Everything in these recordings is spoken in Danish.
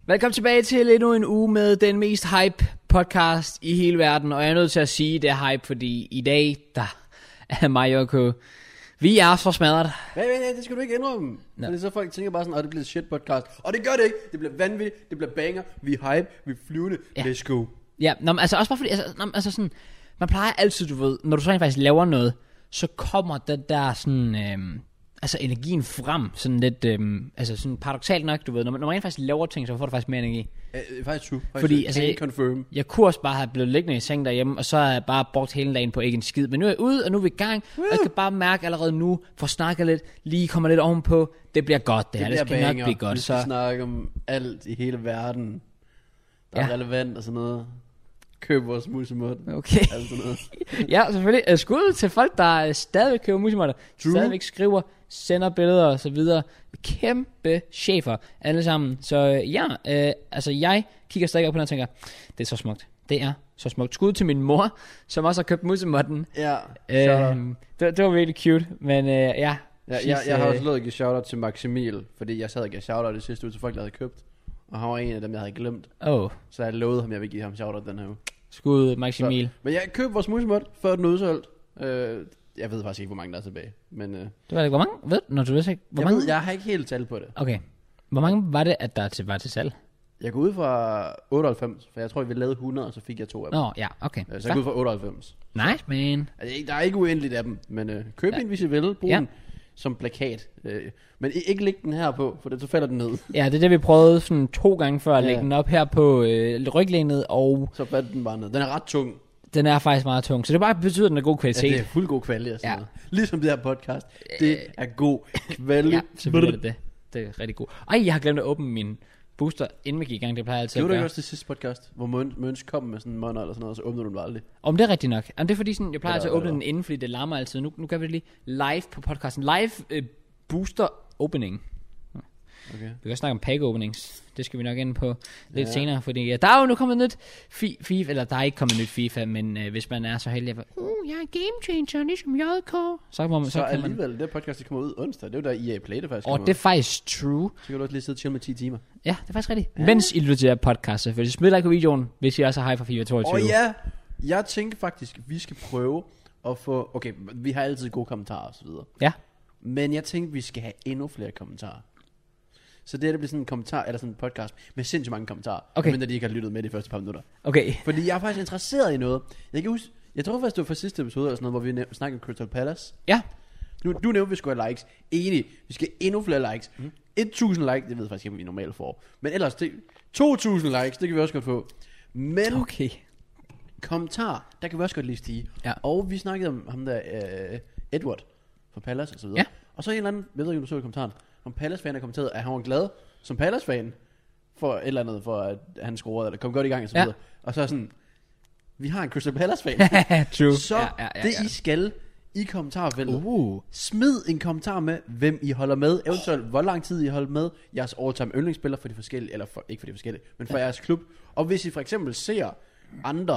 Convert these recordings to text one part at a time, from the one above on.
Velkommen tilbage til endnu en uge med den mest hype podcast i hele verden. Og jeg er nødt til at sige, at det er hype, fordi i dag, der er mig og K. Vi er så smadret. Nej, det skal du ikke indrømme. No. Fordi så folk tænker bare sådan, at det bliver et shit podcast. Og det gør det ikke. Det bliver vanvittigt, det bliver banger, vi er hype, vi er flyvende. Ja. Let's go. Ja, altså også bare fordi, altså sådan, man plejer altid, du ved, når du så faktisk laver noget, så kommer det der sådan, altså energien frem, sådan lidt, altså sådan paradoksalt nok, du ved, når man rent faktisk laver ting, så får du faktisk mere energi. Faktisk true. Fordi altså, confirm. Jeg kunne også bare have blevet liggende i seng derhjemme, og så har jeg bare brugt hele dagen på ikke en skid. Men nu er jeg ude, og nu er vi i gang, og jeg kan bare mærke allerede nu, for snakket lidt, lige kommer lidt ovenpå, det bliver godt det her, det skal nok blive godt. Vi skal snakke om alt i hele verden, der er relevant og sådan noget. Køb vores musemod. Okay. Alt sådan noget. Ja, selvfølgelig. Skud til folk, der stadigvæk køber musemotter. Stadigvæk skriver, sender billeder og så videre. Kæmpe chefer alle sammen. Så altså jeg kigger stadig op på den og tænker, det er så smukt. Det er så smukt. Skud til min mor, som også har købt musemotten. Ja. Det var virkelig cute. Men ja. Jeg har også lovet at give shoutout til Maximil, fordi jeg sad og gav shoutout det sidste uge til folk, der havde købt. Og han var en af dem, jeg havde glemt. Så jeg lovede ham, jeg vil give ham shoutout den her uge. Skud Maximil. Men jeg købte vores musemod, før den udsolgt. Jeg ved faktisk ikke, hvor mange der er tilbage. Men, det var det. Hvor mange? Ved du, når du ved ikke? Jeg har ikke helt tal på det. Okay. Hvor mange var det, at der var til salg? Jeg går ud fra 98, for jeg tror, vi lavede 100, og så fik jeg 2 af dem. Ja, okay. Så jeg går ud fra 98. Nice, man. Altså, der er ikke uendeligt af dem, men køb en, hvis I vil. Brug den som plakat. Men ikke lægge den her på, for så falder den ned. Ja, det er det, vi prøvede sådan 2 gange før at lægge den op her på ryglænet, og så faldt den bare ned. Den er ret tung. Den er faktisk meget tung, så det bare betyder, at den er god kvalitet. Ja, det er fuld god kvalitet. Ja. Ligesom det her podcast. Det er god kvalitet. Ja, selvfølgelig er det. Det er rigtig god. Jeg har glemt at åbne min booster, inden vi gik i gang. Det plejer jeg altid at gøre. Gjorde du ikke også det sidste podcast, hvor Møns kom med sådan en måned eller sådan noget, og så åbnede du den aldrig? Det er rigtigt nok. Det er fordi, sådan, jeg plejer altid at åbne den inden, fordi det larmer altid. Nu gør vi det lige live på podcasten. Live booster opening. Okay. Vi kan også snakke om pack openings. Det skal vi nok ind på lidt senere, fordi der er jo nu kommet nyt FIFA, eller der er ikke kommet nyt FIFA, men hvis man er så heldig at jeg er en game changer, ligesom JK, så kan alligevel man... det podcast, der kommer ud onsdag, det er jo der EA Play, det faktisk det er faktisk true. Så kan du også lige sidde og chill med 10 timer. Ja, det er faktisk rigtigt. Mens I lytter til det podcast, selvfølgelig. Smid like på videoen, hvis I også har hype for FIFA 22. Jeg tænker faktisk, vi skal prøve at få, okay, vi har altid gode kommentarer og så videre. Ja. Men jeg tænker, vi skal have endnu flere kommentarer. Så det bliver sådan en kommentar, eller sådan en podcast med sindssygt mange kommentarer. Okay. Mindre de ikke har lyttet med de første par minutter. Okay. Fordi jeg er faktisk interesseret i noget. Jeg tror faktisk det var fra sidste episode eller sådan noget, hvor vi snakkede om Crystal Palace. Ja. Du nævnte, vi skulle have likes. Enig, vi skal endnu flere likes. 1000 likes, det ved jeg faktisk ikke, om vi normalt får. Men ellers, 2000 likes, det kan vi også godt få. Men kommentar, der kan vi også godt lige stige. Ja. Og vi snakkede om ham der, Edward fra Palace og så videre. Ja. Og så en eller anden, jeg ved ikke, om du så i kommentaren, om Palace-fan har kommenteret, at han var glad som Palace-fan for et eller andet, for at han scorede, eller kom godt i gang og så videre. Og så er sådan, vi har en Crystal Palace-fan. True. Så I skal i kommentarfeltet smid en kommentar med, hvem I holder med, eventuelt hvor lang tid I holder med, jeres all-time yndlingsspiller for de forskellige, eller ikke for de forskellige, men for jeres klub. Og hvis I for eksempel ser andre,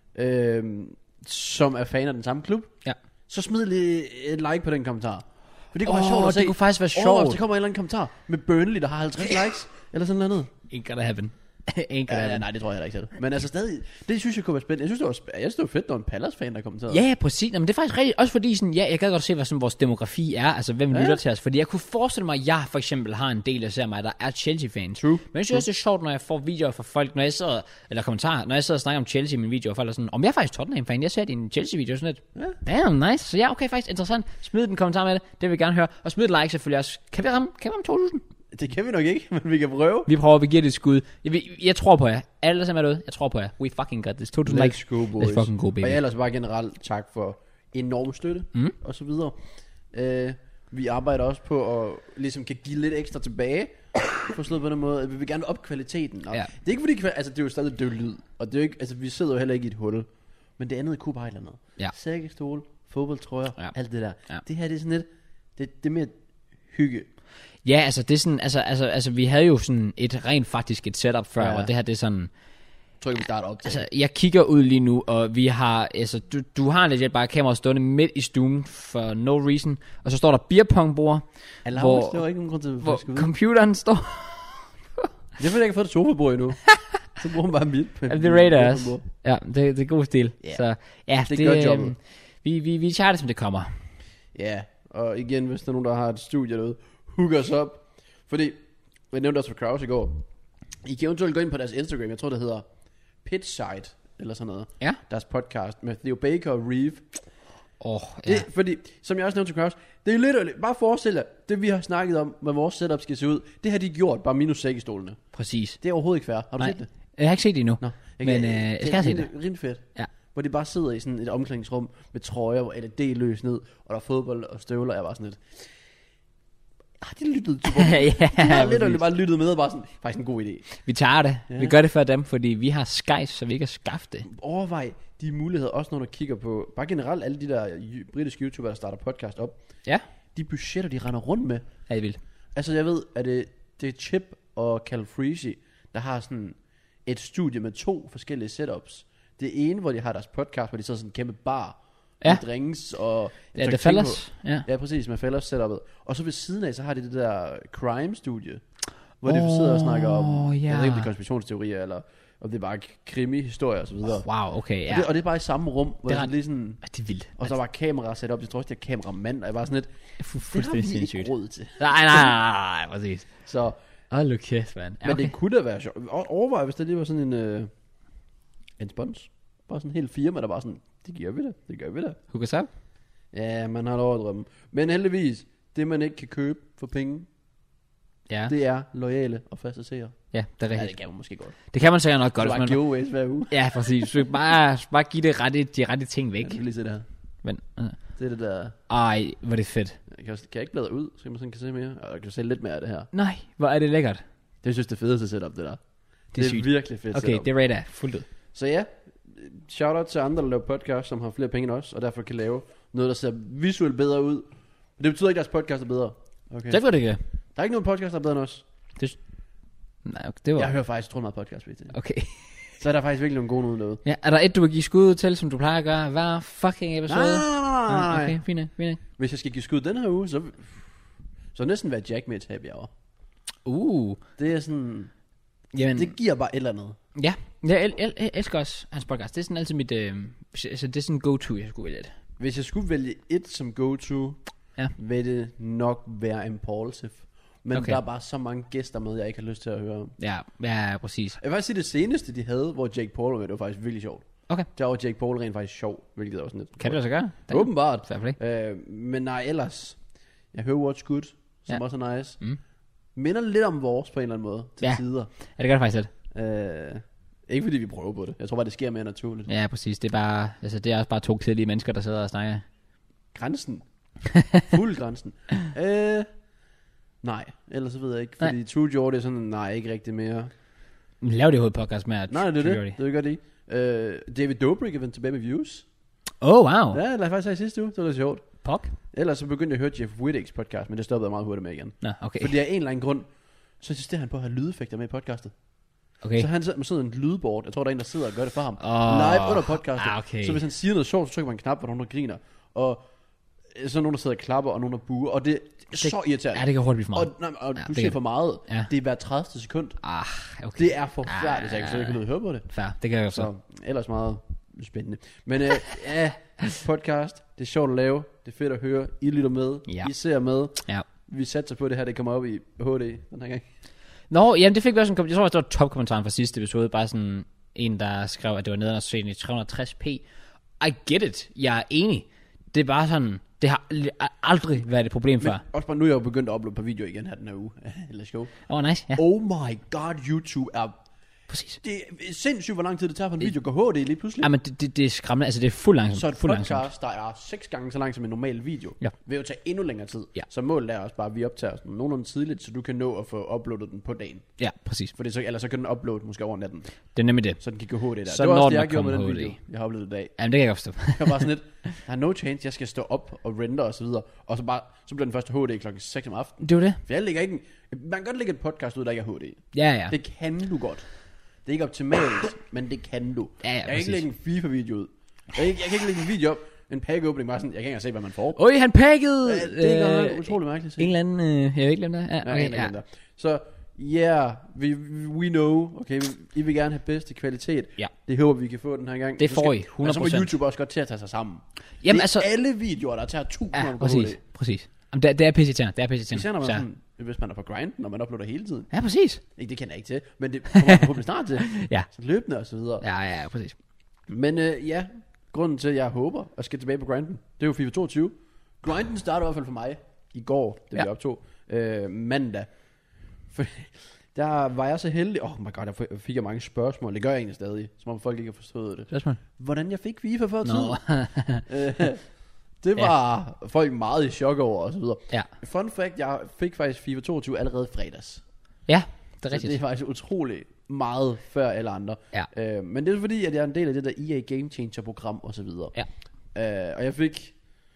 som er fan af den samme klub, så smid lige et like på den kommentar. For det kunne være sjovt at se. Det kunne faktisk være sjovt. Hvis der kommer en eller anden kommentar med Burnley, der har 50 likes, eller sådan noget andet. Ain't gonna happen. Nej, det tror jeg heller ikke selv. Men altså stadig, det synes jeg kunne være spændende. Jeg synes det var fedt, når en Palace-fan der kommenterede. Ja, præcis. Men det er faktisk rigtigt. Også fordi sådan, jeg gad godt se, hvad sådan vores demografi er. Altså hvem lytter til os. Fordi jeg kunne forestille mig, at jeg for eksempel har en del af ser mig, der er Chelsea-fans. True. Men jeg synes også, det er sjovt, når jeg får videoer fra folk, når jeg sidder, eller kommentarer, når jeg sidder og snakker om Chelsea i min video, og folk er sådan, om jeg er faktisk Tottenham-fan, jeg ser din Chelsea-video sådan lidt. Damn, nice. Så ja, okay, faktisk interessant. Smid den kommentar med det. Det vil jeg gerne høre. Og smid et like selvfølgelig også. Kan vi ramme 2000? Det kan vi nok ikke, men vi kan prøve. Vi prøver, vi giver det et skud. Jeg tror på jer. Alle som er derude, jeg tror på jer. We fucking got this. 2000 likes. Let's go, boys. Let's fucking go, baby. Og ellers bare generelt tak for enorm støtte og så videre. Vi arbejder også på at ligesom kan give lidt ekstra tilbage. Forstået på den måde. Vi vil gerne op kvaliteten. Det er ikke fordi, altså det er jo stadig døv lyd. Og det er jo ikke, altså vi sidder jo heller ikke i et hul. Men det andet kunne bare et eller andet. Ja. Sækkestol, fodboldtrøjer, alt det der. Ja. Det her det er sådan lidt, det er mere hygge. Ja, altså det er sådan, altså vi havde jo sådan et rent faktisk et setup før, og det her det er sådan. Jeg tror ikke vi starter op til. Altså jeg kigger ud lige nu, og vi har, altså du har legit bare kamera stående midt i stuen for no reason, og så står der beer pong bord, hvor computeren står Det er fordi, jeg ikke har fået et sofabord endnu. Så bruger man bare mit. Det rater også. Ja, det er god stil. Yeah. Så ja, det gør jobbet. Vi tager det, som det kommer. Ja, og igen, hvis der er nogen, der har et studie derude, hook os op. Fordi, jeg nævnte også for Kraus i går, I kan eventuelt gå ind på deres Instagram, jeg tror det hedder Pitchside, eller sådan noget. Ja. Deres podcast med Theo Baker og Reeve. Ja. Det, fordi, som jeg også nævnte til Kraus, det er lidt, bare forestil dig, det vi har snakket om, hvad vores setup skal se ud, det har de gjort, bare minus sækkestolene. Præcis. Det er overhovedet ikke fair. Har du set det? Jeg har ikke set det endnu. Nå, Men jeg skal se det. Det er rimelig fedt. Ja. Hvor de bare sidder i sådan et omklædningsrum med trøjer, hvor LED løs ned, og der er fodbold og støvler, og jeg var sådan lidt... Har de lyttet til ja, de har lidt bare lyttet med, og bare sådan, faktisk en god idé. Vi tager det. Ja. Vi gør det for dem, fordi vi har Skype, så vi kan skaffe det. Overvej de muligheder, også når du kigger på, bare generelt alle de der britiske YouTubere, der starter podcast op. Ja. De budgetter, de render rundt med. Ja, det er vildt. Altså jeg ved, at det er Chip og Cal Freese, der har sådan et studie med 2 forskellige setups. Det ene, hvor de har deres podcast, hvor de sidder sådan en kæmpe bar, med drinks og... Ja, det Fellers. Ja, præcis, med Fellers setupet. Og så ved siden af, så har de det der crime-studie, hvor de sidder og snakker om, jeg ved ikke, om det er konspirationsteorier, eller om det er bare krimi-historier og så videre. Wow, okay, ja. Og det er bare i samme rum, hvor det er lige sådan... Det er vildt. Og så var kamera sat op, jeg tror også, det er kameramand, og jeg var sådan lidt... Det har vi ikke råd til. Nej, præcis. Så... Hold nu kæft, mand. Ja, men det kunne da være sjovt. Overvej, hvis det lige var sådan en spons. Bare sådan en hel firma, der bare sådan, det gør vi da. Hook us up? Ja, man har lov at drømme. Men heldigvis, det man ikke kan købe for penge, det er loyale og faste seere. Ja, det er rigtigt. Ja, det kan man måske godt. Det kan man sikkert nok godt. Så bare giveaways hver uge. Ja, præcis. Så bare give det de rette ting væk. Ja, skal lige se det her. Men, det er det der... Ej, hvor er det fedt. Kan jeg ikke bladre ud, så man sådan kan se mere? Og jeg kan se lidt mere af det her. Nej, hvor er det lækkert. Det synes det fedeste setup, det der. Det er sygt. Virkelig fedt okay, setup. det rater fuldt ud. Så ja, shout out til andre, der laver podcast, som har flere penge end os, og derfor kan lave noget, der ser visuelt bedre ud. Men det betyder ikke, at deres podcast er bedre. Okay. Det var det ikke. Der er ikke nogen podcast, der er bedre end os. Nej, okay, det var... Jeg hører faktisk meget podcast, ved det. Okay. Så er der faktisk virkelig nogle gode noget derude. Ja, er der et, du vil give skud til, som du plejer at gøre hver fucking episode? Nej. Okay, fint. Hvis jeg skal give skud den her uge, så næsten være Jack med et happy hour. Det er sådan... Jamen, det giver bare et eller andet. Ja, jeg elsker også hans podcast. Det er sådan altid mit... altså, det er sådan go-to, jeg skulle vælge det. Hvis jeg skulle vælge et som go-to, vil det nok være Impulsive. Men der er bare så mange gæster med, jeg ikke har lyst til at høre om. Ja, præcis. Jeg vil faktisk sige, det seneste, de havde, hvor Jake Paul var med, det var faktisk virkelig sjovt. Okay. Der var Jake Paul rent faktisk sjov, hvilket er også lidt... Kan det også gøre? Åbenbart. Men nej, ellers... Jeg hører What's Good, som også er nice. Minder lidt om vores på en eller anden måde, til tider. Ja, det gør det faktisk lidt. Ikke fordi vi prøver på det. Jeg tror bare, det sker mere naturligt. Ja, præcis. Det er bare... Altså, det er også bare 2 kedelige mennesker, der sidder og snakker. Grænsen. Fuld grænsen. Nej, ellers så ved jeg ikke. Fordi True Jordy er sådan, nej, ikke rigtig mere. Lav det hovedpodcast med at nej, det er det. Det gør det ikke. David Dobrik er vendt tilbage med Views. Wow. Ja, det var faktisk her i sidste uge. Det var lidt sjovt. Pok. Ellers så begyndte jeg at høre Jeff Whitticks podcast, men det stoppede jeg meget hurtigt med igen. Nå, okay. Fordi af en eller anden grund, så insisterer han på at have lydeffekter med i podcastet. Okay. Så han sidder en lydboard. Jeg tror, der er en, der sidder og gør det for ham. Live under podcastet. Okay. Så hvis han siger noget sjovt, så trykker man en knap, hvor nogen der griner. Og så er nogen, der sidder og klapper, og nogen, der buer. Og det er så irriterende. Ja, det kan hurtigt blive for meget. Og du siger for meget. Ja. Det er hver 30. sekund. Okay. Det er forfærdeligt, så jeg kan ikke høre på det. Fair, det kan jeg så. Ellers meget spændende. Men podcast, det er sjovt at lave. Det er fedt at høre. I lytter med. I ser med. Ja. Vi satser på, det her, det kommer op i HD den her gang. Nå, jamen det fik vi også en... Jeg tror, det var topkommentaren fra sidste episode. Bare sådan en, der skrev, at det var nede og se i 360p. I get it. Jeg er enig. Det er bare sådan... Det har aldrig været et problem før. Også bare nu er jeg jo begyndt at uploade på video igen her den her uge. Let's go. Nice. Ja. Oh my god, YouTube er... Præcis. Det er sindssygt, hvor lang tid det tager på en video. Går HD lige pludselig. Ja, men det er skræmmende. Altså det er fuld langsomt. Så et podcast, der er 6 gange så langt som en normal video, vil jo tage endnu længere tid. Ja. Så målet er også bare, at vi optager sådan nogenlunde tidligt, så du kan nå at få uploadet den på dagen. Ja, præcis. Fordi ellers så kan den uploade måske over natten. Det er nemlig det. Så den kan gå HD der. Så det var også det, jeg gjorde med den video, jeg har uploadet i dag. Jamen det kan jeg godt forstå. Jeg var sådan lidt, der er no chance, jeg skal stå op og render og så videre. Og så bliver den første HD klokken 6 om aftenen. Det var det. For jeg lægger ikke man kan godt lægge et podcast ud, der ikke er HD. Ja. Det kan du godt. Det er ikke optimalt, men det kan du. Jeg kan ikke lægge en FIFA-video ud. Jeg kan ikke lægge en video op. En pack-opening, bare sådan, jeg kan ikke engang se, hvad man får. Oj, han pakkede! Det er utrolig mærkeligt. En eller anden, jeg ved ikke, hvem der er. Så we know, okay, I vil gerne have bedste kvalitet. Ja. Det håber vi kan få den her gang. Det får I, 100%. Og så må YouTube også godt til at tage sig sammen. Jamen, det er altså, alle videoer, der tager 1000 ja, præcis. Jamen, det er pisse-irriterende. Især når man sådan, hvis man er på grinden, når man uploader hele tiden. Ja, præcis. Ikke, det kender jeg ikke til, men det kommer man forhåbentlig snart til. Ja. Så løbende og så videre. Ja, præcis. Men grunden til, at jeg håber at skal tilbage på grinden, det er jo FIFA 22. Grinden startede i hvert fald for mig i går, det vi optog, mandag. For der var jeg så heldig. My god, der fik jeg mange spørgsmål. Det gør jeg egentlig stadig, som om folk ikke har forstået det. Spørgsmål? Hvordan jeg fik FIFA før tid. Det var folk meget i chok over og så videre. Ja. Fun fact, jeg fik faktisk FIFA 22 allerede fredags. Ja, det er rigtigt. Det er faktisk utroligt meget før alle andre. Ja. Men det er fordi, at jeg er en del af det der EA Game Changer program og så videre. Ja. Og jeg fik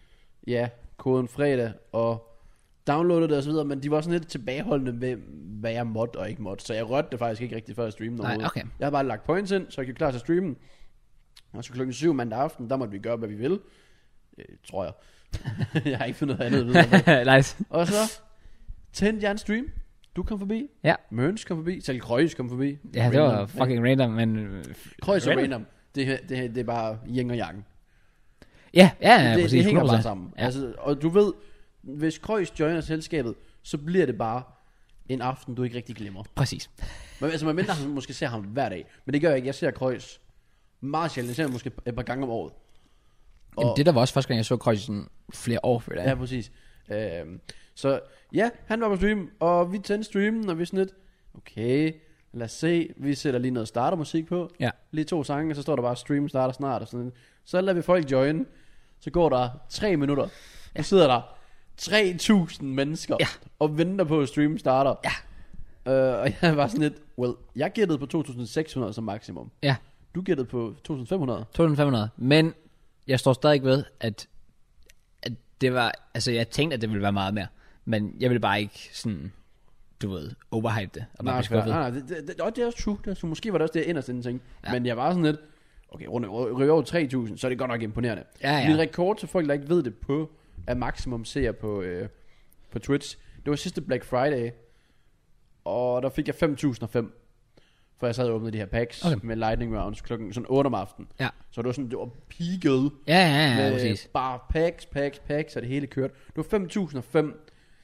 koden fredag og downloadede det og så videre, men de var sådan lidt tilbageholdende med, hvad jeg måtte og ikke måtte. Så jeg rørte det faktisk ikke rigtig før jeg streamede overhovedet. Okay. Jeg har bare lagt points ind, så jeg kan klar til at streame. Og så klokken 7 mandag aften, der måtte vi gøre, hvad vi vil. Tror jeg. Jeg har ikke fundet noget andet videre. Nice. Og så tændte jeg en stream. Du kom forbi. Ja. Mørns kom forbi. Selv Kreuz kom forbi. Ja, det var fucking random, men... Kreuz og random. Det er bare yin og yang. Ja, det, præcis. Det hænger bare sammen. Ja. Altså, og du ved, hvis Kreuz joiner selskabet, så bliver det bare en aften, du ikke rigtig glemmer. Præcis. Men altså, man mindre, han måske ser ham hver dag. Men det gør jeg ikke. Jeg ser Kreuz meget sjældent. Jeg ser ham måske et par gange om året. Jamen, det der var også første gang, jeg så Kreuz sådan flere år før det. Ja, præcis. Så ja, han var på stream, og vi tændte streamen, og vi sådan lidt, okay, lad os se, vi sætter lige noget startermusik på. Ja. Lige 2 sange, så står der bare, stream starter snart, og sådan. Så lader vi folk join, så går der 3 minutter, så sidder der 3.000 mennesker, og venter på, at stream starter. Ja. Og jeg var sådan lidt, jeg gættede på 2.600 som maksimum. Ja. Du gættede på 2.500. 2.500, men jeg står stadig ved, at det var, altså jeg tænkte, at det ville være meget mere, men jeg ville bare ikke sådan, du ved, overhype det. Og bare nej, det er også true. Det er, måske var det også det, jeg inderst inden ting. Ja. Men jeg var sådan lidt, okay, ryger over 3.000, så er det godt nok imponerende. Ja. Min rekord til folk, der ikke ved det på, er maksimum seer på Twitch. Det var sidste Black Friday, og der fik jeg 5.005. For jeg sad og åbnede de her packs med lightning rounds klokken sådan 8 om aftenen. Ja. Så det var sådan, det var peaked. Ja, præcis. Bare packs, og det hele kørte. Det var 5.005.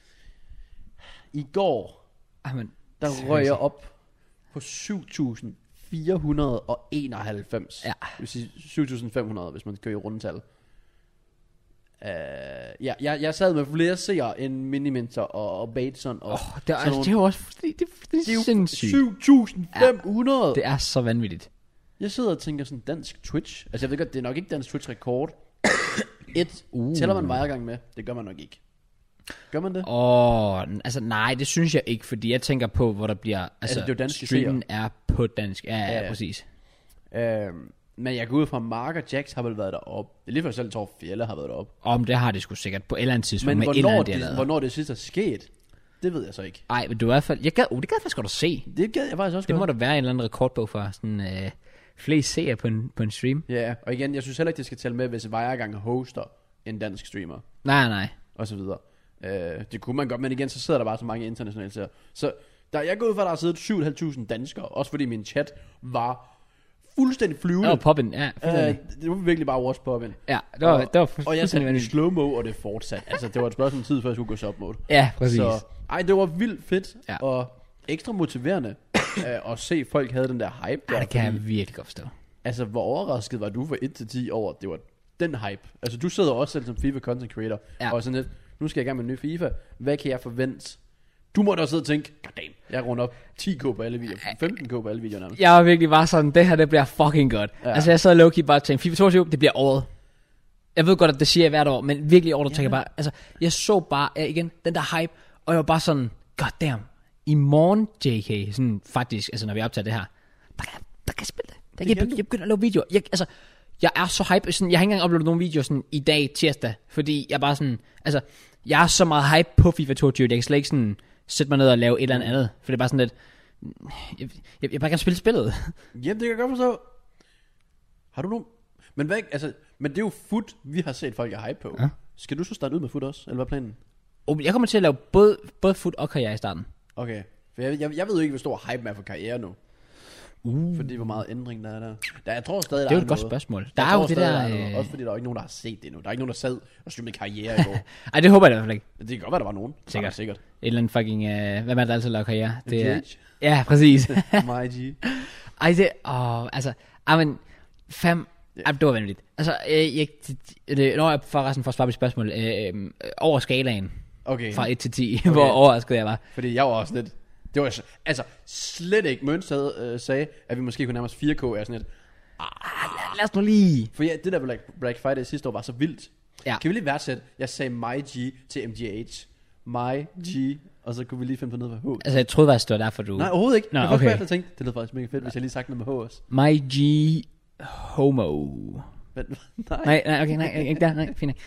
I går, der røg jeg op på 7.491. Ja. Det vil sige 7.500, hvis man kører i rundetal. Jeg sad med flere seere end Miniminter og Bateson og det er jo også det er sindssygt. 7.500. Ja, det er så vanvittigt. Jeg sidder og tænker sådan dansk Twitch. Altså jeg ved godt, det er nok ikke dansk Twitch rekord. Tæller man vejrgang med? Det gør man nok ikke. Gør man det? Altså nej, det synes jeg ikke, fordi jeg tænker på, hvor der bliver, altså det er jo streamen er på dansk. Ja, præcis. Men jeg går ud fra, Mark og Jax har vel været deroppe. Det er lige for selv, Torf Fjelle har været deroppe. Men det har det sgu sikkert på et eller andet tidspunkt. Men hvornår det sidst er sket, det ved jeg så ikke. Nej, men du i hvert fald, det gad jeg faktisk godt at se. Det gad jeg faktisk også. Det må der være en eller anden rekordbog for sådan flest seere på en stream. Ja, og igen, jeg synes heller ikke, det skal tælle med, hvis Vejrgang hoster en dansk streamer. Nej. Og så videre. Det kunne man godt, men igen, så sidder der bare så mange internationale seere. Så jeg går ud fra, at der har siddet 7.500 danskere, også fordi min chat var fuldstændig flyvende. Det var poppen, ja. Det var virkelig bare watch poppen. Ja, det var og jeg satte i slow-mo, og det fortsat. Altså, det var et spørgsmål om tid, før jeg skulle gå sub-mode. Ja, præcis. Så, det var vildt fedt, og ekstra motiverende at se, folk havde den der hype. Det kan jeg virkelig godt forstå. Altså, hvor overrasket var du fra 1 til 10 over, det var den hype? Altså, du sidder også selv som FIFA content creator, og sådan lidt, nu skal jeg i gang med en ny FIFA. Hvad kan jeg forvente? Du må da også sidde og tænke, goddamn, jeg runder op 10k på alle videoer, 15k på alle videoer nærmest. Jeg var virkelig bare sådan, det her, det bliver fucking godt. Ja. Altså, jeg sad low-key bare og tænkte, FIFA 22, det bliver året. Jeg ved godt, at det siger jeg hvert år, men virkelig år, der tænker jeg bare, altså, jeg så bare, igen, den der hype, og jeg var bare sådan, goddamn, i morgen, JK, sådan faktisk, altså, når vi optager det her, der kan jeg spille det. Jeg begynder at lave videoer. Jeg er så hype, sådan, jeg har ikke engang uploadet nogle videoer sådan i dag, tirsdag, fordi jeg bare sådan, altså, jeg er så meget hype på FIFA 22, jeg kan slet ikke sådan sætte mig ned og lave et eller andet, for det er bare sådan lidt, jeg bare kan spille spillet. Jamen, det kan jeg godt forstå. Har du nogen? Men hvad, altså, men det er jo foot, vi har set folk er hype på. Ja. Skal du så starte ud med foot også, eller hvad er planen? Jeg kommer til at lave både foot og karriere i starten. Okay. For jeg ved jo ikke, hvor stor hype man er for karriere nu. Fordi hvor meget ændring der er der. Jeg tror stadig, det er jo et godt spørgsmål. Der er jo det der... Også fordi der er ikke nogen, der har set det nu. Der er ikke nogen, der sad og streamede karriere i går. Ej, det håber jeg i hvert fald ikke. Det kan godt være, der var nogen. Sikkert. Et eller andet fucking... hvem er der altid laver karriere? Det er... Ja, præcis. My G. Ej, det... altså... men... det var vanvittigt. Altså, når jeg forresten får svar på spørgsmål, over skalaen, okay. Fra 1 til 10, hvor overrasket jeg var. Fordi jeg var også lidt, det var altså slet ikke, Møns sagde, at vi måske kunne nærme os 4K, er sådan lidt, lad os nu lige. for ja, det der Black Friday sidste år var så vildt. Ja. Kan vi lige værdsætte, jeg sagde My G til MGH, My G, og så kunne vi lige finde på noget med H. Altså, jeg troede faktisk, det var derfor, du... Nej, overhovedet ikke. Nå, jeg okay. Jeg tænkte, det lød faktisk mega fedt, hvis jeg lige sagt noget med H også. My G... Homo. Nej, okay, nej, ikke der, nej, fint.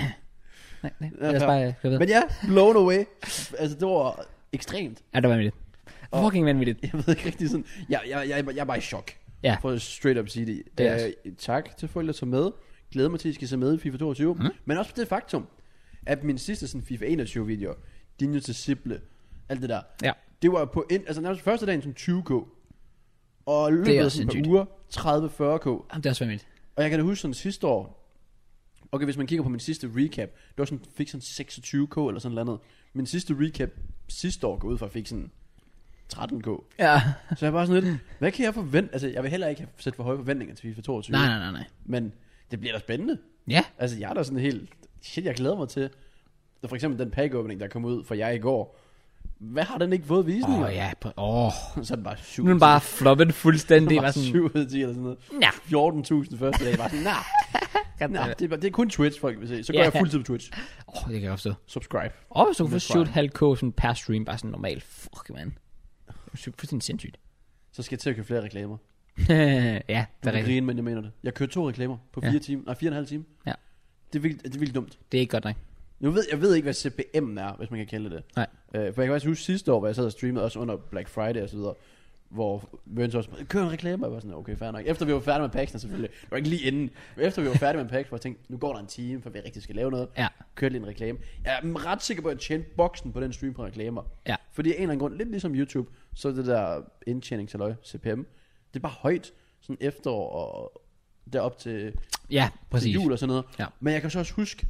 Nej, lad os bare gå videre. Men ja, blown away. Altså, det var ekstremt. Ja, det var vanvittigt. Fucking vanvittigt. Jeg ved ikke rigtig sådan, jeg er bare i chok. Ja. For at straight up sige det. Tak til folk, der tager med. Glæder mig til, at I skal se med i FIFA 22. Men også på det faktum, at min sidste sådan, FIFA 21 video, Dinjo til Sible, alt det der. Ja. Det var på altså nærmest første dagen sådan 20k. Og løbet sådan et par uger 30-40k. Jamen, det er også vanvittigt. Og jeg kan da huske sådan sidste år. Okay, hvis man kigger på min sidste recap, det var sådan, fik sådan 26k eller sådan noget. Min sidste recap sidste år går ud fra, at jeg fik sådan 13k. Ja. Så jeg bare sådan lidt, hvad kan jeg forvente? Altså, jeg vil heller ikke have sat for høje forventninger til FIFA 22. Nej. Men det bliver da spændende. Ja. Altså, jeg er da sådan helt, shit, jeg glæder mig til. Der for eksempel den pack-opening, der kom ud fra jeg i går. Hvad har den ikke fået visninger? Ja. Så er den bare 7. Nu er den bare floppet fuldstændig. Det var 7 ud af 10 eller sådan noget. Ja. 14.000 første dag. Bare sådan, det er kun Twitch, folk vil se. Så går jeg fuldtid på Twitch. Det kan jeg forstå. Subscribe. Hvis du kan få 7,5k sådan per stream, bare sådan normalt. Fuck, man. Det er fuldstændig sindssygt. Så skal jeg til at købe flere reklamer. Ja, det er rigtigt. Grine, men jeg mener det. Jeg kørte 2 reklamer på 4 timer. Nej, 4,5 timer. Ja. Det er virkelig dumt. Det er ikke godt nok. Jeg ved ikke, hvad CPM er, hvis man kan kalde det. Nej. For jeg kan faktisk huske sidste år, hvor jeg sad og streamede, også under Black Friday og så videre, hvor Møns også kør en reklame, og jeg var sådan, okay, fair nok. Efter vi var færdige med packsene selvfølgelig. Det var ikke lige inden. Efter vi var færdige med packs, hvor jeg tænkte, nu går der en time, for vi rigtig skal lave noget. Ja. Kørte lige en reklame. Jeg er ret sikker på, at jeg tjente boksen på den stream på reklamer. Ja. Fordi af en eller anden grund, lidt ligesom YouTube, så er det der indtjeningshalløj, CPM, det er bare højt, sådan efterår og derop til, præcis. til jul og sådan noget. Ja. Men jeg kan så også huske,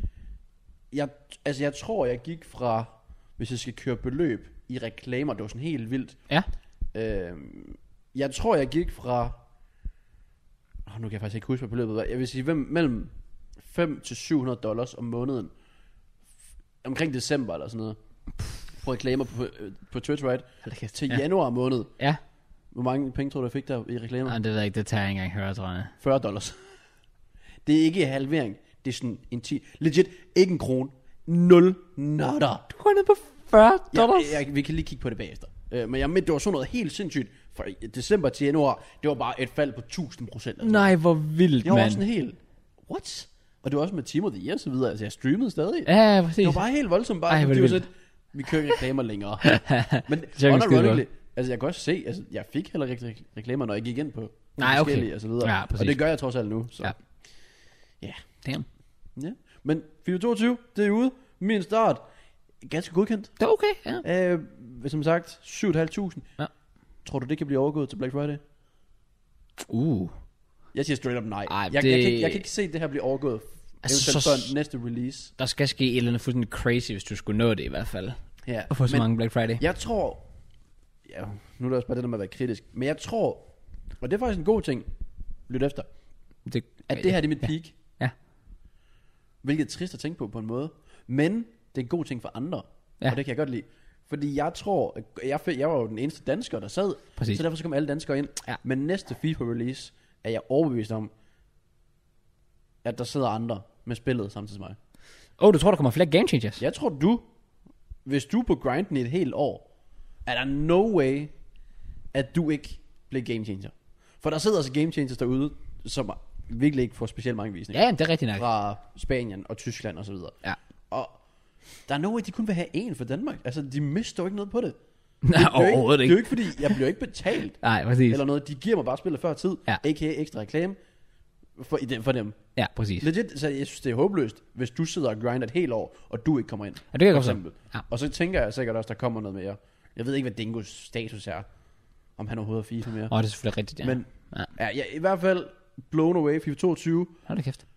jeg tror, jeg gik fra, hvis jeg skal køre beløb i reklamer, det var sådan helt vildt. Ja. Jeg tror, jeg gik fra, nu kan jeg faktisk ikke huske, hvad beløbet var. Jeg vil sige, mellem $500 til $700 om måneden, omkring december eller sådan noget, på reklamer på Twitch, right? Til januar måned. Ja. Hvor mange penge tror du, jeg fik der i reklamer? Det ved jeg ikke, det tager jeg ikke engang høre, tror jeg. $40. Det er ikke halvering. Det er sådan en 10. Legit, ikke en krone. 0 notter. Du går ned på $40. Vi kan lige kigge på det bagefter. Men det var sådan noget helt sindssygt. Fra december til januar, det var bare et fald på 1000%. Nej, hvor vildt, mand. Det var sådan helt, what? Og det var også med Team of the Year og så videre. Altså, jeg streamede stadig. Ja, præcis. Det var bare helt voldsomt. Bare, det var sådan, vi kører ikke reklamer længere. Men unironically, altså jeg kan også se, altså jeg fik heller ikke reklamer, når jeg gik ind på forskellige og så videre. Ja, og det gør jeg trods alt nu. Så. Ja. Damn. Ja. Men FIFA 22, det er ude. Min start, ganske godkendt. Det er okay, ja. Som sagt, 7.500. Ja. Tror du, det kan blive overgået til Black Friday? Jeg siger straight up nej. Jeg kan ikke se det her blive overgået. Altså, så næste release. Der skal ske et eller andet fuldstændig crazy, hvis du skulle nå det i hvert fald. Ja. Og få så mange Black Friday. Jeg tror, nu er det også bare det der med at være kritisk, men jeg tror, og det er faktisk en god ting, lyt efter, at det her det er mit peak. Ja. Hvilket er trist at tænke på en måde. Men det er en god ting for andre. Ja. Og det kan jeg godt lide. Fordi jeg tror, jeg var jo den eneste dansker, der sad. Præcis. Så derfor så kom alle danskere ind. Ja. Men næste FIFA release er jeg overbevist om, at der sidder andre med spillet samtidig med mig. Du tror, der kommer flere game changers? Jeg tror hvis du er på grinden i et helt år, er der no way, at du ikke bliver game changer. For der sidder altså game changers derude, som virkelig ikke får specielt mange visninger. Ja, det er rigtigt nok. Fra Spanien og Tyskland og så videre. Ja. Og der er no way, de kun vil have en for Danmark. Altså, de mister jo ikke noget på det. Nej, overhovedet ikke. Det er jo ikke, fordi jeg bliver ikke betalt. Nej, præcis. Eller noget. De giver mig bare spillet før tid. Ja. A.k.a. ekstra reklame for dem. Ja, præcis. Legit, så jeg synes, det er håbløst, hvis du sidder og grinder et helt år, og du ikke kommer ind. Ja, det kan jeg godt. Ja. Og så tænker jeg sikkert også, der kommer noget mere Jeg ved ikke, hvad Dingos status er. Om han overhovedet er FIFA mere. Det er selvfølgelig rigtigt, ja. Men ja, i hvert fald blown away FIFA 22. Hold da kæft.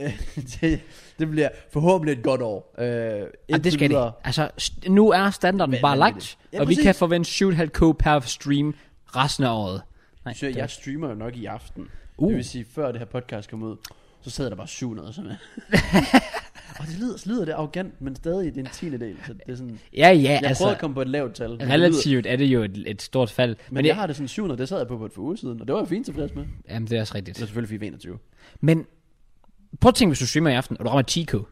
Det bliver forhåbentlig et godt år. Det skal det. Altså, nu er standarden bare lagt, og vi kan forvente 7,5K per stream resten af året. Så jeg streamer jo nok i aften. Det vil sige, før det her podcast kommer ud, så sidder der bare 700 sådan her. Og det lyder det arrogant, men stadig det er en tiendedel. Så det er sådan, jeg prøver at komme på et lavt tal. Relativt er det jo et stort fald. Men jeg har det sådan 700, det sad jeg på et for uge siden, og det var jeg fint tilfreds med. Jamen det er også rigtigt. Det er selvfølgelig FIFA 21. Men prøv at tænke, hvis du streamer i aften, og du rammer 10K.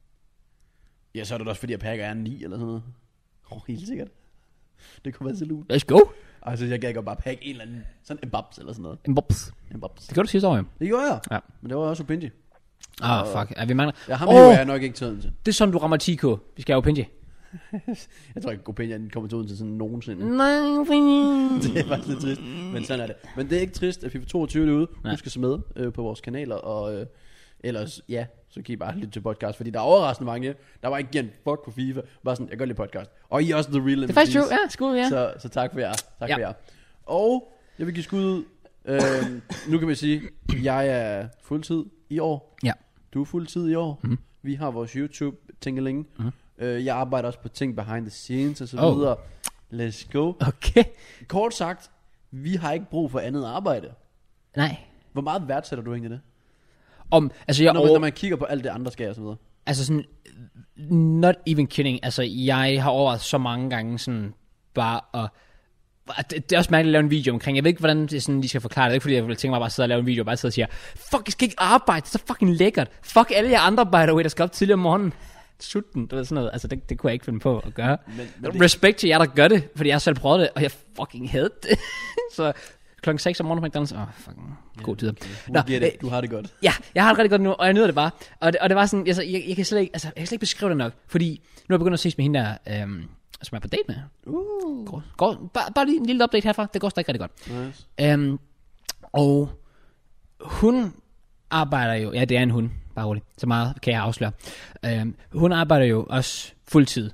Ja, så er det også fordi, jeg pakker er 9 eller sådan noget. Helt sikkert. Det kunne være så lunt. Let's go. Altså, jeg kan godt bare pakke en eller anden, sådan en babs eller sådan noget. En babs. Det gjorde du sidste år, jo. Det gjorde jeg. Ja. Men det var også Opinji. Fuck. Vi mangler. Ja, ham hiver jeg nok ikke tiden til. Det er sådan, du rammer 10K. Vi skal have Opinji. Jeg tror ikke, Opinji kommer til sådan nogensinde. Nej, Opinji. Det er faktisk lidt trist. Men sådan er det. Men det er ikke trist, at FIFA 22 er ude. Du skal se med på vores kanaler. Og ellers, ja, så kan I bare lytte til podcast. Fordi der er overraskende mange. Der var ikke igen fuck på FIFA. Bare sådan, jeg gør lidt podcast. Og I er også the real MVPs. Det er faktisk true, ja. Skud, ja. Så tak for jer. Tak for jer. Og jeg vil give skud ud. Nu kan vi sige, jeg er fuldtid i år. Ja. Du er fuldtid i år. Vi har vores YouTube tingeling. Jeg arbejder også på ting behind the scenes og så videre. Let's go. Okay. Kort sagt, vi har ikke brug for andet arbejde. Nej. Hvor meget værdsætter du egentlig det? Når man kigger på alt det andre skal og så videre. Altså sådan, not even kidding. Altså jeg har overvejet så mange gange sådan bare at... Det er også mærkeligt at lave en video omkring. Jeg ved ikke, hvordan det sådan, de skal forklare det. Det er ikke fordi, jeg vil tænke mig bare at sidde og lave en video og bare sidde og sige, fuck, jeg skal ikke arbejde, det er så fucking lækkert. Fuck alle jer andre, by the way, der skal op tidligere om morgenen. Sut den, sådan noget. Altså, det kunne jeg ikke finde på at gøre. Men respekt til jer, der gør det, fordi jeg har selv prøvet det, og jeg fucking havde det. Så klokken 6 om morgenen på McDonald's. Fucking god tider. Du har det godt. Ja, jeg har det rigtig godt nu, og jeg nyder det bare. Og det var sådan, jeg kan slet ikke beskrive det nok, fordi nu er jeg begyndt at ses med hende der... som er på date med. Bare lige en lille update herfra. Det går stadig rigtig godt. Nice. Og hun arbejder jo... Ja, det er en hund. Bare roligt. Så meget kan jeg afsløre. Hun arbejder jo også fuldtid.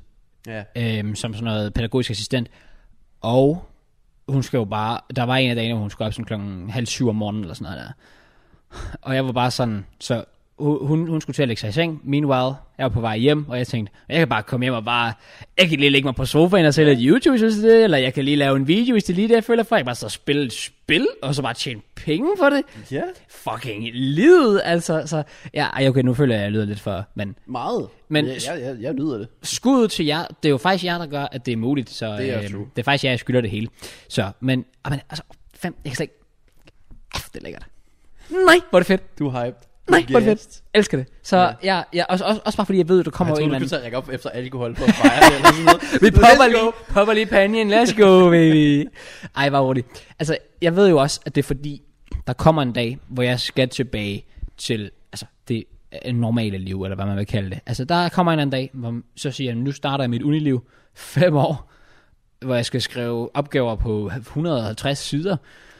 Som sådan noget pædagogisk assistent. Og hun skal jo bare... Der var en af dagene, hvor hun skulle op sådan 6:30 om morgenen eller sådan noget der. Og jeg var bare sådan... Så hun skulle til at lægge sig i seng. Meanwhile, jeg var på vej hjem, og jeg tænkte, jeg kan bare komme hjem og bare, jeg kan lige lægge mig på sofaen og se lidt YouTube, hvis det, eller jeg kan lige lave en video, hvis det lige det, jeg føler for. Jeg kan bare så spille et spil, og så bare tjene penge for det. Ja. Fucking livet, altså. Så, ja, okay, nu føler jeg, at jeg lyder lidt for, men... Meget. Men jeg nyder det. Skud til jer, det er jo faktisk jer, der gør, at det er muligt, så det er, det er faktisk jer, jeg skylder det hele. Så, men altså, jeg kan slet ikke... det er lækkert. Nej, hvor er det fedt. Du er hyped. Nej, hvor fedt. Elsker det. Så ja, også bare fordi jeg ved, at du kommer over en eller anden. Jeg tror, du op efter alkohol for at fejre det eller sådan noget. Vi popper lige panjen. Let's go, baby. Ej, bare roligt. Altså, jeg ved jo også, at det er fordi, der kommer en dag, hvor jeg skal tilbage til, altså, det normale liv, eller hvad man vil kalde det. Altså, der kommer en anden dag, hvor så siger jeg, nu starter jeg mit uniliv 5 år, hvor jeg skal skrive opgaver på 150 sider.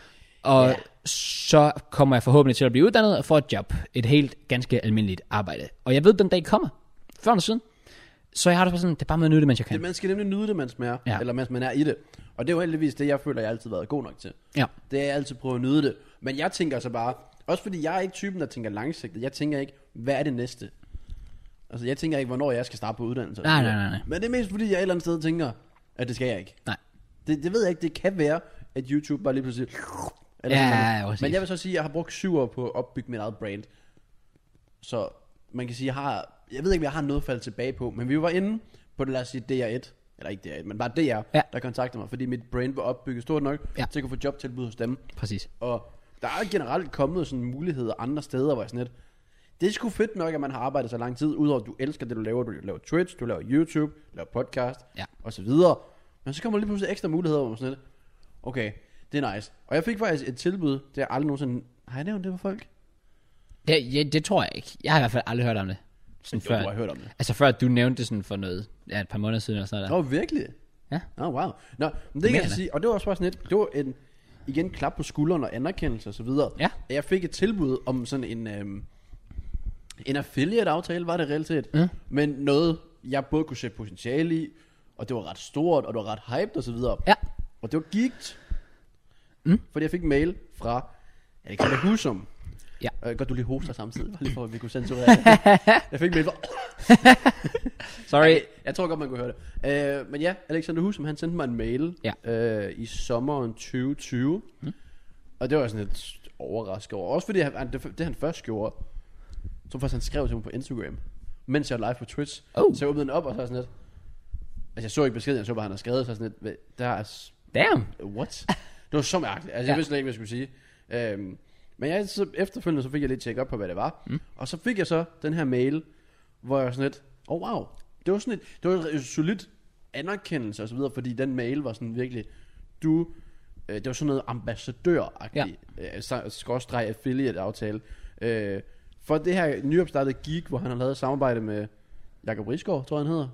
Og så kommer jeg forhåbentlig til at blive uddannet og få et job. Et helt ganske almindeligt arbejde. Og jeg ved, den dag kommer. Før eller siden. Så jeg har det bare sådan, det er bare med at nyde det, mens jeg kan. Man skal nemlig nyde det, mens man er, eller mens man er i det. Og det er jo heldigvis det, jeg føler, jeg altid har været god nok til. Ja. Det er jeg altid prøver at nyde det. Men jeg tænker så bare, også fordi jeg er ikke typen, der tænker langsigtet. Jeg tænker ikke, hvad er det næste? Altså jeg tænker ikke, hvornår jeg skal starte på uddannelse. Nej. Men det er mest fordi, jeg et eller andet sted tænker, at det skal jeg ikke. Nej. Det ved jeg ikke, det kan være, at YouTube bare lige pludselig... Ja, men jeg vil så sige, at jeg har brugt 7 år på at opbygge mit eget brand. Så man kan sige, jeg ved ikke, om jeg har noget faldet tilbage på, men vi var inde på det, lad os sige DR1, eller ikke DR1, men bare DR, der kontaktede mig, fordi mit brand var opbygget stort nok, til at kunne få jobtilbud hos dem. Præcis. Og der er generelt kommet sådan muligheder andre steder, hvor jeg sådan lidt, det er sgu fedt nok, at man har arbejdet så lang tid, udover at du elsker det, du laver Twitch, du laver YouTube, du laver podcast, og så videre. Men så kommer lige pludselig ekstra muligheder, hvor man sådan lidt, okay, det er nice. Og jeg fik faktisk et tilbud, det har aldrig nogensinde... Har jeg nævnt det for folk? Ja, det tror jeg ikke. Jeg har i hvert fald aldrig hørt om det. Sådan før, du har hørt om det. Altså før du nævnte det sådan for noget, et par måneder siden eller sådan noget. Virkelig? Ja. Wow. Nå, men det kan jeg sige, og det var også bare sådan lidt, det var igen klap på skulderen og anerkendelse og så videre. Ja. Jeg fik et tilbud om sådan en affiliate aftale, var det reelt set. Men noget, jeg både kunne se potentiale i, og det var ret stort, og det var ret hyped og så videre. Ja. Og det var geeked. Fordi jeg fik en mail fra Alexander Husum. Ja. Godt, du lige hoster samtidig, bare lige for at vi kunne censurere det. Jeg fik en mail fra... Sorry. Jeg tror godt, man kunne høre det. Men ja, Alexander Husum, han sendte mig en mail i sommeren 2020. Og det var sådan lidt overrasket over. Også fordi det han først gjorde, så først han skrev til mig på Instagram, mens jeg var live på Twitch. Så jeg åbnede den op, og så sådan lidt... Altså jeg så ikke beskeden, jeg så bare, han havde skrevet, så sådan lidt... Der er... Damn. What? Det var så mærkeligt. Altså jeg vidste slet ikke, hvad jeg skulle sige. Men jeg så efterfølgende, så fik jeg lidt tjekket op på, hvad det var. Og så fik jeg så den her mail, hvor jeg var sådan lidt... wow. Det var sådan det var en solidt anerkendelse og så videre, fordi den mail var sådan virkelig... det var sådan noget ambassadør-agtigt, skråstreg affiliate-aftale. For det her nyopstartede geek, hvor han har lavet samarbejde med Jakob Risgaard, tror jeg han hedder.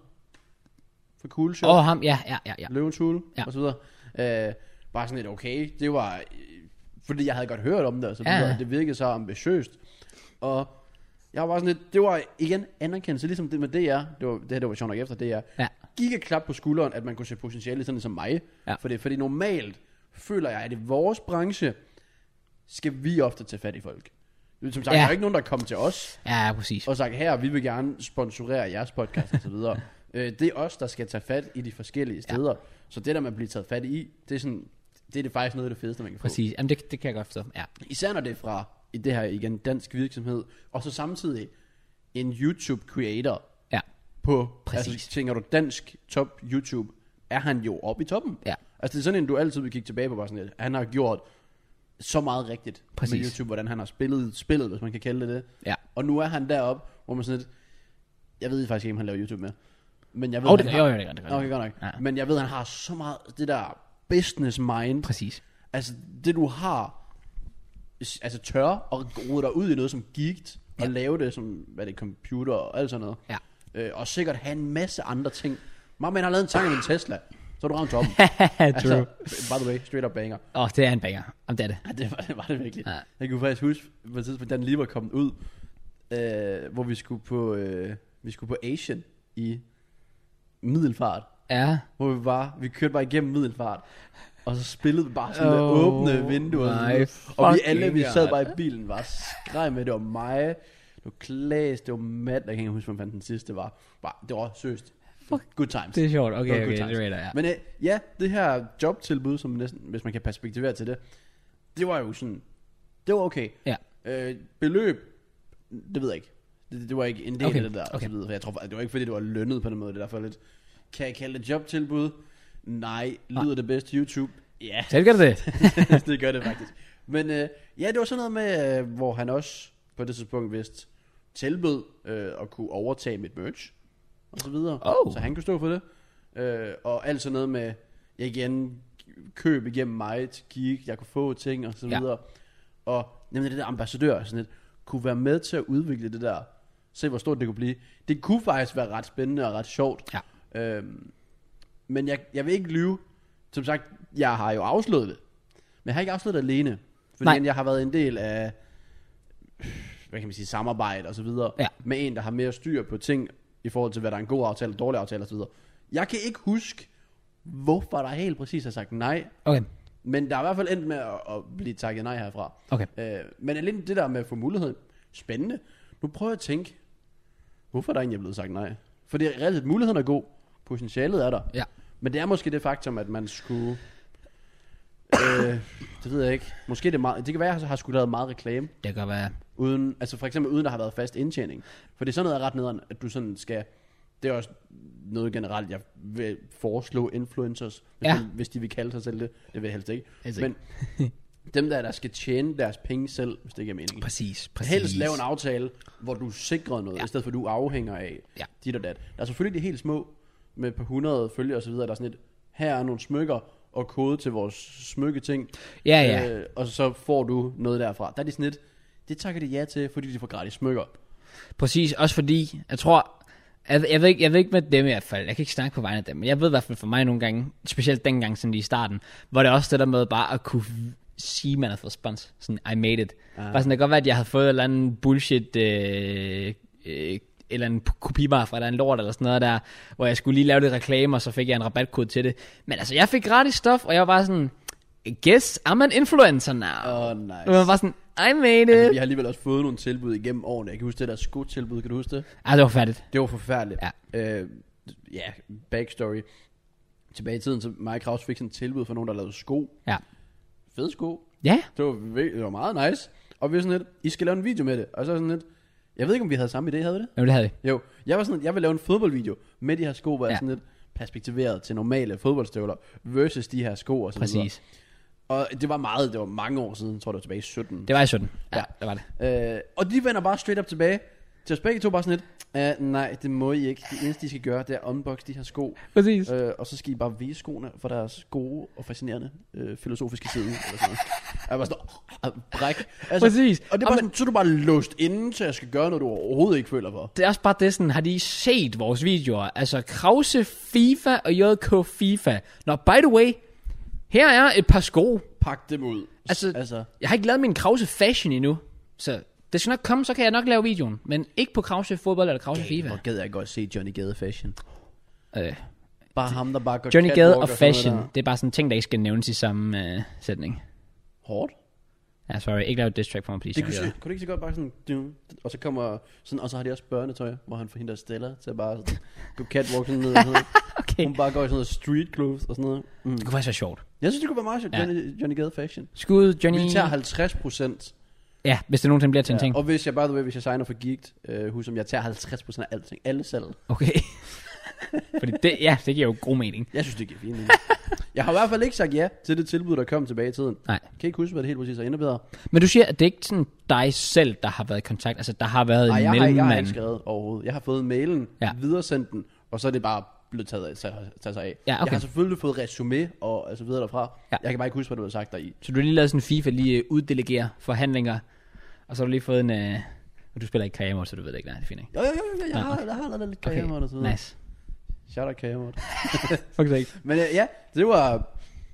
For Cool Show. Ham, ja. Løvens Hule, og så videre. Bare sådan lidt okay. Det var, fordi jeg havde godt hørt om det, og så videre. Det virkede så ambitiøst. Og jeg var bare sådan lidt, det var igen anerkendelse, ligesom det med DR. Det var sjovt nok efter DR. Ja. Gik et klap på skulderen, at man kunne se potentiale sådan som mig. Ja. Fordi normalt føler jeg, at i vores branche, skal vi ofte tage fat i folk. Som sagt, der er ikke nogen, der kommer til os. Ja, præcis. Og sagt, her, vi vil gerne sponsorere jeres podcast og så videre. Det er os, der skal tage fat i de forskellige steder. Ja. Så det der med at blive taget fat i, det er faktisk noget af det fedeste, man kan få. Præcis, jamen det kan jeg godt forstå, ja. Især når det er fra, i det her igen, dansk virksomhed, og så samtidig en YouTube creator. Ja, på, præcis. Altså tænker du dansk top YouTube, er han jo oppe i toppen. Ja. Altså det er sådan en, du altid vil kigge tilbage på, bare sådan lidt. Han har gjort så meget rigtigt med YouTube, hvordan han har spillet, hvis man kan kalde det. Ja. Og nu er han deroppe, hvor man sådan lidt, jeg ved faktisk ikke, om han laver YouTube med. Men jeg ved, det gør okay, godt nok. Ja. Men jeg ved, han har så meget det der business mind. Præcis. Altså det du har, altså tør og rode dig ud i noget som geeked, og lave det som, hvad det er, computer og alt sådan noget. Ja. Og sikkert have en masse andre ting. Man har lavet en tanke med en Tesla, så er du ramt toppen. Altså, by the way, straight up banger. Det er en banger. Det er det. Ja, det var det virkelig. Ja. Jeg kunne faktisk huske, på et tidspunkt, da den lige var kommet ud, hvor vi skulle på Asian i Middelfart. Ja. Hvor vi kørte bare igennem Middelfart. Og så spillede vi bare sådan med åbne vinduer. Og vi sad bare i bilen, var skreg med, det var mig, det var Klaas, det var Matt, jeg kan ikke huske, hvad fanden den sidste var. Det var seriøst. Good times. Det er sjovt, okay, det er ja. Men det her jobtilbud, som næsten, hvis man kan perspektivere til det, det var jo sådan, det var okay. Ja. Beløb, det ved jeg ikke. Det var ikke en del af det der, og så videre. Jeg tror, det var ikke fordi, det var lønnet på den måde, det er derfor lidt, kan jeg kalde det jobtilbud? Nej. Lyder det bedst YouTube? Ja. Selv gør det. Det gør det faktisk. Men det var sådan noget med, hvor han også på det tidspunkt vist tilbød at kunne overtage mit merch og så videre. Så han kunne stå for det. Og alt sådan noget med, igen, køb igennem mig til geek, jeg kunne få ting og så videre. Og nemlig det der ambassadør, sådan lidt, kunne være med til at udvikle det der, se hvor stort det kunne blive. Det kunne faktisk være ret spændende og ret sjovt. Ja. Men jeg vil ikke lyve. Som sagt, jeg har jo afslået det. Men jeg har ikke afslået det alene. Fordi jeg har været en del af, hvad kan man sige, samarbejde og så videre. Ja. Med en, der har mere styr på ting, i forhold til, hvad der er en god aftale, dårlig aftale og så videre. Jeg kan ikke huske, hvorfor der helt præcis har sagt nej. Okay. Men der er i hvert fald endt med at blive takket nej herfra. Okay. Men alene det der med at få mulighed, spændende. Nu prøver jeg at tænke, hvorfor der egentlig er blevet sagt nej. For det er reelt, muligheden er god. Potentialet er der. Ja. Men det er måske det faktum, at man skulle... det ved jeg ikke. Måske det er meget... Det kan være, at jeg har skulle lavet meget reklame. Det kan være. Uden, altså for eksempel uden der har været fast indtjæning. For det er sådan noget ret nederen, at du sådan skal... Det er også noget generelt, jeg vil foreslå influencers, hvis de vil kalde sig selv det. Det vil jeg helst ikke. Men dem der skal tjene deres penge selv, hvis det ikke er meningen. Præcis. Helst lave en aftale, hvor du sikrer noget, i stedet for at du afhænger af dit og dat. Der er selvfølgelig de helt små, med på 100 følgere og så videre, der er sådan et, her er nogle smykker og kode til vores smykketing. Ja. Og så får du noget derfra. Der er de sådan et, det takker de ja til, fordi de får gratis smykker. Præcis, også fordi, jeg tror... Jeg ved ikke med dem i hvert fald. Jeg kan ikke snakke på vegne af dem. Men jeg ved i hvert fald for mig nogle gange, specielt dengang sådan lige i starten, hvor det også det der med bare at kunne sige, man har fået spons. Sådan, I made it. Bare sådan, det kan godt være, at jeg havde fået et eller andet bullshit eller en kopibar fra en lort eller sådan noget der, hvor jeg skulle lige lave lidt reklame, og så fik jeg en rabatkode til det. Men altså, jeg fik gratis stof, og jeg var bare sådan, guess I'm an influencer now. Nice. Og jeg var sådan, I made it. Altså, vi har alligevel også fået nogle tilbud igennem årene. Jeg kan huske det der skotilbud, kan du huske det? Ja, det var færdigt. Det var forfærdeligt. Ja. Backstory. Tilbage i tiden, så mig og Kraus fik sådan et tilbud fra nogen, der lavede sko. Ja. Fede sko. Ja. Det var meget nice. Og vi var sådan lidt, I skal lave en video med det. Og så sådan lidt, jeg ved ikke, om vi havde samme idé, havde vi det? Jo, det havde vi. Jo, jeg var sådan lidt, jeg vil lave en fodboldvideo med de her sko, hvor jeg sådan lidt perspektiveret til normale fodboldstøvler versus de her sko og sådan noget. Præcis. Og det var mange år siden, jeg tror det var tilbage i 17. Det var i 17. Ja, det var det. Og de vender bare straight up tilbage til os begge to, bare sådan lidt, nej, det må I ikke. Det eneste, de skal gøre, det er at unbox de her sko. Præcis. Og så skal I bare vise skoene for deres gode og fascinerende filosofiske side. Eller sådan noget. Jeg var sådan, bræk. Altså, Præcis. Og det er bare sådan, så er du bare låst inde til at skal gøre noget, du overhovedet ikke føler for. Det er også bare det sådan, har de set vores videoer? Altså Krause FIFA og JK FIFA. Nå, by the way, her er et par sko. Pak dem ud. Altså, jeg har ikke lavet min Krause fashion endnu, så det skal nok komme, så kan jeg nok lave videoen. Men ikke på Krause fodbold eller Krause FIFA. Hvor gad jeg godt se Johnny Gade fashion. Bare ham, der bare går Johnny Gade og fashion, det er bare sådan en ting, der ikke skal nævnes i samme sætning. Hårdt? Ja, sorry, ikke lave et diss track for mig, please. Kunne du ikke så godt bare sådan, og så kommer sådan, og så har de også børnetøj, hvor han forhindrer Stella til at bare sådan, gå catwalk sådan ned og sådan. Okay. Hun bare går i sådan noget street clothes og sådan noget. Det kunne faktisk være sjovt. Jeg synes, det kunne være meget sjovt, Johnny Gade fashion. Skud, Johnny. Vi tager 50%. Ja, hvis det nogensinde bliver til en ting. Og hvis jeg, by the way, hvis jeg signer for Geeked, husk om jeg tager 50% af alting. Alle salg. Okay. Fordi det giver jo god mening. Jeg synes, det giver fin mening. Jeg har i hvert fald ikke sagt ja til det tilbud, der kom tilbage i tiden. Nej. Kan ikke huske, hvad det helt præcis er endnu bedre. Men du siger, at det ikke sådan dig selv, der har været i kontakt. Altså, der har været en mellemmand. Jeg har ikke skrevet overhovedet. Jeg har fået mailen, videresendt den, og så er det bare blevet taget sig af. Ja, okay. Jeg har selvfølgelig fået resume og altså videre derfra. Ja. Jeg kan bare ikke huske, hvad du har sagt deri. Så du har lige lavet sådan en FIFA, lige uddelegere forhandlinger, og så har du lige fået en... og du spiller ikke karriere, så du ved det ikke. Nej, det er fint, ikke? Jo, jeg har lavet lidt karriere og sådan noget. Nice. Shout out karriere. Faktisk ikke. Men ja, det var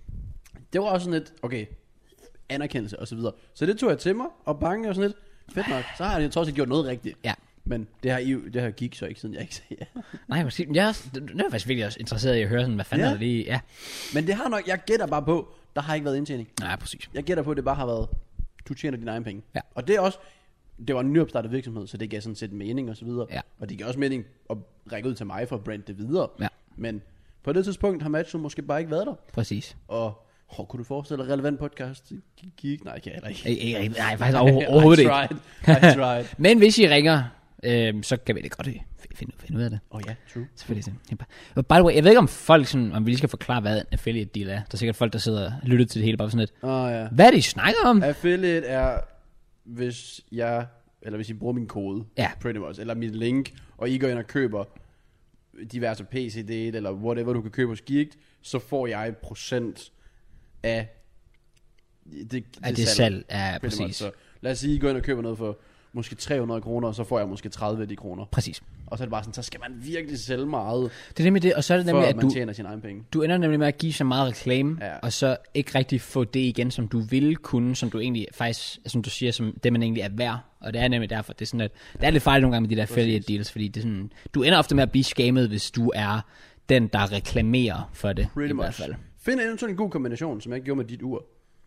også sådan lidt, okay, anerkendelse og så videre. Så det tog jeg til mig, og bange og sådan lidt, fedt nok, så har jeg trods alt gjort noget rigtigt. Ja. Men det har gik så ikke, siden jeg ikke sagde ja. Nej, præcis. Jeg er faktisk virkelig også interesseret i at høre sådan, hvad fanden er det lige, ja. Men det har nok, jeg gætter bare på, der har ikke været indtjening. Nej, præcis. Jeg gætter på, at det bare har været, du tjener dine egne penge. Ja. Og det er også, det var en nyopstartet virksomhed, så det gav sådan set mening og så videre. Ja. Og det gav også mening at række ud til mig for at brande det videre. Ja. Men på det tidspunkt har matchen måske bare ikke været der. Præcis. Og kunne du forestille dig relevant podcast? Gik? Nej, kan jeg ikke. Nej, faktisk overhovedet ikke. I tried. Men hvis I ringer, så kan vi det godt finde ud af det. Ja, true. Selvfølgelig. By the way, jeg ved ikke om folk sådan, om vi lige skal forklare, hvad en affiliate deal er. Der er sikkert folk, der sidder og lytter til det hele bare sådan lidt. Ja. Hvad er det, I snakker om? Affiliate er, hvis I bruger min kode, pretty much, eller min link, og I går ind og køber diverse PC-date, eller whatever du kan købe hos Geeked, så får jeg procent af det salg. Ja, præcis. Så lad os sige, I går ind og køber noget for måske 300 kroner, og så får jeg måske 30 af de kroner. Præcis. Og så er det bare sådan, så skal man virkelig sælge meget. Det er nemlig det, og så er det nemlig, at man tjener sine egne penge. Du ender nemlig med at give så meget reklame, og så ikke rigtig få det igen, som du ville kunne, som du egentlig faktisk, som du siger, som det man egentlig er værd. Og det er nemlig derfor, det er sådan, at det er lidt farligt nogle gange med de der affiliate deals, fordi det er sådan, du ender ofte med at blive scammet, hvis du er den, der reklamerer for det. Pretty i much. hvert fald. Find en god kombination, som jeg gjorde med dit ur.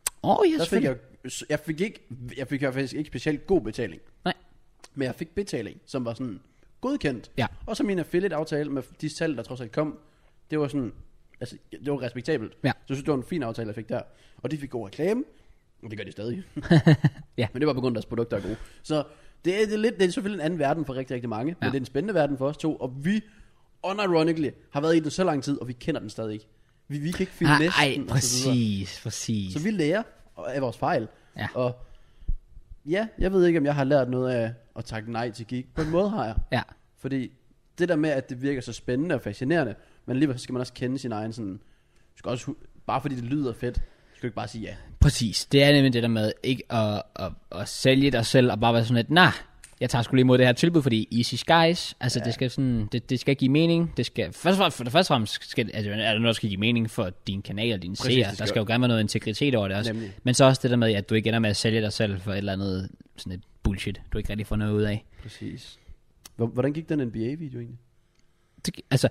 Jeg fik faktisk ikke specielt god betaling. Nej. Men jeg fik betaling, som var sådan godkendt. Ja. Og så min affiliate-aftale med de salg, der trods alt kom, det var sådan, altså, det var respektabelt. Ja. Så jeg synes, det var en fin aftale, jeg fik der. Og de fik god reklame, og det gør de stadig. Ja. Men det var på grund af, deres produkter er gode. Så det er selvfølgelig en anden verden for rigtig, rigtig mange, men det er en spændende verden for os to, og vi, unironically, har været i den så lang tid, og vi kender den stadig ikke. Vi kan ikke finde næsten. Præcis. Så vi lærer af vores fejl. Ja. Og ja, jeg ved ikke, om jeg har lært noget af at takke nej til Geek. På en måde har jeg. Ja. Fordi det der med, at det virker så spændende og fascinerende, men alligevel så skal man også kende sin egen sådan, skal også, bare fordi det lyder fedt, skal du ikke bare sige ja. Præcis. Det er nemlig det der med ikke at sælge dig selv og bare være sådan et, jeg tager sgu lige imod det her tilbud, fordi easy skies, altså det skal sådan, det skal give mening, det skal, for det første fremmest skal, altså, er det noget, der skal give mening for din kanal og dine seere, der skal jo gerne være noget integritet over det også, nemlig. Men så også det der med, at du ikke ender med at sælge dig selv for et eller andet sådan et bullshit, du ikke rigtig får noget ud af. Præcis. Hvordan gik den NBA-video egentlig? Altså,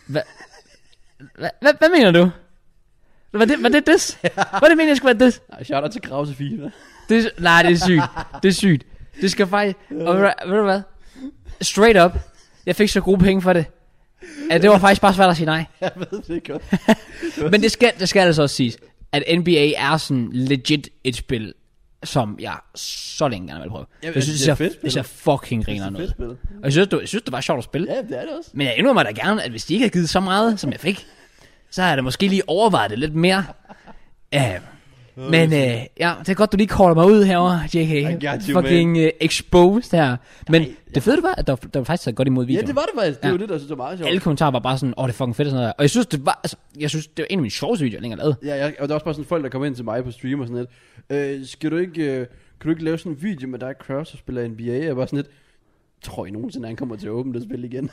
hvad mener du? Var det this? Hvad det mener jeg skulle være this? Nej, shout out til Krause FIFA. Nej, det er sygt. Det er sygt. Det skal faktisk... Og ved du hvad? Straight up. Jeg fik så gode penge for det. Det var faktisk bare svært at sige nej. Jeg ved det godt. Men det skal altså også siges, at NBA er sådan legit et spil, som jeg så længe gerne vil prøve. Jamen, jeg synes, det ser fucking griner noget. Og jeg synes, det var sjovt at spille. Ja, det er det også. Men jeg indrømmer da gerne, at hvis de ikke havde givet så meget, som jeg fik, så har jeg da måske lige overvejet det lidt mere. Men ja, det er godt, du lige caller mig ud herovre, JK. Fucking exposed her. Men det fede var, at der var faktisk så godt imod videoen. Ja, det var det faktisk. Det var det, der synes var meget sjovt. Alle kommentarer var bare sådan, det er fucking fedt og sådan noget. Og jeg synes, det var en af mine sjoveste videoer, jeg længere lavede. Ja, og der var også bare sådan folk, der kom ind til mig på stream og sådan lidt. Kan du ikke lave sådan en video med dig, Cross, og spiller NBA? Jeg var sådan lidt, tror I nogensinde, han kommer til at åbne det spil igen?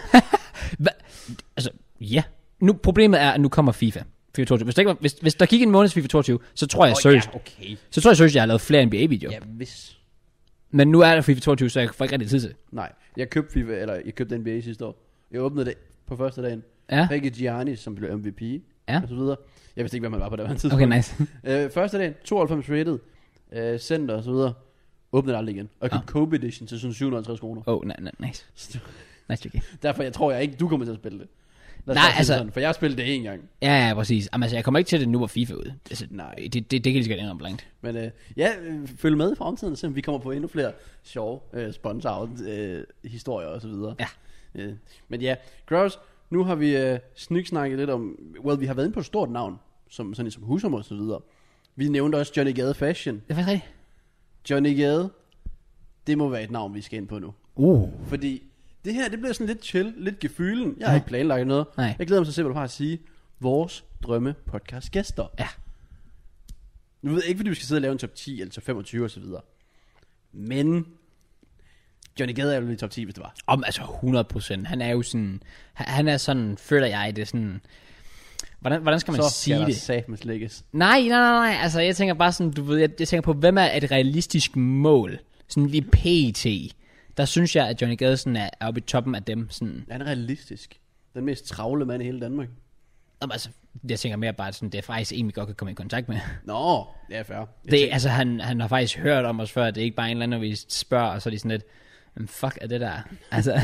Altså, ja. Nu, problemet er, at nu kommer FIFA 22. Hvis der gik en måneds FIFA 22, så tror jeg seriøst, så tror jeg, jeg har lavet flere NBA-videoer. Ja, hvis. Men nu er der FIFA 22, så jeg får ikke rigtig tid til. Nej, jeg købte NBA sidste år. Jeg åbnede det på første dagen. Ja. Begge Giannis, som blev MVP, og så videre. Jeg vidste ikke, hvad man var på det tidspunkt. Okay, nice. Første dagen, 92 rated, center og så videre. Åbnede det aldrig igen. Og jeg købte Kobe Edition til sådan 750 kroner. Nice. Nice, okay. Derfor jeg tror jeg ikke, du kommer til at spille det. Nej, altså... Sådan, for jeg har spillet det en gang. Ja, præcis. Altså, jeg kommer ikke til det nu, hvor FIFA er ude. Altså, nej. Det kan lige så godt indrømme blankt. Men følg med i fremtiden, så vi kommer på endnu flere sjove sponsor-historier og så videre. Ja. Men ja, Gross, nu har vi sniksnakket lidt om... vi har været inde på et stort navn, som Husum og så videre. Vi nævnte også Johnny Gade Fashion. Det er faktisk rigtigt. Johnny Gade, det må være et navn, vi skal ind på nu. Fordi... det her, det bliver sådan lidt chill, lidt gefylen. Jeg har ikke planlagt noget. Nej. Jeg glæder mig så simpelthen bare at sige, vores drømme podcast gæster. Ja. Nu ved jeg ikke, fordi vi skal sidde og lave en top 10 eller top 25 og så videre. Men Johnny Gade er jo i top 10, hvis det var. Altså 100%. Han er jo sådan, han er sådan, føler jeg det sådan, hvordan skal man sige det? Så skal der satme slækkes. Nej. Altså jeg tænker bare sådan, du ved, jeg tænker på, hvem er et realistisk mål? Sådan lige pt. Der synes jeg, at Johnny Gade sådan er oppe i toppen af dem. Sådan. Han er realistisk. Den mest travle mand i hele Danmark. Altså, jeg tænker mere bare, sådan, det er faktisk en, vi godt kan komme i kontakt med. Nå, det er fair. Altså, han har faktisk hørt om os før, at det er ikke bare en eller anden, vi spørger, og så er de sådan lidt, fuck er det der? Altså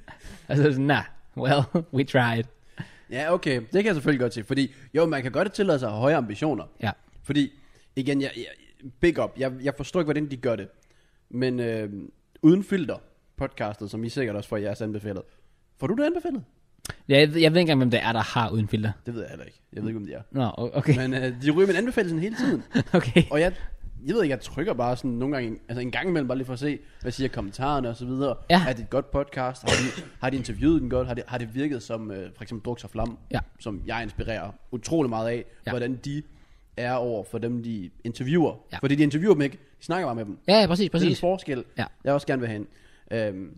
sådan, nah, well, we tried. Ja, okay. Det kan jeg selvfølgelig godt se. Fordi, jo, man kan godt tillade sig at have høje ambitioner. Ja. Fordi, igen, big up. Jeg forstår ikke, hvordan de gør det. Men uden filter, podcastet, som I sikkert også får jeres anbefalet. Får du det anbefalet? Jeg ved ikke engang, hvem det er, der har uden filter. Det ved jeg heller ikke. Jeg ved ikke, om de er. Nå, okay. Men de ryger min anbefalelse hele tiden. Okay. Og jeg ved ikke, jeg trykker bare sådan nogle gange, altså en gang imellem bare lige for at se, hvad siger kommentarerne og så videre. Ja. Er det et godt podcast? Har de interviewet den godt? Har det virket som for eksempel Druks og Flam, som jeg inspirerer utrolig meget af, hvordan de er over for dem, de interviewer. Ja. Fordi de interviewer dem ikke, de snakker bare med dem. Ja, præcis. Det er en forskel, jeg også gerne vil have en.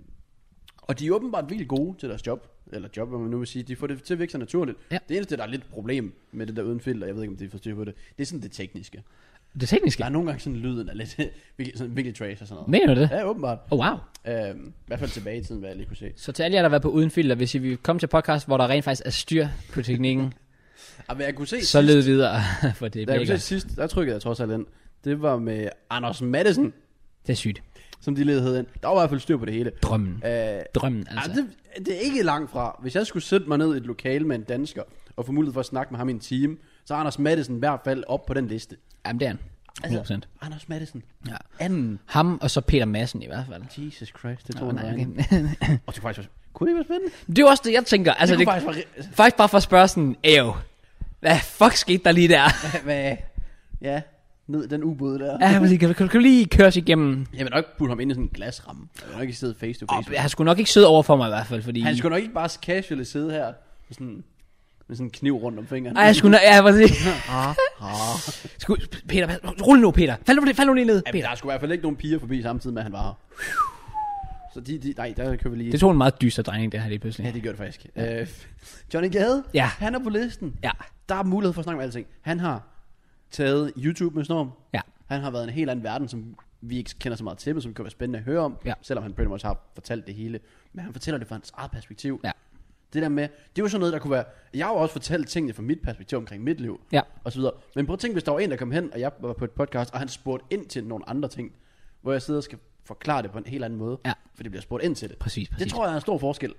Og de er åbenbart virkelig gode til deres job, eller job, hvad man nu vil sige. De får det til at virke så naturligt. Ja. Det eneste, der er lidt problem med det der uden filter, jeg ved ikke, om de får styr på det, det er sådan det tekniske. Det tekniske? Der er nogle gange sådan lyden er lidt virkelig trash og sådan noget. Mener du det? Ja, åbenbart. Wow. I hvert fald tilbage i tiden, hvad jeg lige kunne se. Så til alle jer, der har været på uden filter, hvis I vil komme til podcast, hvor der rent faktisk er styr på teknikken, jeg kunne se så led videre, for det jeg kunne se sidst, der trykkede jeg trods alt ind. Det var med Anders Madsen. Det er sygt. Som de ledede ind. Der var i hvert fald styr på det hele. Drømmen, altså. Det er ikke langt fra. Hvis jeg skulle sætte mig ned i et lokale med en dansker, og få mulighed for at snakke med ham i en time, så er Anders Madsen i hvert fald op på den liste. Jamen det er han. 100%. Altså, Anders Madsen. Ja. Anden. Ham og så Peter Madsen i hvert fald. Jesus Christ, det tror jeg. Okay. Og det faktisk kunne det være spændende? Det er også det, jeg tænker. Altså, det faktisk bare for at spørge sådan, hvad fuck skete der lige der? Hvad? Ja, ned den ubåd der. Ja, præcis. Kan du lige køre os igennem? Jeg vil nok putte ham ind i sådan en glasramme. Jeg vil nok ikke sidde face to face. Han skulle nok ikke sidde over for mig i hvert fald, fordi... Han skulle nok ikke bare casually sidde her med sådan en kniv rundt om fingeren. Nej, jeg skulle nok... Ja, præcis. Peter, rul nu, Peter. Fald nu lige ned, Peter. Der skulle i hvert fald ikke nogen piger forbi samtidig med, at han var her. Så nej, der kører vi lige... Det tog en meget dyster drejning, det her lige pludselig. Ja, det gør det faktisk. Johnny Gade, han er på listen. Ja. Der er mulighed for at snakke om alting. Han har taget YouTube med Storm. Ja. Han har været en helt anden verden som vi ikke kender så meget til, men som kan være spændende at høre om, selvom han pretty much har fortalt det hele. Men han fortæller det fra hans eget perspektiv. Ja. Det der med, det er jo sådan noget, der kunne være, jeg har jo også fortalt tingene fra mit perspektiv omkring mit liv, og så videre. Men prøv at tænke, hvis der var en, der kom hen, og jeg var på et podcast, og han spurgte ind til nogle andre ting, hvor jeg sidder og skal forklare det på en helt anden måde, for det bliver spurgt ind til det. Præcis. Det tror jeg er en stor forskel.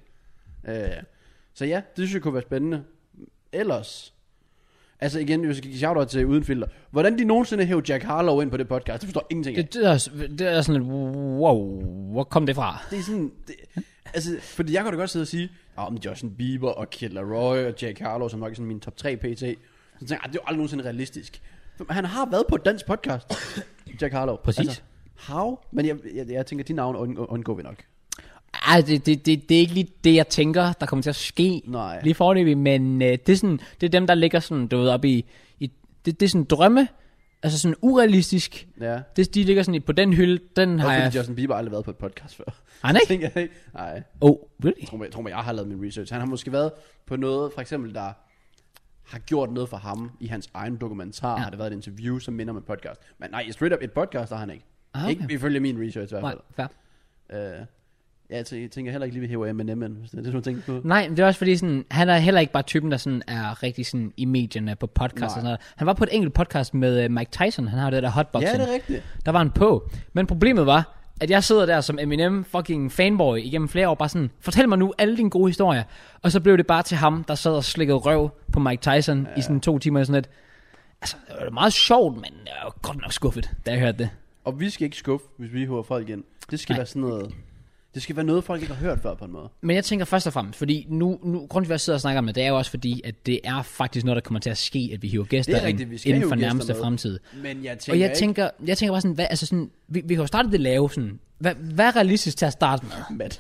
Så ja, det synes jeg kunne være spændende. Ellers, altså igen, hvis jeg skal give shout-out til Uden Filter, hvordan de nogensinde hævde Jack Harlow ind på det podcast, det forstår ingenting af. Det er sådan et, wow, hvor kom det fra? Det er sådan, altså, fordi jeg kan da godt sidde og sige, om Justin Bieber og Kid Laroi og Jack Harlow, som nok er sådan min top 3 pt. Så tænker jeg, det er jo aldrig nogensinde realistisk. For han har været på et dansk podcast, Jack Harlow. Præcis. Altså, how? Men jeg tænker, de navne undgår vi nok. Ej, det er ikke lige det, jeg tænker, der kommer til at ske. Nej. Lige foreløbig, men det er sådan, det er dem, der ligger sådan, du ved, op i det er sådan drømme, altså sådan urealistisk. Ja. De ligger sådan på den hylde, den har jeg... Justin Bieber har aldrig været på et podcast før. Han ikke? Nej. Oh, really? Tror mig, jeg har lavet min research. Han har måske været på noget, for eksempel, der har gjort noget for ham i hans egen dokumentar. Har det været et interview, som minder om et podcast. Men nej, straight up et podcast har han ikke. Okay. Ikke ifølge min research i hvert fald. Fair. Jeg tænker heller ikke lige, vi hæver Eminem, hvis det er det, du tænker på. Nej, det er også fordi, sådan, han er heller ikke bare typen, der sådan er rigtig sådan i medierne på podcast og sådan noget. Han var på et enkelt podcast med Mike Tyson, han har det der hotboxing. Ja, det er rigtigt. Der var han på. Men problemet var, at jeg sidder der som Eminem fucking fanboy igennem flere år, bare sådan, fortæl mig nu alle dine gode historier. Og så blev det bare til ham, der sad og slikkede røv på Mike Tyson i sådan 2 timer og sådan lidt. Altså, det var meget sjovt, men jeg var godt nok skuffet, da jeg hørte det. Og vi skal ikke skuffe, hvis vi hører folk ind. Det skal være sådan noget... Det skal være noget, folk ikke har hørt før på en måde. Men jeg tænker først og fremmest, fordi nu grunden til, at jeg sidder og snakker om det, det er jo også fordi, at det er faktisk noget, der kommer til at ske, at vi hiver gæster inden for nærmeste fremtid. Men jeg tænker bare sådan, hvad, altså sådan, vi kan jo starte det lave sådan, hvad er realistisk til at starte med? Matt.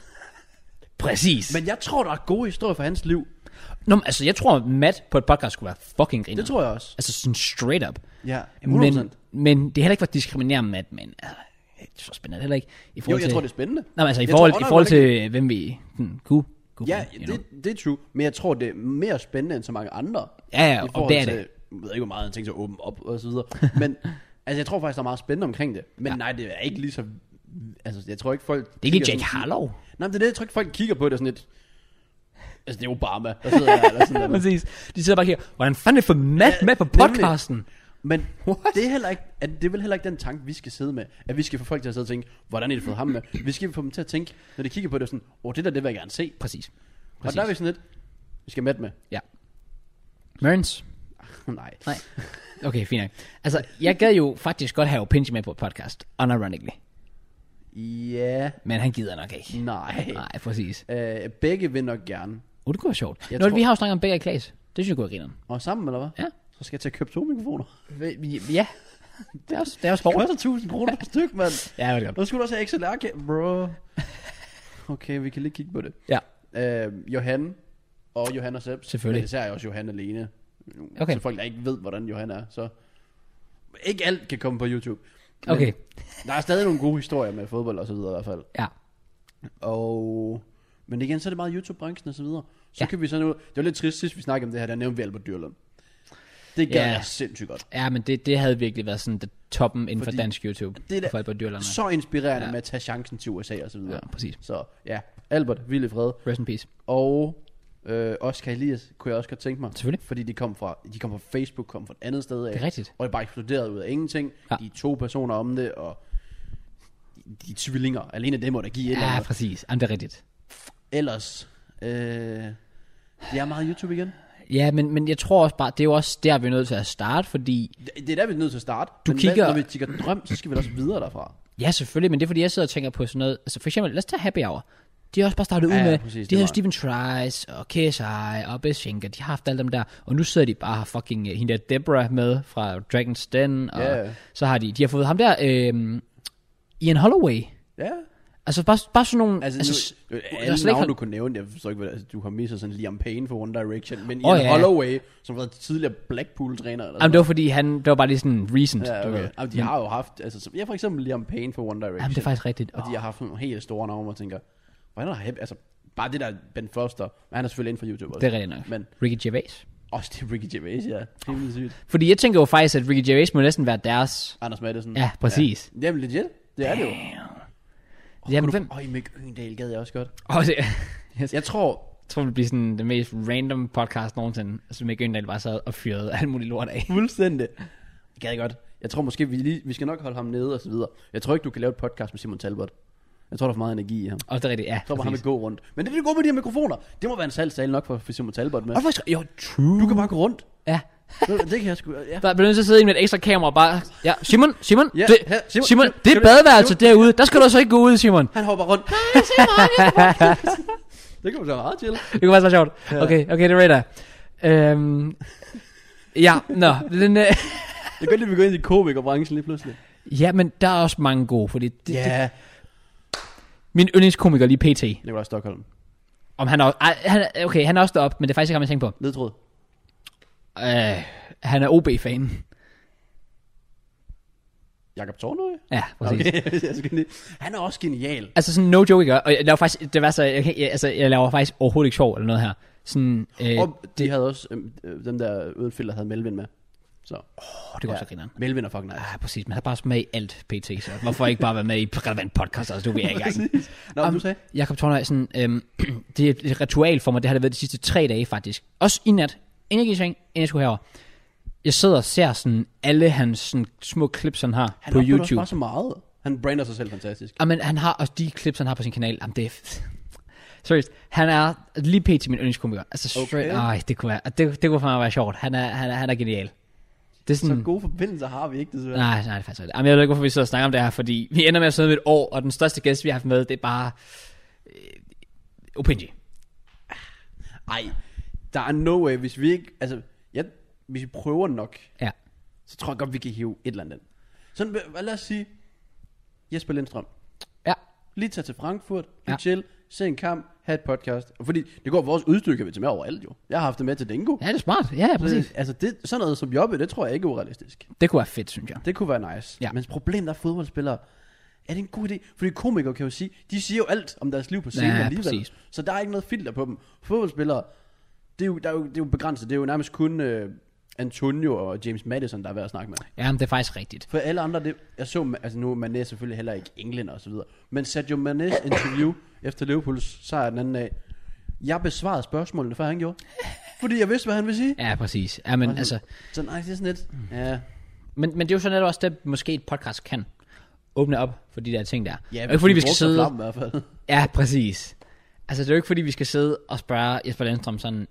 Præcis. Men jeg tror, der er gode historier for hans liv. Nå, altså jeg tror, Matt på et podcast skulle være fucking griner. Det tror jeg også. Altså sådan straight up. Ja, 100%. Men det er heller ikke for at diskriminere Matt, men altså, det er så spændende heller ikke. Jo, jeg tror, det er spændende. Nej, men altså i forhold til, hvem vi kunne. Ja, det er true. Men jeg tror, det er mere spændende end så mange andre. Ja, og det er det. Jeg ved ikke, hvor meget han tænker sig at åbne op og så videre. Men altså, jeg tror faktisk, der er meget spændende omkring det. Men nej, det er ikke lige så... Altså, jeg tror ikke, folk... Det er ikke Jack Harlow. Nej, men det er det, jeg tror ikke, folk kigger på det sådan lidt... Altså, det er Obama, der sidder der. Eller sådan der. Præcis. De sidder bare her. Hvordan fanden får Matt med på podcasten? Men det er heller ikke, det er vel heller ikke den tanke, vi skal sidde med. At vi skal få folk til at sidde og tænke, hvordan er det fået ham med? Vi skal få dem til at tænke, når de kigger på det, sådan, det der, det vil jeg gerne se. Præcis. Og der er vi sådan lidt, vi skal med. Ja. Mørns? Nej. Okay, fint nok. Altså, jeg gad jo faktisk godt have Pinch med på et podcast, unironically. Ja. Men han gider nok ikke. Nej, præcis. Begge vil nok gerne. Det kunne være sjovt. Vi har jo snakket om begge i Klaas. Det synes jeg kunne være grineren. Og sammen, eller hvad? Ja. Så skal jeg til at købe 2 mikrofoner. Ja. Det er også hårdt. Det koster 1.000 kroner per styk, mand. Ja, det er godt. Nu skulle du også have XLR, bro. Okay, vi kan lige kigge på det. Ja. Johan og Johan og Sepp. Selvfølgelig. Men især også Johan alene. Okay. Så folk, der ikke ved, hvordan Johan er. Så ikke alt kan komme på YouTube. Men okay. Der er stadig nogle gode historier med fodbold og så videre i hvert fald. Ja. Men igen, så er det meget YouTube-branchen og så videre. Så kan vi så nu... Det var lidt trist, sidst vi snakkede om det her, der nævnte vi Albert Dyrlund. Det gør jeg sindssygt godt. Ja, men det havde virkelig været sådan toppen inden for dansk YouTube. Det er så inspirerende med at tage chancen til USA og så videre. Ja, præcis. Så ja, Albert, vild i fred. Rest in peace. Og Oscar Elias kunne jeg også godt tænke mig. Selvfølgelig. Fordi de kom fra Facebook, kom fra et andet sted af. Det er rigtigt. Og det bare eksploderet ud af ingenting. Ja. De 2 personer om det, og de tvillinger. Alene det må der give et eller andet. Ja, præcis. Det er rigtigt. Ellers, det er meget YouTube igen. Ja, men jeg tror også bare, det er jo også der, vi er nødt til at starte, fordi... Det er der, vi er nødt til at starte. Når vi kigger drøm, så skal vi også videre derfra. Ja, selvfølgelig, men det er fordi, jeg sidder og tænker på sådan noget... Altså for eksempel, lad os tage Happy Hour. De har også bare startet ud med... Præcis, de havde Stephen Trice og KSI og Beshinka. De har haft alle dem der. Og nu sidder de bare har fucking hende der Deborah med fra Dragon's Den. Og så har de har fået ham der... Ian Holloway. Ja. Altså bare sådan nogle... alle navn du kunne nævne, jeg forstår ikke, du har misset sådan Liam Payne for One Direction, men Ian Holloway, som var tidligere Blackpool-træner. Eller det var fordi, det var bare lige sådan recent. Ja, okay. Jamen, de har jo haft, for eksempel Liam Payne for One Direction. Jamen, det er faktisk rigtigt. Og de har haft nogle helt store navne, og tænker, hvordan har altså bare det der Ben Foster, men han er selvfølgelig inden for YouTube også. Det er rigtigt nok. Men Ricky Gervais. Også det er Ricky Gervais, ja. Helt sygt. Fordi jeg tænker jo faktisk, at Ricky Gervais må næsten være deres... Anders Madsen. Ja, præcis. Ja. Jamen legit. Det er det jo. Jamen, hvem? Mick Øgendahl gad jeg også godt. Yes. Jeg tror det bliver sådan det mest random podcast nogensinde. Altså Mick Øgendahl bare sad og fyrede alt muligt lort af. fuldstændig. Gad jeg godt. Jeg tror måske, vi skal nok holde ham nede og så videre. Jeg tror ikke, du kan lave et podcast med Simon Talbot. Jeg tror, der er for meget energi i ham. Og det er rigtigt, ja. Jeg tror bare, han vil gå rundt. Men det vil gå med de her mikrofoner. Det må være en salgstale nok for Simon Talbot med. Jo, true. Du kan bare gå rundt. Ja. Det kan jeg sgu, ja. Der bliver nødt til at sidde med et ekstra kamera og bare... Ja, Simon, Ja, Simon, det er badeværelse derude. Der skal du så ikke gå ud, Simon. Han hopper rundt. Nej, Simon, det kunne så meget til. Det kunne faktisk være sjovt. Okay, det rater. Ja, den... Det er godt, at vi går ind i komikerbranchen lige pludselig. Ja, men der er også mange gode, fordi... Min yndlingskomiker lige PT. Nikolaj Stockholm. Om han er... Okay, han er også deroppe, men det er faktisk ikke ham, jeg tænker på. Ledtråd. Han er OB-fan. Jakob Tornøje? Ja, præcis. Okay. Han er også genial. Altså sådan no joke, ikke? Og jeg laver faktisk... Det var så... Jeg laver faktisk overhovedet ikke sjov eller noget her. Sådan... Og de havde også... dem der udenfilter havde Melvin med. Så. Det går så grineren. Melvin er fucking nice. Ja, præcis. Men han er bare med i alt PT, så hvorfor ikke bare være med i relevant podcast? Altså, du vil jeg ikke engang. Nå, du sagde? Jakob Tornøj, sådan... det er et ritual for mig. Det har det været de sidste 3 dage, faktisk. Også i nat. Inden jeg gik i seng, inden jeg skulle herover. Jeg sidder og ser sådan alle hans sådan, små clips, han har han på YouTube. Han også bare så meget. Han brander sig selv fantastisk. Jamen, han har også de clips, han har på sin kanal. Jamen, det er... Seriøst, han er lige pt. Min yndlingskomiker. Altså, straight... Okay. Det kunne være... Det kunne for mig være sjovt. Han er genial. Det er sådan... Så gode forbindelser har vi ikke, desværre. Nej, det er faktisk rigtigt. Jamen, jeg ved ikke, hvorfor vi sidder og snakker om det her, fordi vi ender med at sidde med et år, og den største gæst, vi har haft med, det er bare... Opinji. Ej, der er no way, hvis vi ikke... Altså, hvis vi prøver nok, så tror jeg godt, vi kan hive et eller andet. Sådan, lad os sige, Jesper Lindstrøm. Ja. Lige tage til Frankfurt, chill, se en kamp, have et podcast. Og fordi det går vores udstyr, kan vi tage med overalt jo. Jeg har haft det med til Dingo. Ja, det er smart. Ja, præcis. Så, altså, sådan noget som jobbe, det tror jeg ikke er urealistisk. Det kunne være fedt, synes jeg. Det kunne være nice. Ja. Men problemet er fodboldspillere. Er det en god idé? Fordi komikere kan jo sige, de siger jo alt om deres liv på scenen alligevel. Præcis. Så der er ikke noget filter på dem. Fodboldspillere, det er jo begrænset. Det er jo nærmest kun Antonio og James Madison, der er værd at snakke med. Ja, men det er faktisk rigtigt. For alle andre, jeg så, altså nu er Mané selvfølgelig heller ikke englænder og så videre. Men Sadio Mané's interview efter Liverpools sejr den anden dag, jeg besvarede spørgsmålene, før han gjorde. Fordi jeg vidste, hvad han ville sige. Ja, præcis. Ja, men altså... Så nej, det er sådan lidt... Ja. Men det er jo sådan lidt også det, måske et podcast kan åbne op for de der ting der. Ja, ikke fordi vi skal sidde... Flam, i hvert fald. Ja, præcis. Altså, det er jo ikke fordi, vi skal sidde og spørge Jesper Lindstrøm sådan,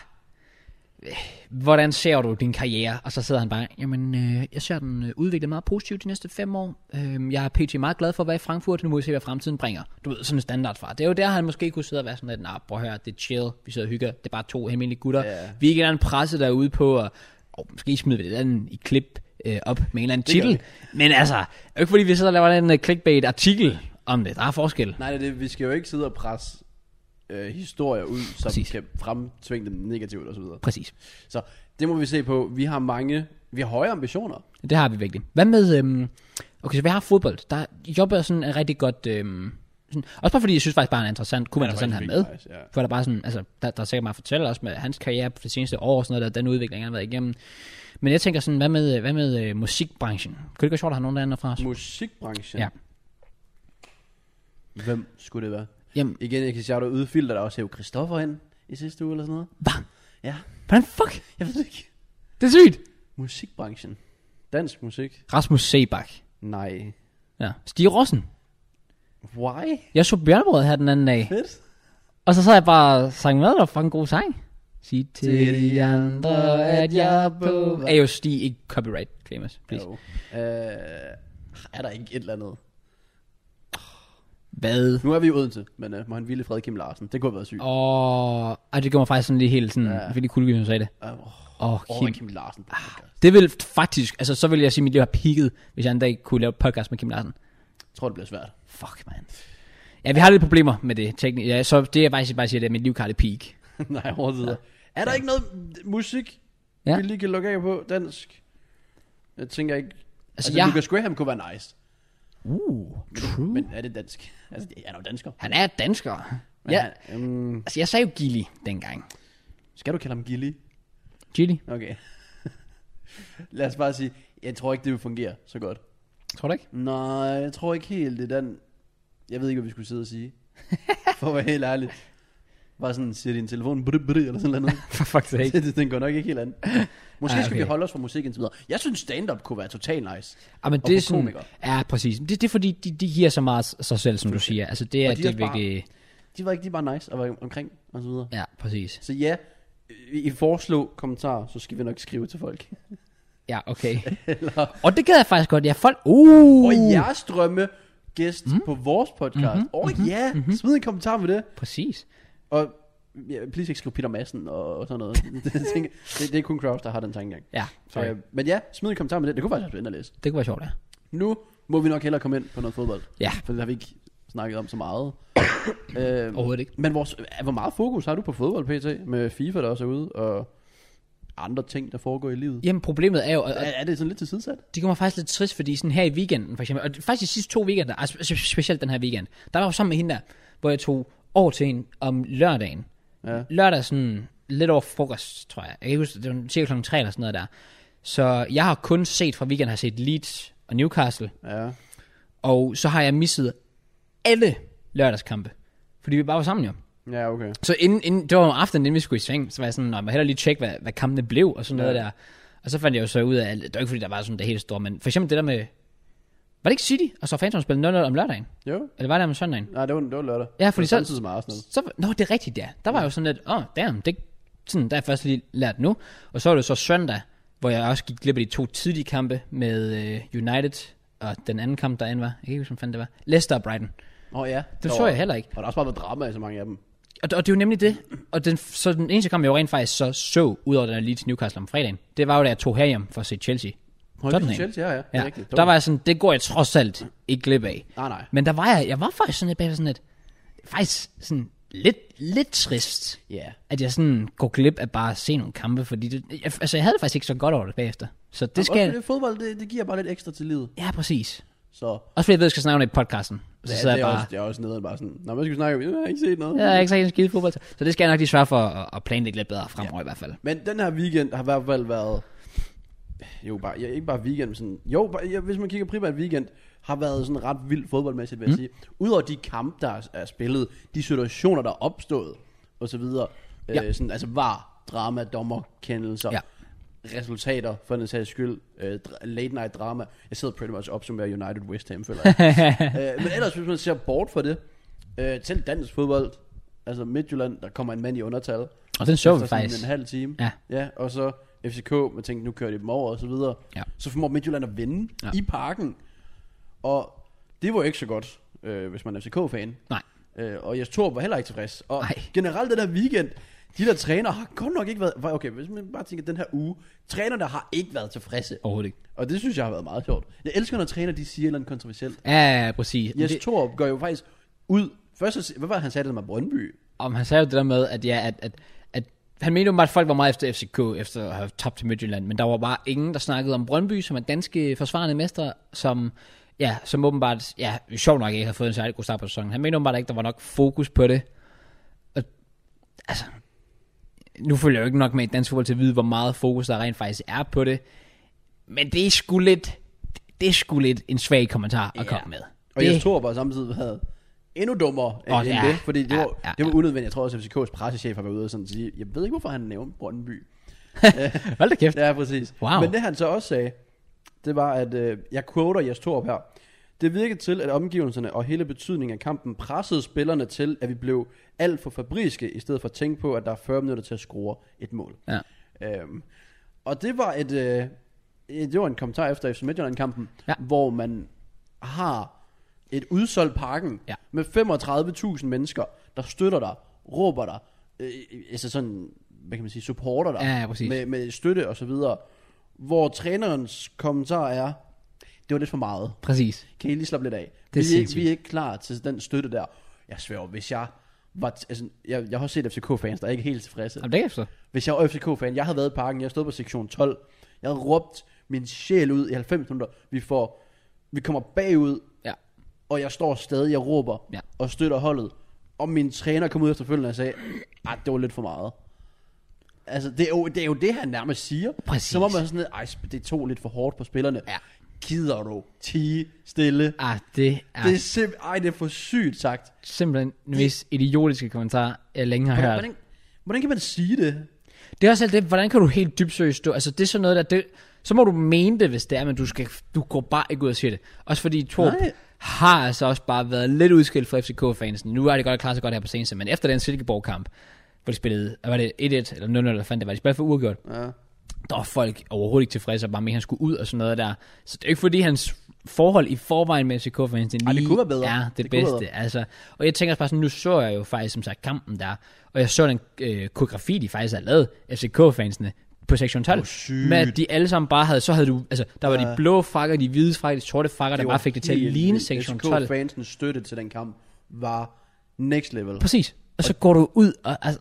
hvordan ser du din karriere? Og så sidder han bare, jamen, jeg ser den udvikle meget positivt de næste 5 år. Jeg er pt. Meget glad for at være i Frankfurt, nu må vi se, hvad fremtiden bringer. Du ved, sådan en standardfar. Det er jo der, han måske kunne sidde og være sådan lidt, prøv at høre, det er chill, vi sidder og hygger, det er bare 2 almindelige gutter. Yeah. Vi er ikke en anden presse derude på, og måske smider vi det andet i klip op med en eller anden titel. Men altså, det er jo ikke fordi, vi sidder og laver en clickbait-artikel om det. Der er forskel. Nej, vi skal jo ikke sidde og presse historier ud, som præcis. Kan fremtvinge dem negativt og så videre. Præcis. Så det må vi se på. Vi har høje ambitioner. Det har vi virkelig. Hvad med, okay, så vi har fodbold. Der jobber sådan en rigtig godt, sådan, også bare fordi jeg synes faktisk bare, han er interessant, kunne være interessant at have med. Nice, ja. For der bare sådan, altså, der er sikkert meget at fortælle også med hans karriere på det seneste år, og sådan noget, den udvikling, han har været igennem. Men jeg tænker sådan, hvad med musikbranchen? Kunne det ikke være sjovt at have nogen derinde fra os? Musikbranchen? Ja. Hvem skulle det være? Jamen. Igen, jeg kan sige, at der udfilter, der også hævde Christoffer ind i sidste uge eller sådan noget. Hvad? Ja. Hvordan fuck? Jeg ved det ikke. Det er sygt. Musikbranchen. Dansk musik. Rasmus Sebak. Nej. Ja. Stig Rossen. Why? Jeg så Bjørnebrød her den anden dag. Fedt. Og så jeg bare sang med, der var fucking god sang. Sig til de andre, at jeg på... Er jo Stig ikke copyright famous, please. Er der ikke et eller andet? Hvad? Nu er vi i Odense, men må han ville Fred Kim Larsen. Det kunne have været sygt. Det gør mig faktisk sådan lige helt sådan, virkelig cool, hvis han sagde det. Kim Larsen. Det vil faktisk, altså så vil jeg sige, at mit liv har peaked, hvis jeg en dag kunne lave podcast med Kim Larsen. Jeg tror, det bliver svært. Fuck, man. Ja, vi har lidt problemer med det teknisk. Ja, så det jeg faktisk bare siger, det er, at mit liv kan det peak. Nej, overhovedet. Ja. Er der ikke noget musik, vi lige kan lukke af på dansk? Jeg tænker ikke... Altså Lucas Graham kunne være nice. True. Men er det dansk? Altså, han er jo dansker. Han er dansker. Ja. Altså, jeg sagde jo Gilly dengang. Skal du kalde ham Gilly? Gilly. Okay. Lad os bare sige, jeg tror ikke, det vil fungere så godt. Tror du ikke? Nej, jeg tror ikke helt, det er den... Jeg ved ikke, hvad vi skulle sidde og sige. For at være helt ærlig. Bare sådan, siger din telefon, eller sådan noget. For fuck's sake. Den går nok ikke helt an. Måske skal vi holde os fra musik indtil videre. Jeg synes, stand-up kunne være totalt nice. Ja, men det er sådan... Ja, præcis. Det er fordi, de giver så meget sig selv, som du siger. Altså, det er virkelig... De var ikke de bare nice at være omkring, og så videre. Ja, præcis. Så ja, I foreslå kommentarer, så skal vi nok skrive til folk. Ja, okay. Eller... Og det gad jeg faktisk godt. Ja, folk... Og jeres drømme gæst på vores podcast. Smid en kommentar med det. Præcis. Og please ikke skrive Peter Madsen og sådan noget. det er kun Kraus, der har den tankegang. Ja, sorry. Men ja, smid en kommentar med det. Det kunne faktisk være spændende at læse. Det kunne være sjovt, ja. Nu må vi nok hellere komme ind på noget fodbold. Ja. For det har vi ikke snakket om så meget. Overhovedet ikke. Men hvor meget fokus har du på fodbold, PT? Med FIFA, der også er ude, og andre ting, der foregår i livet? Jamen, problemet er jo... Er det sådan lidt tilsidesat? Det kommer faktisk lidt trist, fordi sådan her i weekenden, for eksempel, og faktisk de sidste 2 weekender, altså specielt den her weekend, der var jo sammen med hende der, hvor jeg tog over til en om lørdagen. Ja. Lørdag sådan lidt over frokost, tror jeg. Jeg kan ikke huske, det var cirka kl. 3 eller sådan noget der. Så jeg har kun set fra weekenden, har set Leeds og Newcastle. Ja. Og så har jeg misset alle lørdagskampe, fordi vi bare var sammen jo. Ja, okay. Så inden det var om aftenen, inden vi skulle i sving, så var jeg sådan, jeg må hellere lige tjekke, hvad kampene blev, og sådan noget der. Og så fandt jeg jo så ud af, det var ikke fordi, der var sådan det helt store, men for eksempel det der med, var det ikke City, og så Phantom spille 0-0 om lørdagen? Jo. Eller var det om søndagen? Nej, det var lørdag. Ja, fordi så det er rigtigt, ja. Der var jo sådan lidt, damn, det sådan, der er jeg først lige lært nu. Og så var det så søndag, hvor jeg også gik glip af de 2 tidlige kampe med United, og den anden kamp derinde var, jeg kan ikke huske, hvad fanden det var, Leicester og Brighton. Ja. Det så jeg heller ikke. Og der har også bare været drama i så mange af dem. Og det er jo nemlig det. Og så den eneste kamp, jeg jo rent faktisk så udover den her Leeds Newcastle om fredagen, det var jo, da jeg tog herhjem for at se Chelsea. Chelsea, ja. Der var jeg sådan, det går jeg trods alt ikke glip af. Nej. Men der var jeg var faktisk sådan lidt bag sådan et, faktisk sådan lidt trist, at jeg sådan går glip af bare at se nogle kampe, fordi jeg havde det faktisk ikke så godt over det bagefter. Så det skal... Også fodbold, det giver bare lidt ekstra til livet. Ja, præcis. Så. Også fordi jeg ved, at jeg skal snakke om det i podcasten. Så det er også nede bare sådan, hvad skal vi snakke om? Jeg har ikke set noget. Jeg har ikke set en skide fodbold. Så det skal jeg nok lige svare for at planlægge lidt bedre fremover i hvert fald. Men den her weekend har i hvert fald været, ikke bare weekend, men sådan, hvis man kigger primært weekend, har været sådan ret vildt fodboldmæssigt, vil jeg sige. Udover de kampe, der er spillet, de situationer, der er opstået, og så videre. Sådan, altså drama, dommerkendelser, resultater, for den sags skyld, late night drama. Jeg sidder pretty much opsummerer United West Ham, føler jeg. Men ellers, hvis man ser bort fra det, til dansk fodbold, altså Midtjylland, der kommer en mand i undertal. Og den så vi faktisk. En halv time. Ja, og så FCK, man tænkte, nu kører de dem over, og så videre. Ja. Så formår Midtjylland at vinde i parken. Og det var ikke så godt, hvis man er FCK-fan. Nej. Og Jes Torp var heller ikke tilfreds. Og generelt den der weekend, de der træner har godt nok ikke været... Okay, hvis man bare tænker den her uge, trænerne har ikke været tilfredse. Overhovedet ikke. Og det synes jeg har været meget sjovt. Jeg elsker, når træner de siger noget kontroversielt. Ja, præcis. Jes Torp går jo faktisk ud... Først, hvad var det, han sagde det med Brøndby? Om han sagde jo det der med, at han mente jo bare, at folk var meget efter FCK, efter at have tabt til Midtjylland. Men der var bare ingen, der snakkede om Brøndby, som er danske forsvarende mestre, som åbenbart, sjovt nok ikke har fået en særlig god start på sæsonen. Han mente åbenbart ikke, der var nok fokus på det. Og, altså, nu følger jeg jo ikke nok med i dansk fodbold til at vide, hvor meget fokus der rent faktisk er på det. Men det er sgu lidt en svag kommentar at komme med. Og jeg tror bare samtidig havde endnu dummere end det, fordi det var unødvendigt. Jeg tror også, at FCK's pressechef har været ude og sådan sige, jeg ved ikke, hvorfor han nævnte Brøndby. Hold da kæft. Ja, præcis. Wow. Men det han så også sagde, det var, at jeg quoter Jes Torp her. Det virkede til, at omgivelserne og hele betydningen af kampen pressede spillerne til, at vi blev alt for fabriske, i stedet for at tænke på, at der er 40 minutter til at score et mål. Ja. Og det var det var en kommentar efter FC Midtjylland-kampen, hvor man har et udsolgt parken med 35.000 mennesker, der støtter dig, råber dig, altså sådan, hvad kan man sige, supporter dig, med støtte og så videre, hvor trænerens kommentar er, det var lidt for meget. Præcis. Kan I lige slappe lidt af? Vi er ikke klar til den støtte der. Jeg sværger, hvis jeg var... Altså, jeg har også set FCK-fans, der er ikke helt tilfredse. Jamen, det er så. Hvis jeg var FCK-fan, jeg havde været i parken, jeg stod på sektion 12, jeg havde råbt min sjæl ud i 90 minutter. Vi kommer bagud, og jeg står stadig, jeg råber og støtter holdet. Og min træner kom ud efterfølgende og sagde, det var lidt for meget. Altså, det er jo det, han nærmest siger. Præcis. Som om man sådan, det tog lidt for hårdt på spillerne. Ja. gider du tie stille? Det er det er for sygt sagt. Simpelthen den mest idiotiske kommentar, jeg længe har hørt. Hvordan kan man sige det? Det er også alt det, hvordan kan du helt dybsøgt stå? Altså det er sådan noget der, så må du mene det, hvis det er, men du går bare ikke ud og siger det. Også fordi Torp har altså også bare været lidt udskilt fra FCK-fansen. Nu er det godt klaret så godt her på seneste, men efter den Silkeborg-kamp, hvor de spillede, var det 1-1 eller 0-0, eller fandt det var, de spillede for uafgjort. Ja. Der var folk overhovedet ikke tilfredse, og bare med, at han skulle ud og sådan noget der. Så det er ikke fordi, hans forhold i forvejen med FCK-fansen lige det kunne være bedre. Er det bedste. Altså. Og jeg tænker også bare sådan, nu så jeg jo faktisk som sagt kampen der, og jeg så den koreografi, de faktisk havde lavet, FCK-fansene, på sektion 12, med at de alle sammen bare havde, så havde du, altså der var de blå frakker, de hvide frakker, de sorte frakker, der bare fik det til at ligne sektion 12. FCK-fansene støtte til den kamp var next level. Præcis. Og så går du ud og, altså,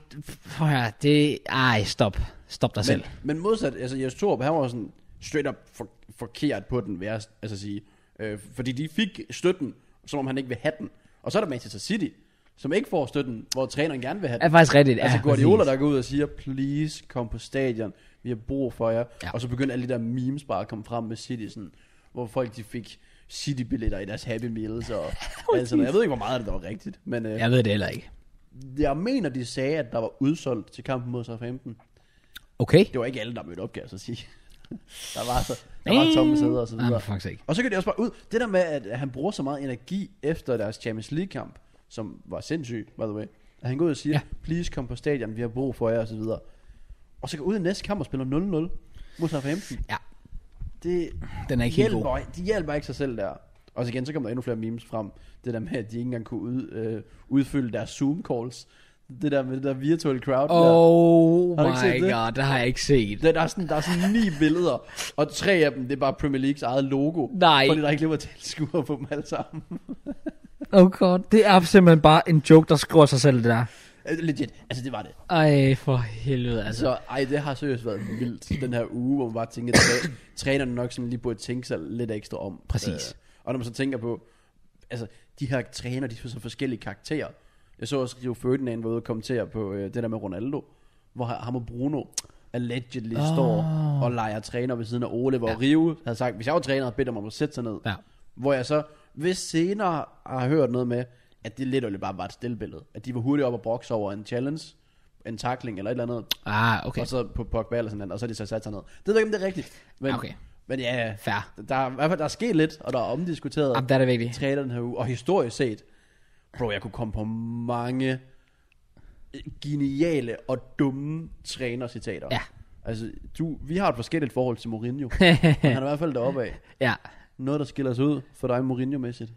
stop dig selv. Men modsat, altså Jes Torup, han var sådan straight up forkert på den, vil jeg altså sige. Fordi de fik støtten, som om han ikke vil have den. Og så er der Manchester City, som ikke får støtten, hvor træneren gerne vil have den. Er faktisk rigtigt. Altså Guardiola, der går ud og siger, please, kom på stadion, vi har brug for jer. Ja. Og så begyndte alle de der memes bare at komme frem med City, sådan, hvor folk de fik City-billetter i deres Happy Meals. Og altså, jeg ved ikke, hvor meget det var rigtigt. Men, jeg ved det heller ikke. Jeg mener, de sagde, at der var udsolgt til kampen mod Southampton. Okay. Det var ikke alle, der mødte op, kan jeg så sige. Der var tomme sæder og så videre. Og så kan det også bare ud. Det der med, at han bruger så meget energi efter deres Champions League-kamp, som var sindssyg, by the way. At han går ud og siger, please kom på stadion, vi har brug for jer og så videre. Og så går ud i næste kamp og spiller 0-0 mod Southampton. Ja. Den er ikke helt god. De hjælper ikke sig selv der. Og så igen, så kommer der endnu flere memes frem. Det der med, at de ikke engang kunne udfylde deres Zoom-calls. Det der med det der virtual crowd. Oh my god, det har jeg ikke set. Der er sådan 9 billeder, og 3 af dem, det er bare Premier Leagues eget logo. Nej. Fordi der ikke lever tilskuere på dem alle sammen. Oh god, det er simpelthen bare en joke, der skriver sig selv det der. Legit, altså det var det. Ej, for helvede altså. Så det har seriøst været vildt den her uge, hvor man bare tænker, at trænerne nok sådan lige burde tænke sig lidt ekstra om. Præcis. Og når man så tænker på, altså de her træner, de er så forskellige karakterer. Jeg så også Rio Ferdinand var ude og kommentere på det der med Ronaldo, hvor ham og Bruno allegedly står og leger træner ved siden af Ole, hvor Rio havde sagt, hvis jeg var træner, havde bedt om at sætte sig ned. Ja. Hvor jeg så, hvis senere har hørt noget med, at det lidt bare var et stillbillede. At de var hurtigt op og brokse over en challenge, en tackling eller et eller andet. Okay. Og så på Pogba eller sådan noget, og så er de så sat sig ned. Det ved jeg ikke, om det er rigtigt. Men, okay. Men ja, fair. Der er sket lidt, og der er omdiskuteret. Jamen, det er det vigtigt. Træner den her uge, og historisk set, bro, jeg kunne komme på mange geniale og dumme trænercitater. Ja. Altså, vi har et forskelligt forhold til Mourinho. Han er i hvert fald deroppe af. Ja. Noget, der skiller sig ud for dig Mourinho-mæssigt.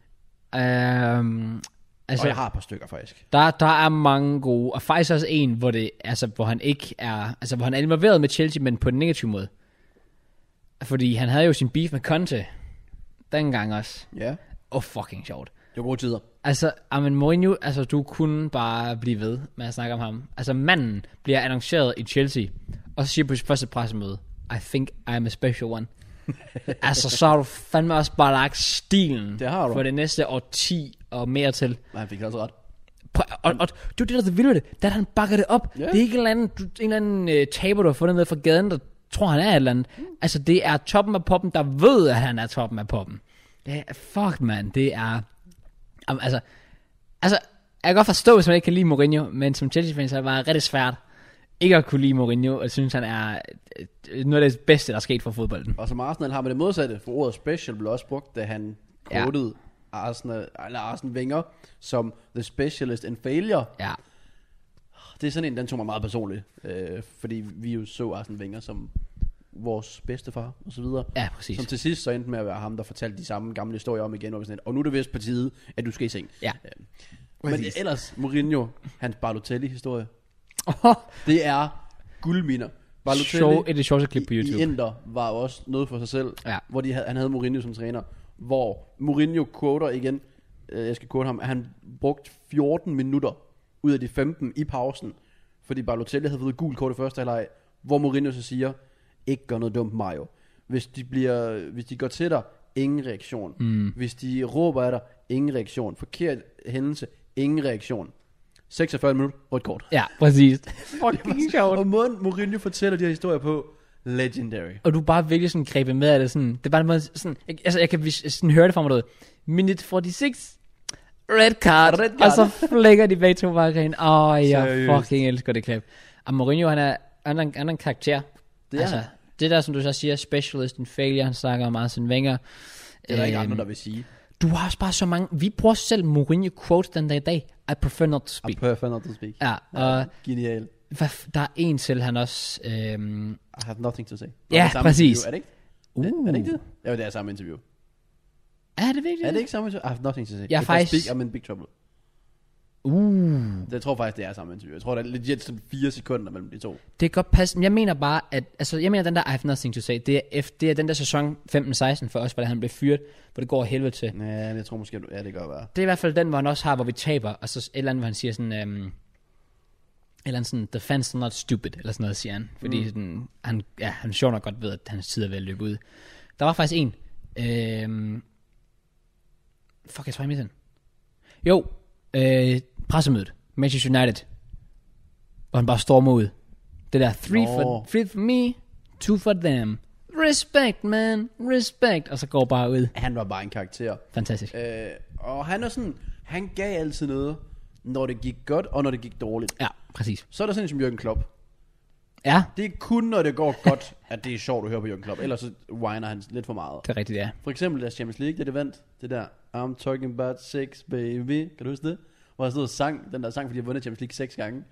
Altså, og jeg har et par stykker faktisk. Der er mange gode, og faktisk også en, hvor han ikke er, altså hvor han er involveret med Chelsea, men på en negativ måde. Fordi han havde jo sin beef med Conte dengang også. Ja. Fucking sjovt. Det var gode tider. Altså, men Mourinho, altså du kunne bare blive ved med at snakke om ham. Altså manden bliver annonceret i Chelsea, og så siger på sit første pressemøde, I think I'm a special one. Altså så har du fandme også bare lagt stilen for det næste 10 og mere til. Nej, han fik også ret. Og det er det, der er det vilde ved det. Da han bakker det op. Yeah. Det er ikke en eller anden taber, du har fundet ned fra gaden, der tror han er et eller andet. Altså det er toppen af poppen, der ved, at han er toppen af poppen. Fuck man, det er... Altså, jeg kan godt forstå, hvis man ikke kan lide Mourinho, men som Chelsea-fan, så er det bare rigtig svært ikke at kunne lide Mourinho, og jeg synes, han er noget af det bedste, der er sket for fodbolden. Og som Arsenal har med det modsatte, for ordet special blev også brugt, da han quoted Arsene Wenger som the specialist in failure. Ja. Det er sådan en, den tog mig meget personligt, fordi vi jo så Arsene Wenger som vores bedstefar og så videre. Ja, præcis. Som til sidst så endte med at være ham, der fortalte de samme gamle historier om igen, og nu er det vist på tide, at du skal i seng. Ja. Men ellers, Mourinho, hans Balotelli-historie, det er guldminer. Balotelli det sjoveste klip på YouTube. I Inter var også noget for sig selv, hvor han havde Mourinho som træner, hvor Mourinho quoter igen, jeg skal quote ham, at han brugt 14 minutter ud af de 15 i pausen, fordi Balotelli havde fået gul kort i første halvleg, hvor Mourinho så siger, ikke gør noget dumt, Mario. Hvis de går til dig, ingen reaktion. Hvis de råber af dig, ingen reaktion. Forkert hændelse, ingen reaktion. 46 minutter, rødt kort. Ja, præcis. Fucking sjovt. Og måden Mourinho fortæller de her historier på, legendary. Og du er bare virkelig sådan grebet med af det sådan. Det er bare en måde sådan, jeg kan sådan høre det fra mig noget. Minute 46, red card. Og så flækker de begge to bare grine. Jeg fucking elsker det klip. Og Mourinho, han er en karakter. Det er det der, som du så siger, specialist in failure, han snakker om Arsene Wenger. Det er der ikke andre, der vil sige. Du har også bare så mange. Vi bruger selv Mourinho quotes den dag i dag. I prefer not to speak. Ja, og genial. Der er en til, han også... I have nothing to say. Ja, præcis. Er det ikke? Er det ikke det? Ja, det er samme interview. Er det virkelig? Er det ikke samme interview? I have nothing to say. Jeg faktisk... I'm in big trouble. Jeg tror faktisk, det er samme interview. Jeg tror, der er legit sådan 4 sekunder mellem de to. Det kan godt passe. Jeg mener bare, at... Altså, jeg mener, den der I have nothing to say, det er den der sæson 15-16 for os, hvor han blev fyret, hvor det går helvede til. Ja, jeg tror måske, ja, det gør være. Det er i hvert fald den, hvor han også har, hvor vi taber, og så et eller andet, hvor han siger sådan... eller sådan, the fans are not stupid, eller sådan noget, siger han. Fordi sådan, han sjovt nok godt ved, at hans tid er ved at løbe ud. Der var faktisk en... jeg tror, jeg missede den. Jo, pressemødet. Manchester United. Hvor han bare stormer ud. Det der, 3 for me, 2 for them. Respect, man. Respect. Og så går bare ud. Han var bare en karakter. Fantastisk. Og han er sådan, han gav altid noget, når det gik godt, og når det gik dårligt. Ja, præcis. Så er der sådan som Jürgen Klopp. Ja. Det er kun, når det går godt, at det er sjovt at høre på Jürgen Klopp. Ellers så whiner han lidt for meget. Det er rigtigt, ja. For eksempel, da Champions League, det vandt, det der, I'm talking about 6, baby. Kan du huske det? Hvor han stod og sang, den der sang, fordi jeg vundet Champions League 6 gange.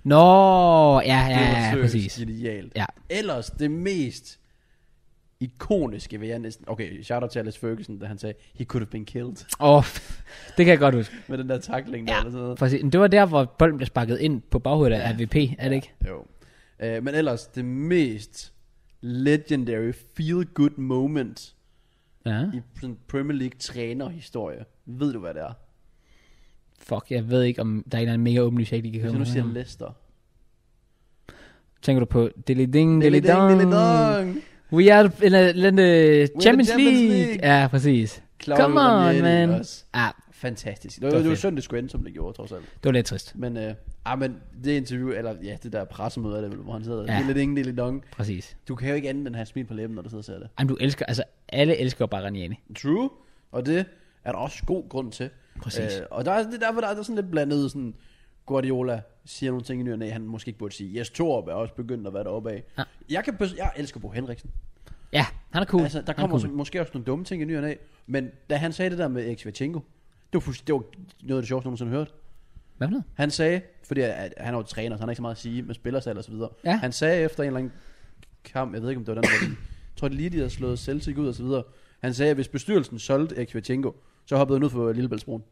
Ja, præcis. Genialt. Ja. Ellers, det mest ikoniske vil jeg næsten... Okay, shout out til Alex Ferguson, da han sagde, he could have been killed. Det kan jeg godt huske. Med den der tackling der. Ja, eller sådan noget. præcis. Det var der, hvor bolden blev sparket ind på baghovedet af VP, er det ikke? Jo. Men ellers, det mest legendary feel-good moment i Premier League trænerhistorie. Ved du, hvad det er? Fuck, jeg ved ikke, om der er en eller anden mega åbenlyst, jeg ikke kan høre. Hvis du siger Leicester. Tænker du på Dilly-ding, Dilly-dong. We are in the Champions League. Ja, præcis. Come on, man. Fantastisk. Det var synd, det skulle ende, som det gjorde, trods alt. Det var lidt trist. Men det interview, eller det der pressemøde af det, hvor han sidder, Dilly-ding. Præcis. Du kan jo ikke andet end have smil på læben, når du sidder og ser det. Jamen, du elsker, altså alle elsker bare Ranieri. True. Og det er der også god grund til. Præcis. Og der er derfor, der er sådan lidt blandet, sådan Guardiola siger nogle ting i ny og næ, han måske ikke burde sige. Jes Torup er også begyndt at være deroppe af. Ja. Jeg elsker Bo Henriksen. Ja, han er cool. Altså, der kommer måske også nogle dumme ting i ny og næ, men da han sagde det der med Ekvachenko, det var noget af det sjoveste, nogensinde hørt. Hvad for noget? Han sagde, fordi han er jo træner, så han har ikke så meget at sige med spillersalg og så videre. Ja. Han sagde efter en eller anden kamp, jeg ved ikke om det var den, jeg tror det lige de havde slået Celtic ud og så videre. Han sagde, at hvis bestyrelsen solgte Ekvachenko, så hoppede han ud for Lillebæltsbroen.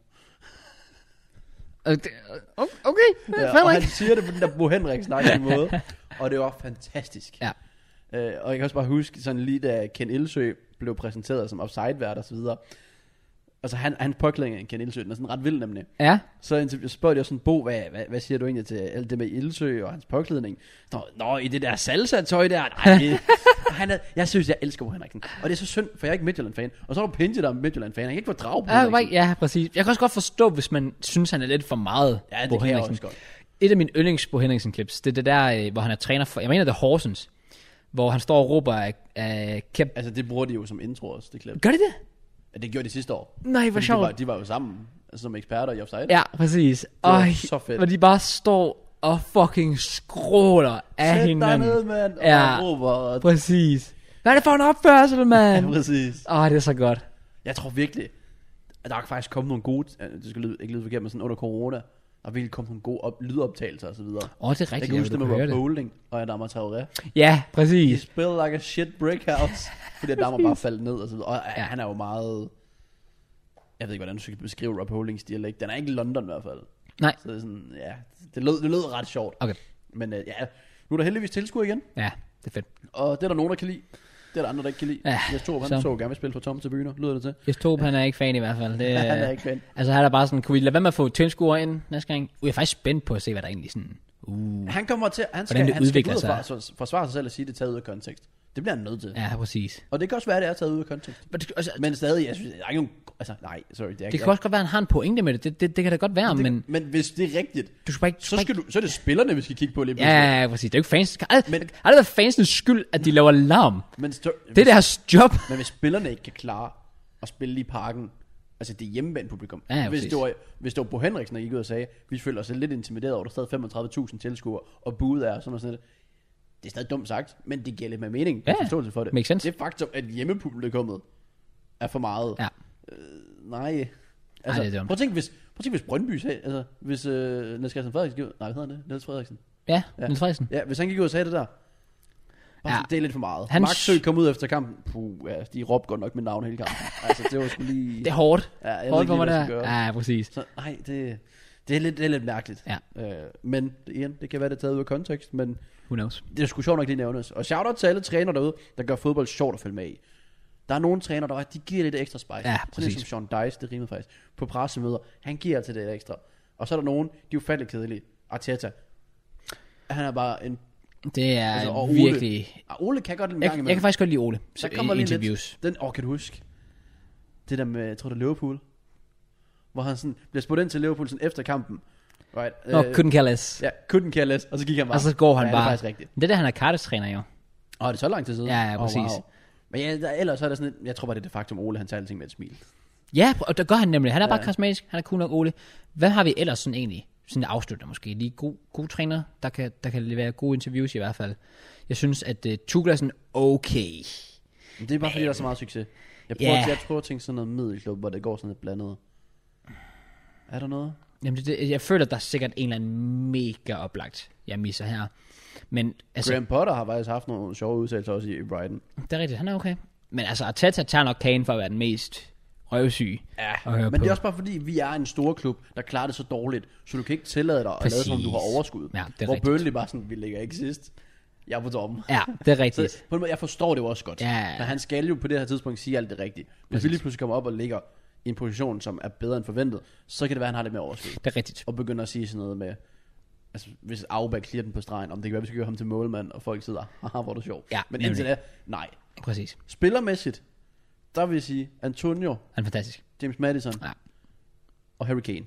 Okay. Ja, og han siger det på den der Bo Henriksen måde, og det var fantastisk. Ja. Og jeg kan også bare huske, sådan lige da Ken Ilsø blev præsenteret som offside-vært og så videre. Altså han påklædning af Ken Ilsø, den er sådan ret vild nemlig. Ja. Så spørger de også sådan, Bo, hvad siger du egentlig til alt det med Ilsø og hans påklædning? Nå, i det der salsa-tøj der. Nej, jeg synes, jeg elsker Bo Henriksen. Og det er så synd, for jeg er ikke Midtjylland-fan. Og så er der Pinje, der er Midtjylland-fan. Jeg kan ikke fordrage Bo Henriksen. Ja, præcis. Jeg kan også godt forstå, hvis man synes, han er lidt for meget ja, Bo det Henriksen. Også godt. Et af mine yndlings Bo Henriksen-clips, det er det der, hvor han er træner for, jeg mener det er Horsens, hvor han står og råber af Kæp. Altså det bruger de jo som intro også, det klip. Gør de det? Ja, det gjorde de sidste år. Nej, hvor sjovt. De var jo sammen, altså som eksperter i offside. Ja, præcis. Det var så fedt. Hvor de bare står og fucking skråler af hinanden. Sæt dig ned, mand. Og ja, råber. Præcis. Hvad er det for en opførsel, mand? Ja, præcis. Det er så godt. Jeg tror virkelig, at der er faktisk kommet nogle gode, det skal ikke lyde forkert, men sådan under corona, der virkelig kommet nogle gode lydoptagelser og så videre. Det er rigtigt. Jeg kan huske det med Rob Holding og Adama Traoré. Ja, præcis. He spilled like a shit brick house. Fordi Adama bare faldt ned og så videre. Og han er jo meget, jeg ved ikke, hvordan du skal beskrive Rob Holdings dialekt. Den er ikke i London i hvert fald. Nej. Så det er sådan, ja, det lød ret sjovt. Okay. Men ja, nu er der heldigvis tilskuer igen. Ja, det er fedt. Og det er der nogen, der kan lide. Det er der andre, der ikke kan lide. Ja, Jes Torup, han så gerne vil spille for tomme tribuner, lyder det til. Jes Torup, han er ikke fan i hvert fald. Det, han er ikke fan. Altså han er bare sådan, kunne vi lade være med at få tilskuere ind næste gang? Jeg er faktisk spændt på at se, hvad der egentlig sådan... Han kommer til, han skal udvikle sig. Forsvare sig selv og sige, det taget ud af kontekst. Det bliver han nødt til. Ja, præcis. Og det kan også være, at det er taget ud af kontekst. Men stadig, jeg synes, der er ikke nogen... Altså, nej, sorry. Det kan også godt være, at han har en pointe med det. Det kan da godt være, men hvis det er rigtigt, du skal ikke, så er det spillerne, vi skal kigge på lige pludselig. Ja, præcis. Det er jo ikke fans. Men det været fansens skyld, at de laver larm. Det er deres job. Men hvis spillerne ikke kan klare at spille i parken, altså det er hjemmebane publikum. Ja, hvis det var Bo Henriksen, der gik ud og sagde, vi føler os lidt intimideret over, der stadig 35.000 tilskuere, og budet er sådan noget. Det er stadig dumt sagt, men det giver lidt mere mening. Ja, forståelse for det. Makes sense. Det faktum, at hjemmepublikummet er for meget. Ja. Nej. Altså, det er prøv at tænke, hvis Brøndby sagde, altså, hvis Niels Christian Frederiksen, nej, hvad hedder det? Niels Frederiksen. Ja, Niels Frederiksen. Ja, hvis han gik ud og sagde det der, det er lidt for meget. Hans... Maxø kom ud efter kampen, de råbte godt nok mit navn hele kampen. Altså, det var sgu lige... Det er hårdt. Ja, jeg hårdt for mig der. Ja, præcis. Så, nej, det er lidt mærkeligt. Ja. Men igen, det kan være, det er taget ud af kontekst, men... Who knows? Det er sgu sjovt nok lige nævnes. Og shout out til alle trænere derude, der gør fodbold sjovt at følge med i. Der er nogle trænere, de giver lidt ekstra spice. Ja, præcis. Sådan som Sean Dice, det rimede faktisk. På pressemøder, han giver altid det ekstra. Og så er der nogen, de er ufattelig kedelige. Arteta, han er bare en... Det er altså, virkelig... Ole kan godt lide en gang imellem. Jeg kan faktisk godt lide Ole. Så kommer lige interviews. Kan du huske? Det der med, jeg tror det er Liverpool. Hvor han sådan bliver spurgt ind til Liverpool sådan efter kampen. Right. Couldn't care less. Ja, couldn't care less. Og så gik han bare. Og så går han bare. Det er faktisk rigtigt. Det er der, han er Cardiff-træner jo. Det er så lang tid siden. Ja, præcis. Wow. Men ellers så er der sådan jeg tror bare, det er det faktum, Ole han tager alting med et smil. Ja, og der gør han nemlig. Han er bare karismatisk. Han er cool nok, Ole. Hvad har vi ellers sådan egentlig? Sådan en afslutter måske. Lige gode træner, der kan levere gode interviews i hvert fald. Jeg synes, at Tuchel er sådan okay. Men det er bare fordi, der er så meget succes. Jeg prøver at tænke sådan noget middelklub, hvor det går sådan lidt blandet. Er der noget? Jamen, jeg føler, at der er sikkert en eller anden mega oplagt, jeg misser her. Men altså... Graham Potter har faktisk haft nogle sjove udtalelser også i Brighton. Det er rigtigt, han er okay. Men altså, Arteta tager nok kagen for at være den mest røvsyge. Ja, men det er også bare fordi, vi er en stor klub, der klarer det så dårligt, så du kan ikke tillade dig at lade som du har overskud. Ja, det er hvor rigtigt. Burnley bare sådan, vi ligger ikke sidst. Jeg er på toppen. Ja, det er rigtigt. Så på en måde, jeg forstår det jo også godt. Ja. Men han skal jo på det her tidspunkt sige alt det rigtige. Hvis vi lige pludselig kommer op og ligger i en position, som er bedre end forventet, så kan det være, at han har lidt mere overskud. Det er rigtigt. Og begynder at sige sådan noget med, altså hvis Auba clear den på stregen, om det kan være, vi skal gøre ham til målmand, og folk sidder, haha, hvor er det sjovt. Ja, men indtil det, nej. Præcis. Spillermæssigt, der vil jeg sige, Antonio, han er fantastisk. James Maddison, ja. Og Harry Kane.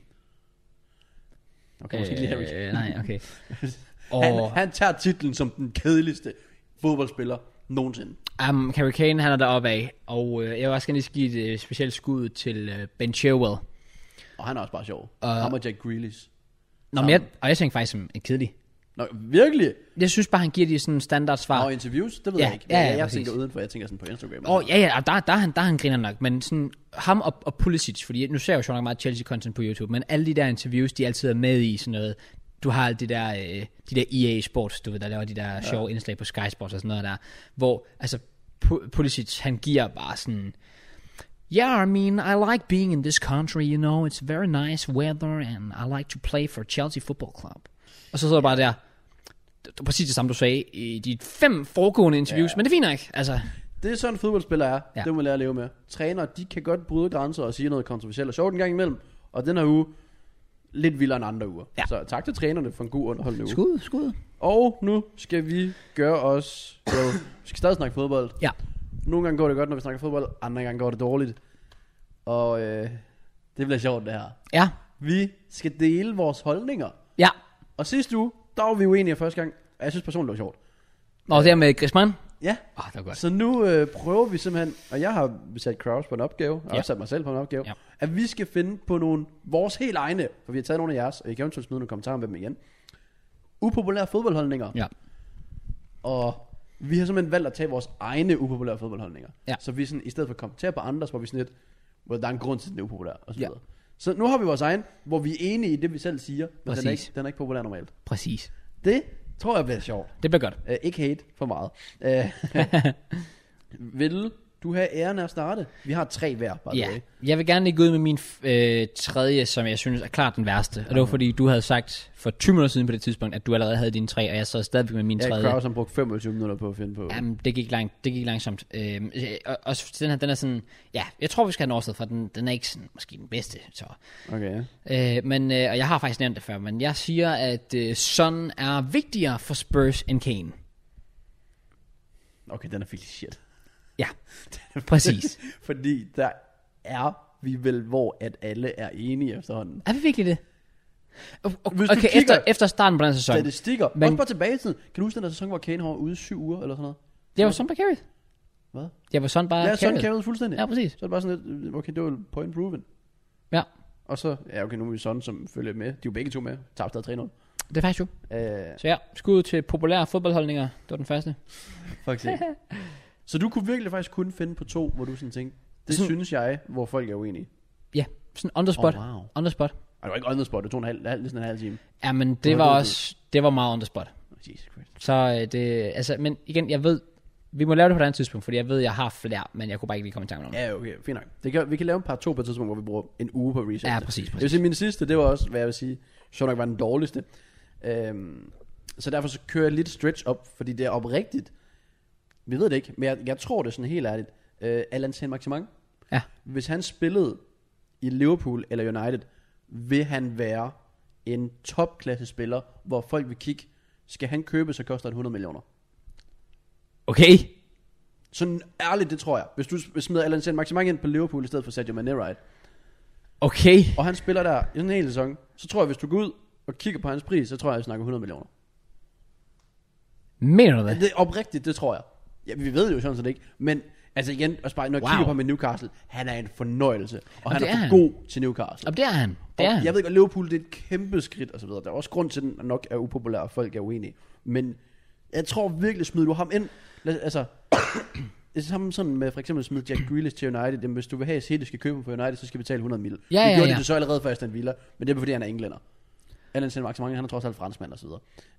Okay, måske ikke lige Harry Kane. Nej, okay. han tager titlen som den kedeligste fodboldspiller nogensinde. Harry Kane, han er deroppe af, og jeg vil også gerne lige give et specielt skud til Ben Chilwell. Og han er også bare sjov. Ham og Jack Grealish. Nå, men jeg tænker faktisk som en kedelig. Nå, virkelig? Jeg synes bare, han giver de sådan standardsvar. Og interviews, det ved jeg ikke. Jeg tænker udenfor, jeg tænker sådan på Instagram. Der er han griner nok, men sådan ham og Pulisic, fordi nu ser jeg jo sjovt nok meget Chelsea-content på YouTube, men alle de der interviews, de altid er med i sådan noget. Du har alle de der EA Sports, du ved, der laver de der sjove indslag på Sky Sports og sådan noget der, hvor altså Pulisic, han giver bare sådan, yeah, I mean, I like being in this country, you know, it's very nice weather, and I like to play for Chelsea Football Club. Og så sidder bare der, det var præcis det samme, du sagde i de 5 foregående interviews, men det er fint ikke, altså. Det er sådan en fodboldspiller er, det må man lære at leve med. Trænere, de kan godt bryde grænser og sige noget kontroversielt og sjovt en gang imellem, og den her uge, lidt vildere end andre uger. Ja. Så tak til trænerne for en god underholdende uge. Skud. Og nu skal vi gøre os... vi skal stadig snakke fodbold. Ja. Nogle gange går det godt, når vi snakker fodbold. Andre gange går det dårligt. Og det bliver sjovt, det her. Ja. Vi skal dele vores holdninger. Ja. Og sidste uge, der var vi uenige første gang. Og jeg synes personligt, det var sjovt. Og det med Griezmann? Ja. Det var godt. Så nu prøver vi simpelthen, og jeg har sat Kraus på en opgave, og også sat mig selv på en opgave, at vi skal finde på nogle, vores helt egne, for vi har taget nogle af jeres, og I kan eventuelt smide nogle kommentarer med dem igen, upopulære fodboldholdninger. Ja. Og vi har simpelthen valgt at tage vores egne upopulære fodboldholdninger. Ja. Så vi sådan, i stedet for at kommentere på andres, hvor vi sådan lidt, hvor der er en grund til, at den er upopulær, og så videre. Så nu har vi vores egen, hvor vi er enige i det, vi selv siger, men den er ikke populær normalt. Præcis. Det tror jeg bliver sjovt. Det bliver godt. Ikke hate for meget. Vil du have æren af at starte? Vi har 3 hver, by the way. Jeg vil gerne lige gå ud med min tredje, som jeg synes er klart den værste. Og det var fordi, du havde sagt for 20 minutter siden på det tidspunkt, at du allerede havde dine 3, og jeg sad stadigvæk med min tredje. Kraus har brugt 25 minutter på at finde på. Jamen, det gik langsomt. Og den er sådan, jeg tror, vi skal have en årsted, for den er ikke sådan, måske den bedste. Så. Okay. Men jeg har faktisk nævnt det før, men jeg siger, at Son er vigtigere for Spurs end Kane. Okay, den er virkelig shit. Ja, præcis. Fordi der er vi vel, hvor at alle er enige efterhånden. Er vi virkelig det? Okay, efter starten på den sæson. Statistikker. Men også bare tilbage til. Kan du huske den der sæson, hvor Kane var ude 7 uger eller sådan noget? Det var sådan bare carried. Hvad? Det var sådan bare carried. Ja, sådan carried fuldstændig. Ja, præcis. Så er det bare sådan lidt, okay, det var point proven. Ja. Og så, ja okay, nu er vi sådan, som følger med. De er jo begge to med. Tabte stadig 3-0. Det er faktisk jo. Så ja, skud til populære fodboldholdninger. Det var den første. Faktisk. Så du kunne virkelig faktisk kun finde på 2, hvor du sådan tænkte, det sådan, synes jeg, hvor folk er uenige. Ja, sådan on the spot. Wow. On the spot. Det var ikke on the spot, det tog næsten en halv time. Ja, men det var også, det var meget on the spot. Jesus Christ. Så det, altså, men igen, jeg ved, vi må lave det på et andet tidspunkt, fordi jeg ved, jeg har flere, men jeg kunne bare ikke lige komme i tanke om det. Ja, okay, fint nok. Vi kan lave en par 2 på et tidspunkt, hvor vi bruger en uge på research. Ja, præcis. Jeg vil sige, min sidste, det var også, hvad jeg vil sige, så nok var den dårligste. Så derfor så kører jeg lidt stretch op, fordi det er oprigtigt. Vi ved det ikke, men jeg tror det sådan helt ærligt. Allan Saint-Maximin, ja. Hvis han spillede i Liverpool eller United, vil han være en topklasse spiller, hvor folk vil kigge, skal han købe, så koster det 100 millioner. Okay. Sådan ærligt, det tror jeg. Hvis du smider Allan Saint-Maximin ind på Liverpool i stedet for Sadio Mane, right? Okay. Og han spiller der i sådan en hel sæson, så tror jeg, hvis du går ud og kigger på hans pris, så tror jeg, jeg snakker 100 millioner. Mener du det? Det er oprigtigt, det tror jeg. Ja, vi ved jo sådan set ikke, men altså igen, også bare, når jeg kigger på med Newcastle, han er en fornøjelse, og han er for god til Newcastle. Og det er han. Det er han. Jeg ved ikke, at Liverpool det er et kæmpe skridt og så videre. Der er også grund til, at den nok er upopulær, og folk er uenige. Men jeg tror virkelig, smider du ham ind, altså, det er sådan med for eksempel smid Jack Grealish til United. Jamen, hvis du vil have, at City skal købe for United, så skal vi betale 100 mil. Ja, vi gjorde det så allerede for Aston Villa, men det er fordi, han er englænder. Allan Saint-Maximin, han er trods alt franskmand og så videre.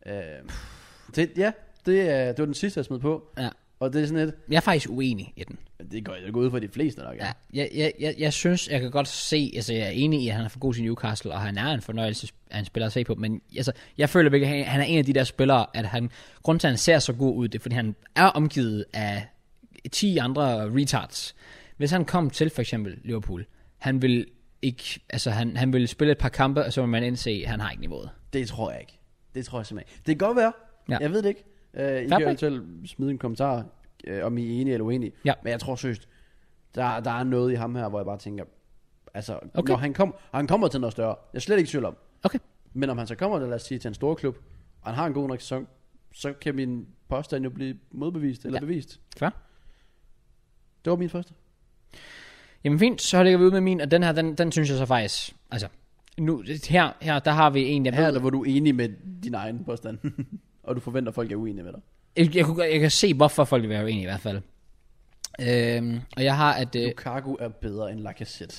Det var den sidste, jeg smed på. Ja. Og det er sådan et... Jeg er faktisk uenig i den. Det går ud for de fleste nok. Ja. Jeg synes, jeg kan godt se, altså jeg er enig i, at han er for god til Newcastle, og han er en fornøjelse af en spiller at se på, men altså, jeg føler virkelig, at han er en af de der spillere, at grund til, at han ser så god ud, det er, fordi han er omgivet af 10 andre retards. Hvis han kom til for eksempel Liverpool, han vil ikke, altså han vil spille et par kampe, og så vil man indse, at han har ikke niveauet. Det tror jeg ikke. Det tror jeg simpelthen ikke. Det kan godt være. Ja. Jeg ved det ikke. I kan jo selv smide en kommentar, om I er enige eller uenige. Ja. Men jeg tror seriøst, der er noget i ham her, hvor jeg bare tænker, altså, når han kommer til noget større, jeg er slet ikke i tvivl om. Okay. Men om han så kommer, lad os sige, til en stor klub, og han har en god nok sæson, så kan min påstand jo blive modbevist eller bevist. Fair. Det var min første. Jamen fint, så lægger vi ud med min, og den her, den synes jeg så faktisk, altså, nu, her der har vi en, her, hvor du er enig med din egen påstand, og du forventer, at folk er uenige med dig. Jeg kan se, hvorfor folk vil være uenige i hvert fald. Og jeg har, at... Lukaku er bedre end Lacazette.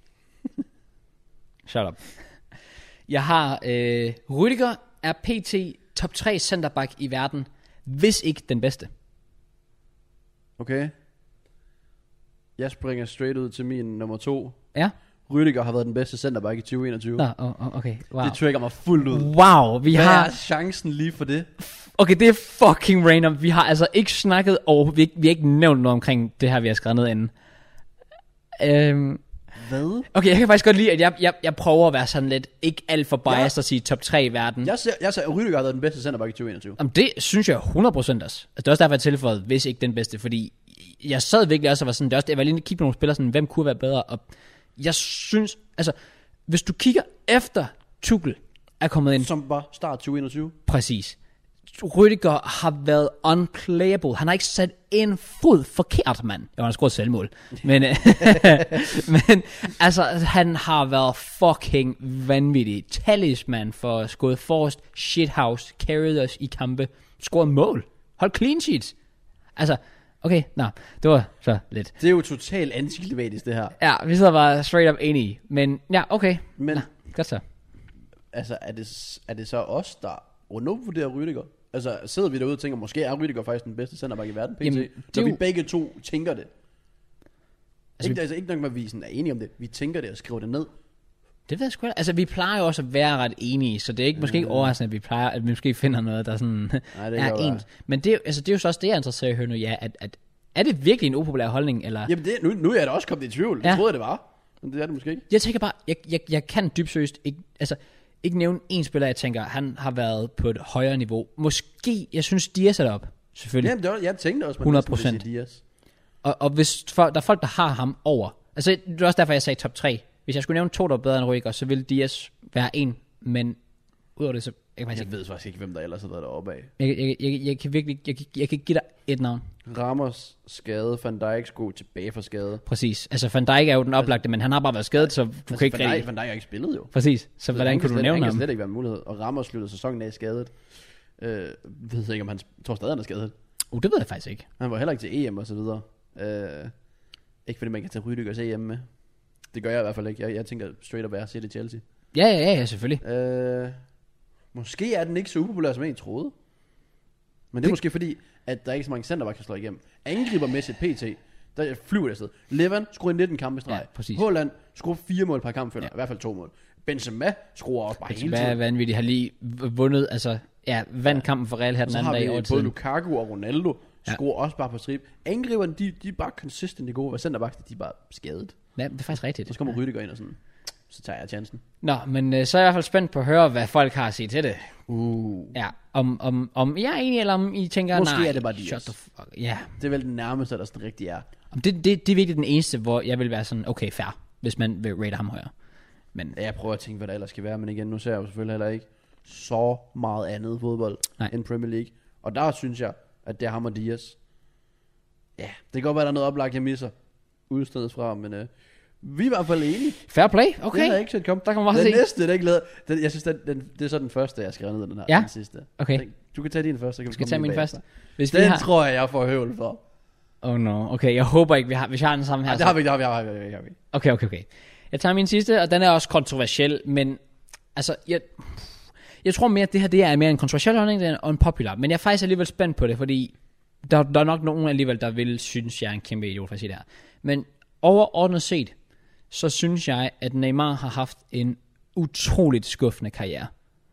Shut up. Jeg har, Rüdiger er pt. top 3 centerback i verden, hvis ikke den bedste. Okay. Jeg springer straight ud til min nummer 2. Ja. Rüdiger har været den bedste centerback i 2021. Nå, okay, wow. Det trigger mig fuldt ud. Wow, Hvad er chancen lige for det? Okay, det er fucking random. Vi har altså ikke snakket, og vi har ikke nævnt noget omkring det her, vi har skrevet ned inden. Hvad? Okay, jeg kan faktisk godt lide, at jeg prøver at være sådan lidt, ikke alt for biased at sige top 3 i verden. Jeg siger, at Rüdiger har været den bedste centerback i 2021. Jamen, det synes jeg 100% også. Altså, det er også derfor, jeg tilføjede, hvis ikke den bedste, fordi jeg sad virkelig også og var sådan, jeg var lige kigge på nogle spillere, sådan, hvem kunne være bedre, og jeg synes, altså, hvis du kigger efter Tuchel er kommet ind. Som var start 2021. Præcis. Rüdiger har været unplayable. Han har ikke sat en fod forkert, mand. Jeg har scoret selvmål. Men altså, han har været fucking vanvittig. Talisman for skåret forrest, shithouse, carried os i kampe, scoret mål, hold clean sheets. Altså, okay, det var så lidt. Det er jo totalt antiklimatisk, det her. Ja, vi sidder bare straight up enige. Men ja, okay. Men godt så. Altså, er det så os, der undervurderer Rüdiger? Altså, sidder vi derude og tænker, måske er Rüdiger faktisk den bedste centerback i verden, Jamen, når vi begge to tænker det. Altså, ikke nok med, at vi sådan er enige om det. Vi tænker det og skriver det ned. Det ved jeg sgu da. Altså, vi plejer jo også at være ret enige, så det er ikke måske ikke overraskende, at vi måske finder noget, der sådan er ens. Men det er jo så også det, jeg er interesseret i at høre nu, ja, at er det virkelig en upopulær holdning, eller? Jamen, nu er jeg da også kommet i tvivl. Jeg troede, det var. Men det er det måske ikke. Jeg tænker bare, jeg kan dybt seriøst ikke nævne en spiller, jeg tænker, han har været på et højere niveau. Måske, jeg synes, Diaz er deroppe. Selvfølgelig. Jamen, det var, jeg tænkte også, man 100%. Diaz. Og hvis der er folk, der har ham over, altså det er også derfor, jeg sagde top 3. Hvis jeg skulle nævne 2, der var bedre end Rudiger, så ville Diaz være en, men udover det, så jeg ved faktisk ikke, hvem der ellers har været deroppe af. Jeg kan give dig et navn. Ramos skade, Van Dijk skulle tilbage fra skade. Præcis. Altså Van Dijk er jo den oplagte, men han har bare været skadet, så du kan ikke rigtig... Van Dijk har ikke spillet jo. Præcis. Så hvordan kunne du nævne ham? Han kan slet ikke være en mulighed. Og Ramos sluttede sæsonen af skadet. Ved ikke, om han tror stadig, han er skadet. Det ved jeg faktisk ikke. Han var heller ikke til EM og så videre. Ikke fordi man kan tage Rüdigers EM med. Det gør jeg i hvert fald ikke. Jeg tænker straight up, at jeg siger det Chelsea. Ja, selvfølgelig. Måske er den ikke så upopulær, som jeg troede. Men det er måske fordi, at der ikke er så mange centerback, der slår igennem. Angribermæssigt PT, der flyver det afsted. Levan skruer 19 kampe i streg. Ja, Haaland skruer 4 mål per kamp, i hvert fald 2 mål. Benzema skruer også bare hele tiden. Benzema er vanvittigt, har lige vundet, altså, vandt kampen for Real her den anden dag over tiden. Så har vi både Lukaku og Ronaldo, skruer også bare på strip. Angriberne, de er bare consistent gode, og centerbacks, de er bare skadet. Ja, det er faktisk rigtigt. Så kommer Rüdiger ind og sådan, så tager jeg chancen. Nå, men så er jeg i hvert fald spændt på at høre, hvad folk har at sige til det. Ja, om jeg er enig, eller om I tænker, måske nej, er det bare Diaz. Shut the fuck. Ja. Det er vel den nærmeste, der sådan rigtig er. Det er virkelig den eneste, hvor jeg vil være sådan, okay, fair, hvis man vil rate ham højere. Men jeg prøver at tænke, hvad der ellers skal være, men igen, nu ser jeg jo selvfølgelig heller ikke så meget andet fodbold end Premier League. Og der synes jeg, at det er ham og Diaz. Ja, det kan godt være, der er noget oplagt, jeg misser udstedet fra, men vi er i hvert fald enige. Fair play, okay. Det har jeg ikke set komme. Der kan man den se. Næste, det er ikke jeg synes, det er så den første, jeg skrev ned, den her. Ja? Den sidste. Okay. Du kan tage din første. Så kan skal tage min første. Hvis den tror jeg får høvl for. Oh no, okay, jeg håber ikke, hvis vi har den samme her. Det har vi. Okay. Jeg tager min sidste, og den er også kontroversiel, men altså, jeg tror mere, at det her det er mere en kontroversiel holdning end en popular, men jeg er faktisk alligevel spændt på det, fordi der er nok nogen alligevel, der vil synes, jeg er en kæmpe idiot for at sige det her. Men overordnet set, så synes jeg, at Neymar har haft en utroligt skuffende karriere.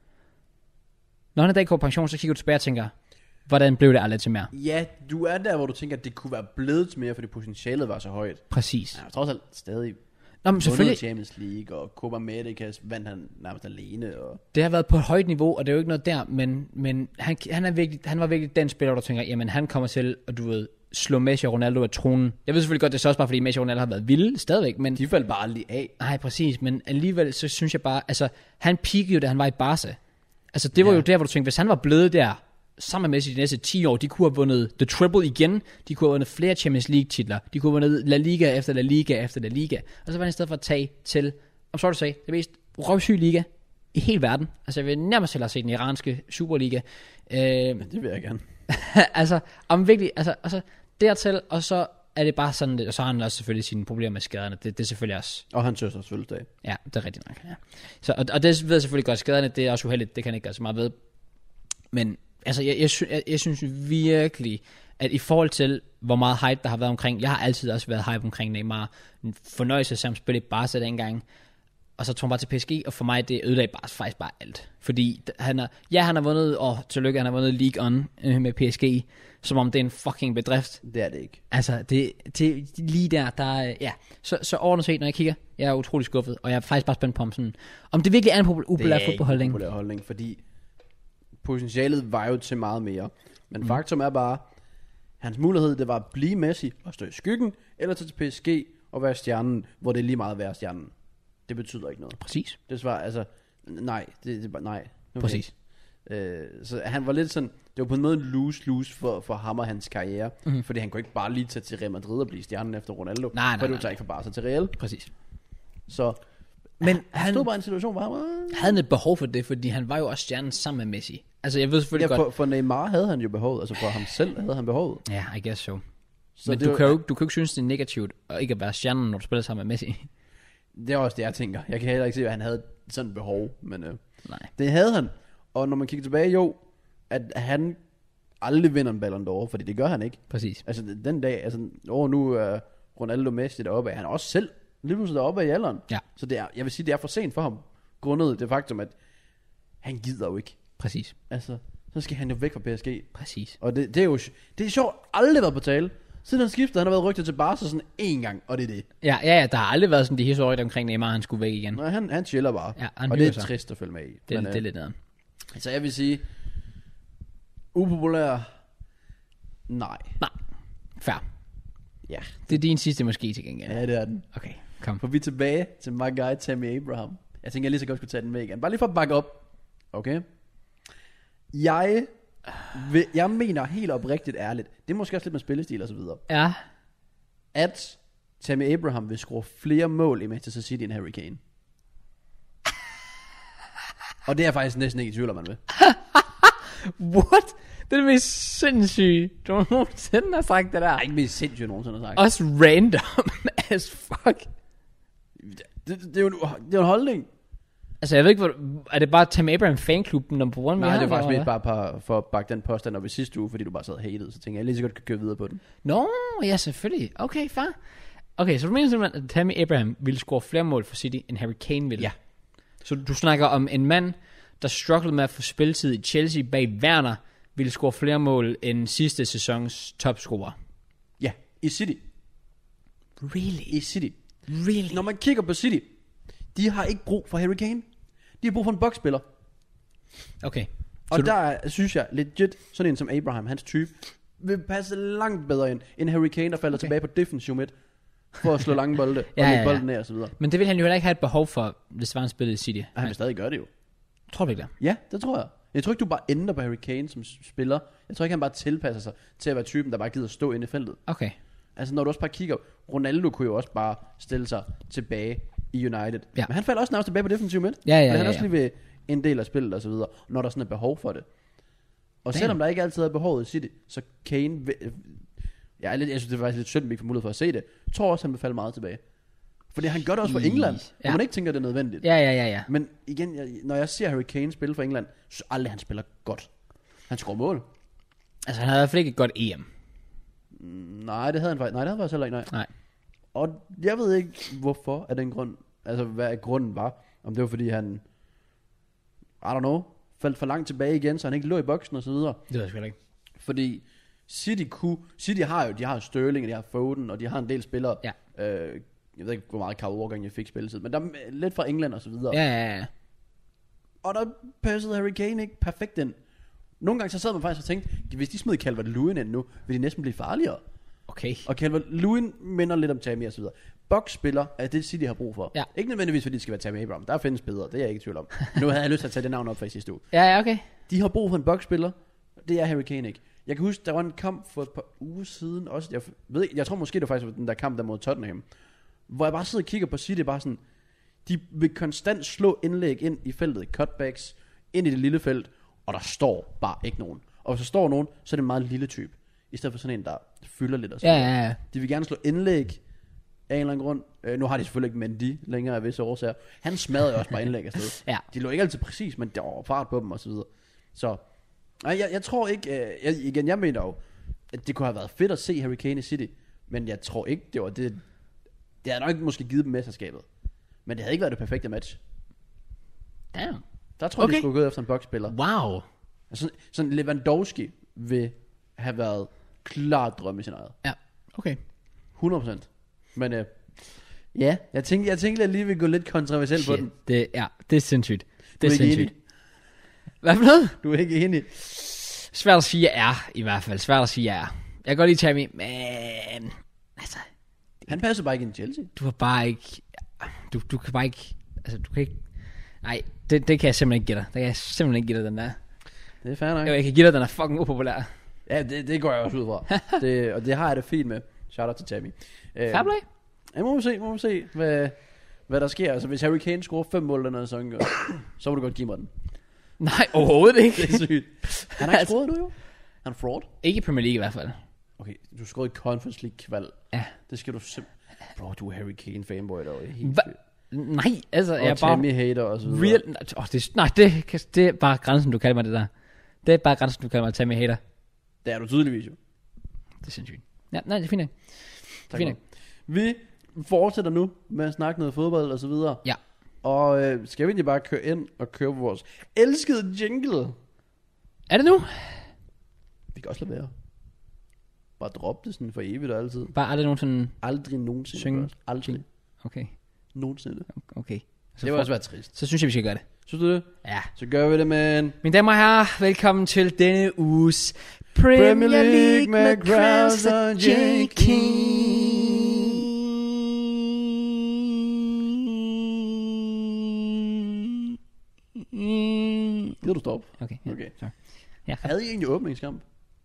Når han er dag går på pension, så kigger du tilbage og tænker, hvordan blev det aldrig til mere? Ja, du er der, hvor du tænker, at det kunne være blevet til mere, fordi potentialet var så højt. Præcis. Ja, trods alt stadig. Nå, men selvfølgelig. Champions League og Copa America vandt han nærmest alene. Og det har været på et højt niveau, og det er jo ikke noget der, men han var virkelig den spiller, der tænker, jamen han kommer til at slå Messi og Ronaldo af tronen. Jeg ved selvfølgelig godt, det er så også bare fordi Messi og Ronaldo har været vilde stadigvæk, men de faldt bare aldrig af. Nej, præcis, men alligevel så synes jeg bare, altså han peakede jo, da han var i Barca. Altså det var jo der, hvor du tænkte, hvis han var blevet der sammen med Messi de næste 10 år, de kunne have vundet The Triple igen, de kunne have vundet flere Champions League titler, de kunne have vundet La Liga efter La Liga efter La Liga, og så var han i stedet for at tage til, om så du sagde, det mest røvsyge liga i hele verden. Altså jeg vil nærmest hellere se den iranske Superliga. Men det vil jeg gerne. altså, om virkelig, altså dertil, og så er det bare sådan, og så har han også selvfølgelig sine problemer med skaderne, det er selvfølgelig også. Og han søster fødselsdag. Ja, det er rigtigt nok, ja. Så, og det ved jeg selvfølgelig godt, skaderne, det er også uheldigt, det kan jeg ikke gøre så meget ved. Men altså, jeg synes virkelig, at i forhold til, hvor meget hype der har været omkring, jeg har altid også været hype omkring Neymar, en fornøjelse som spille i Barca dengang, og så tog han bare til PSG, og for mig, det ødelagde faktisk bare alt. Fordi han har vundet, tillykke, han har vundet League On med PSG, som om det er en fucking bedrift. Det er det ikke. Altså, det lige der ja. Så ordentligt set, når jeg kigger, jeg er utrolig skuffet, og jeg er faktisk bare spændt på, om det virkelig er en upopulær fodboldholdning. Det er en upopulær holdning, fordi potentialet var jo til meget mere. Men faktum er bare, hans mulighed, det var at blive Messi og stå i skyggen, eller tage til PSG og være stjernen, hvor det er lige meget at være stjernen. Det betyder ikke noget. Præcis. Det svarer, altså, nej, det er bare, nej. Okay. Præcis. Så han var lidt sådan, det var på en måde lose for ham og hans karriere, fordi han kunne ikke bare lige tage til Real Madrid og blive stjernen efter Ronaldo. Nej. For du tager ikke fra Barca til Real. Præcis. Så, men han stod bare i en situation, hvor han havde han et behov for det, fordi han var jo også stjernen sammen med Messi. Altså jeg ved selvfølgelig godt. For Neymar havde han jo behovet, altså for ham selv havde han behovet. Ja, I guess so. Men du kan jo ikke synes, det er negativt at ikke at være stjernen, når du spiller sammen med Messi. Det er også det, jeg tænker. Jeg kan heller ikke se, at han havde sådan et behov, men nej. Det havde han. Og når man kigger tilbage, jo, at han aldrig vinder en Ballon d'Or, fordi det gør han ikke. Præcis. Altså den dag, altså nu er Ronaldo Messi deroppe af, han er også selv lige pludselig deroppe af i alderen. Ja. Så det er, jeg vil sige, det er for sent for ham, grundet det faktum, at han gider jo ikke. Præcis. Altså, så skal han jo væk fra PSG. Præcis. Og det er jo, det er sjovt, aldrig været på tale. Siden han skiftede, han har været rygtet til Barca sådan en gang, og det er det. Ja, der har aldrig været sådan de historier omkring Neymar, han skulle væk igen. Nej, han chiller bare. Ja, og det er trist at følge med i. Det er lidt nederen. Så jeg vil sige, upopulær, Nej. Fair. Ja. Det er din sidste måske til gengæld. Ja, det er den. Okay, kom. For vi er tilbage til my guy Tammy Abraham. Jeg tænker, jeg lige så godt skulle tage den med igen. Bare lige for at bakke op. Okay. Jeg mener helt oprigtigt ærligt, det er måske også lidt med spillestil og så videre, Ja. at Tammy Abraham vil score flere mål i Manchester City end Harry Kane. Og det er jeg faktisk næsten ikke i tvivl om, man vil. What? Det er det mest sindssyge, du nogensinde har sagt det der. Nej, ikke mest sindssygt nogensinde har sagt. Også random as fuck. Det er jo en holdning. Altså jeg ved ikke, er det bare Tammy Abraham fanklubben number one? Nej, det er faktisk mest bare for at bakke den påstand op i sidste uge, fordi du bare sad og hated, så tænker jeg lige så godt kan køre videre på den. Nå, ja selvfølgelig. Okay, fair. Okay, så du mener simpelthen, at Tammy Abraham ville score flere mål for City, end Harry Kane ville? Ja. Så du snakker om en mand, der strugglede med at få spilletid i Chelsea bag Werner, ville score flere mål end sidste sæsons topscorer? Ja, i City. Really? I City. Really? Når man kigger på City, de har ikke brug for Harry Kane. De har brug for en boksspiller. Okay. Og der synes jeg legit, sådan en som Abraham, hans type, vil passe langt bedre ind, end Harry Kane, der falder tilbage på defensiv midt, for at slå lange bolde, og lægge bolden ned og så videre. Men det vil han jo heller ikke have et behov for, hvis han spillede i City. Og han vil stadig gøre det jo. Tror du ikke det? Ja, det tror jeg. Jeg tror ikke, du bare ændrer på Harry Kane som spiller. Jeg tror ikke, han bare tilpasser sig til at være typen, der bare gider stå inde i feltet. Okay. Altså, når du også bare kigger, Ronaldo kunne jo også bare stille sig tilbage i United. Ja. Men han falder også nærmest tilbage på defensiv midt. Ja, Men han er også lige ved en del af spillet og så videre, når der sådan er behov for det. Og selvom der ikke altid er behovet i City, så Kane, jeg synes, det er faktisk lidt synd, at vi ikke får mulighed for at se det. Jeg tror også, han vil falde meget tilbage. Fordi han gør det også for England, hvor man ikke tænker, det er nødvendigt. Ja. Men igen, når jeg ser Harry Kane spille for England, så aldrig han spiller godt. Han scorer mål. Altså, han havde i hvert fald ikke et godt EM. Nej, det havde han faktisk. Nej, det havde han faktisk heller ikke, Nej. Og jeg ved ikke, hvorfor af den grund, altså hvad grunden var. Om det var, fordi han, I don't know, faldt for langt tilbage igen, så han ikke lå i boksen og så videre. Det ved jeg sgu ikke. Fordi City har jo Sterling, og de har Foden, og de har en del spillere. Ja. Jeg ved ikke, hvor meget Kyle Walker jeg fik spilletid, men der er lidt fra England og så videre. Ja. Og der passede Harry Kane ikke perfekt ind. Nogle gange så sad man faktisk og tænkte, hvis de smed Calvert-Lewin ind nu, vil de næsten blive farligere. Okay. Og Calvert-Lewin minder lidt om Tammy og så videre. Boksspiller er det City har brug for. Ja. Ikke nødvendigvis fordi det skal være Tammy Abraham. Der findes bedre, det er jeg ikke i tvivl om. Nu havde jeg lyst til at tage det navn op fra i sidste uge. Ja, okay. De har brug for en boksspiller. Det er Harry Kane ikke. Jeg kan huske, der var en kamp for et par uger siden også. Jeg tror måske det var faktisk den der kamp der mod Tottenham, hvor jeg bare sidder og kigger på City, bare sådan, de vil konstant slå indlæg ind i feltet, cutbacks, ind i det lille felt, og der står bare ikke nogen. Og hvis der står nogen, så er det en meget lille type, i stedet for sådan en, der fylder lidt og sådan. Ja. De vil gerne slå indlæg af en eller anden grund. Nu har de selvfølgelig ikke Mendy længere af visse årsager. Han smadrede også bare indlæg afsted. Ja. De lå ikke altid præcis, men der var fart på dem og så videre. Så jeg tror ikke, jeg mener jo, at det kunne have været fedt at se Harry Kane i City, men jeg tror ikke, det var det. Det havde nok måske givet dem mesterskabet, men det havde ikke været det perfekte match. Damn. Der tror jeg, de skulle gå ud efter en boksspiller. Wow. Altså, sådan Lewandowski vil have været klart drøm i sin eget. Ja, okay. 100%. Men ja, jeg tænkte, at jeg lige vil gå lidt kontroversielt på den. Det er sindssygt. Det er ikke sindssygt. enig? Hvad for noget? Du er ikke enig? Svært at sige, jeg er, i hvert fald. Svært at sige, jeg er. Jeg kan godt lide Tammy, men altså, Han passer bare ikke ind i Chelsea. du har bare ikke, du kan bare ikke, altså du kan ikke, nej, det kan jeg simpelthen ikke give dig. Det kan jeg simpelthen ikke give dig, den der. Det er fair nok. Jeg kan give dig, den er fucking upopulær. Ja, det går jeg også ud fra. Og det har jeg det fint med. Shout out til Tammy. Fair play. Ja, må vi se hvad der sker. Altså hvis Harry Kane scorer 5 mål den her sæson, så må du godt give mig den. Nej, overhovedet ikke. Det er sygt. Han har ikke scoret nu jo. Han er fraud. Ikke i Premier League i hvert fald. Okay, du scorede i Conference League kval. Ja. Det skal du Bro, du er Harry Kane fanboy der. Nej, altså og jeg er bare Tammy hater og så videre. Det er bare grænsen, du kalder mig det der. Det er bare grænsen, du kalder mig Tammy hater. Det er du tydeligvis jo. Det er sindssygt. Ja, nej, det er fint nok. Det er fint nok. Vi fortsætter nu med at snakke noget fodbold og så videre. Ja. Og skal vi egentlig bare køre ind og køre på vores elskede jingle? Er det nu? Vi kan også lade være. Bare droppe det sådan for evigt og altid. Bare aldrig nogen sådan Aldrig nogensinde. synge. Aldrig. Okay. Nogensinde. Okay. Så det vil også være trist. Så synes jeg, vi skal gøre det. Synes du det? Ja. Så gør vi det, man. Mine damer og herrer, velkommen til denne uges Premier League med Kraus og JK. Gider du stoppe? Okay. Sorry. Ja. Havde I egentlig åbningskamp?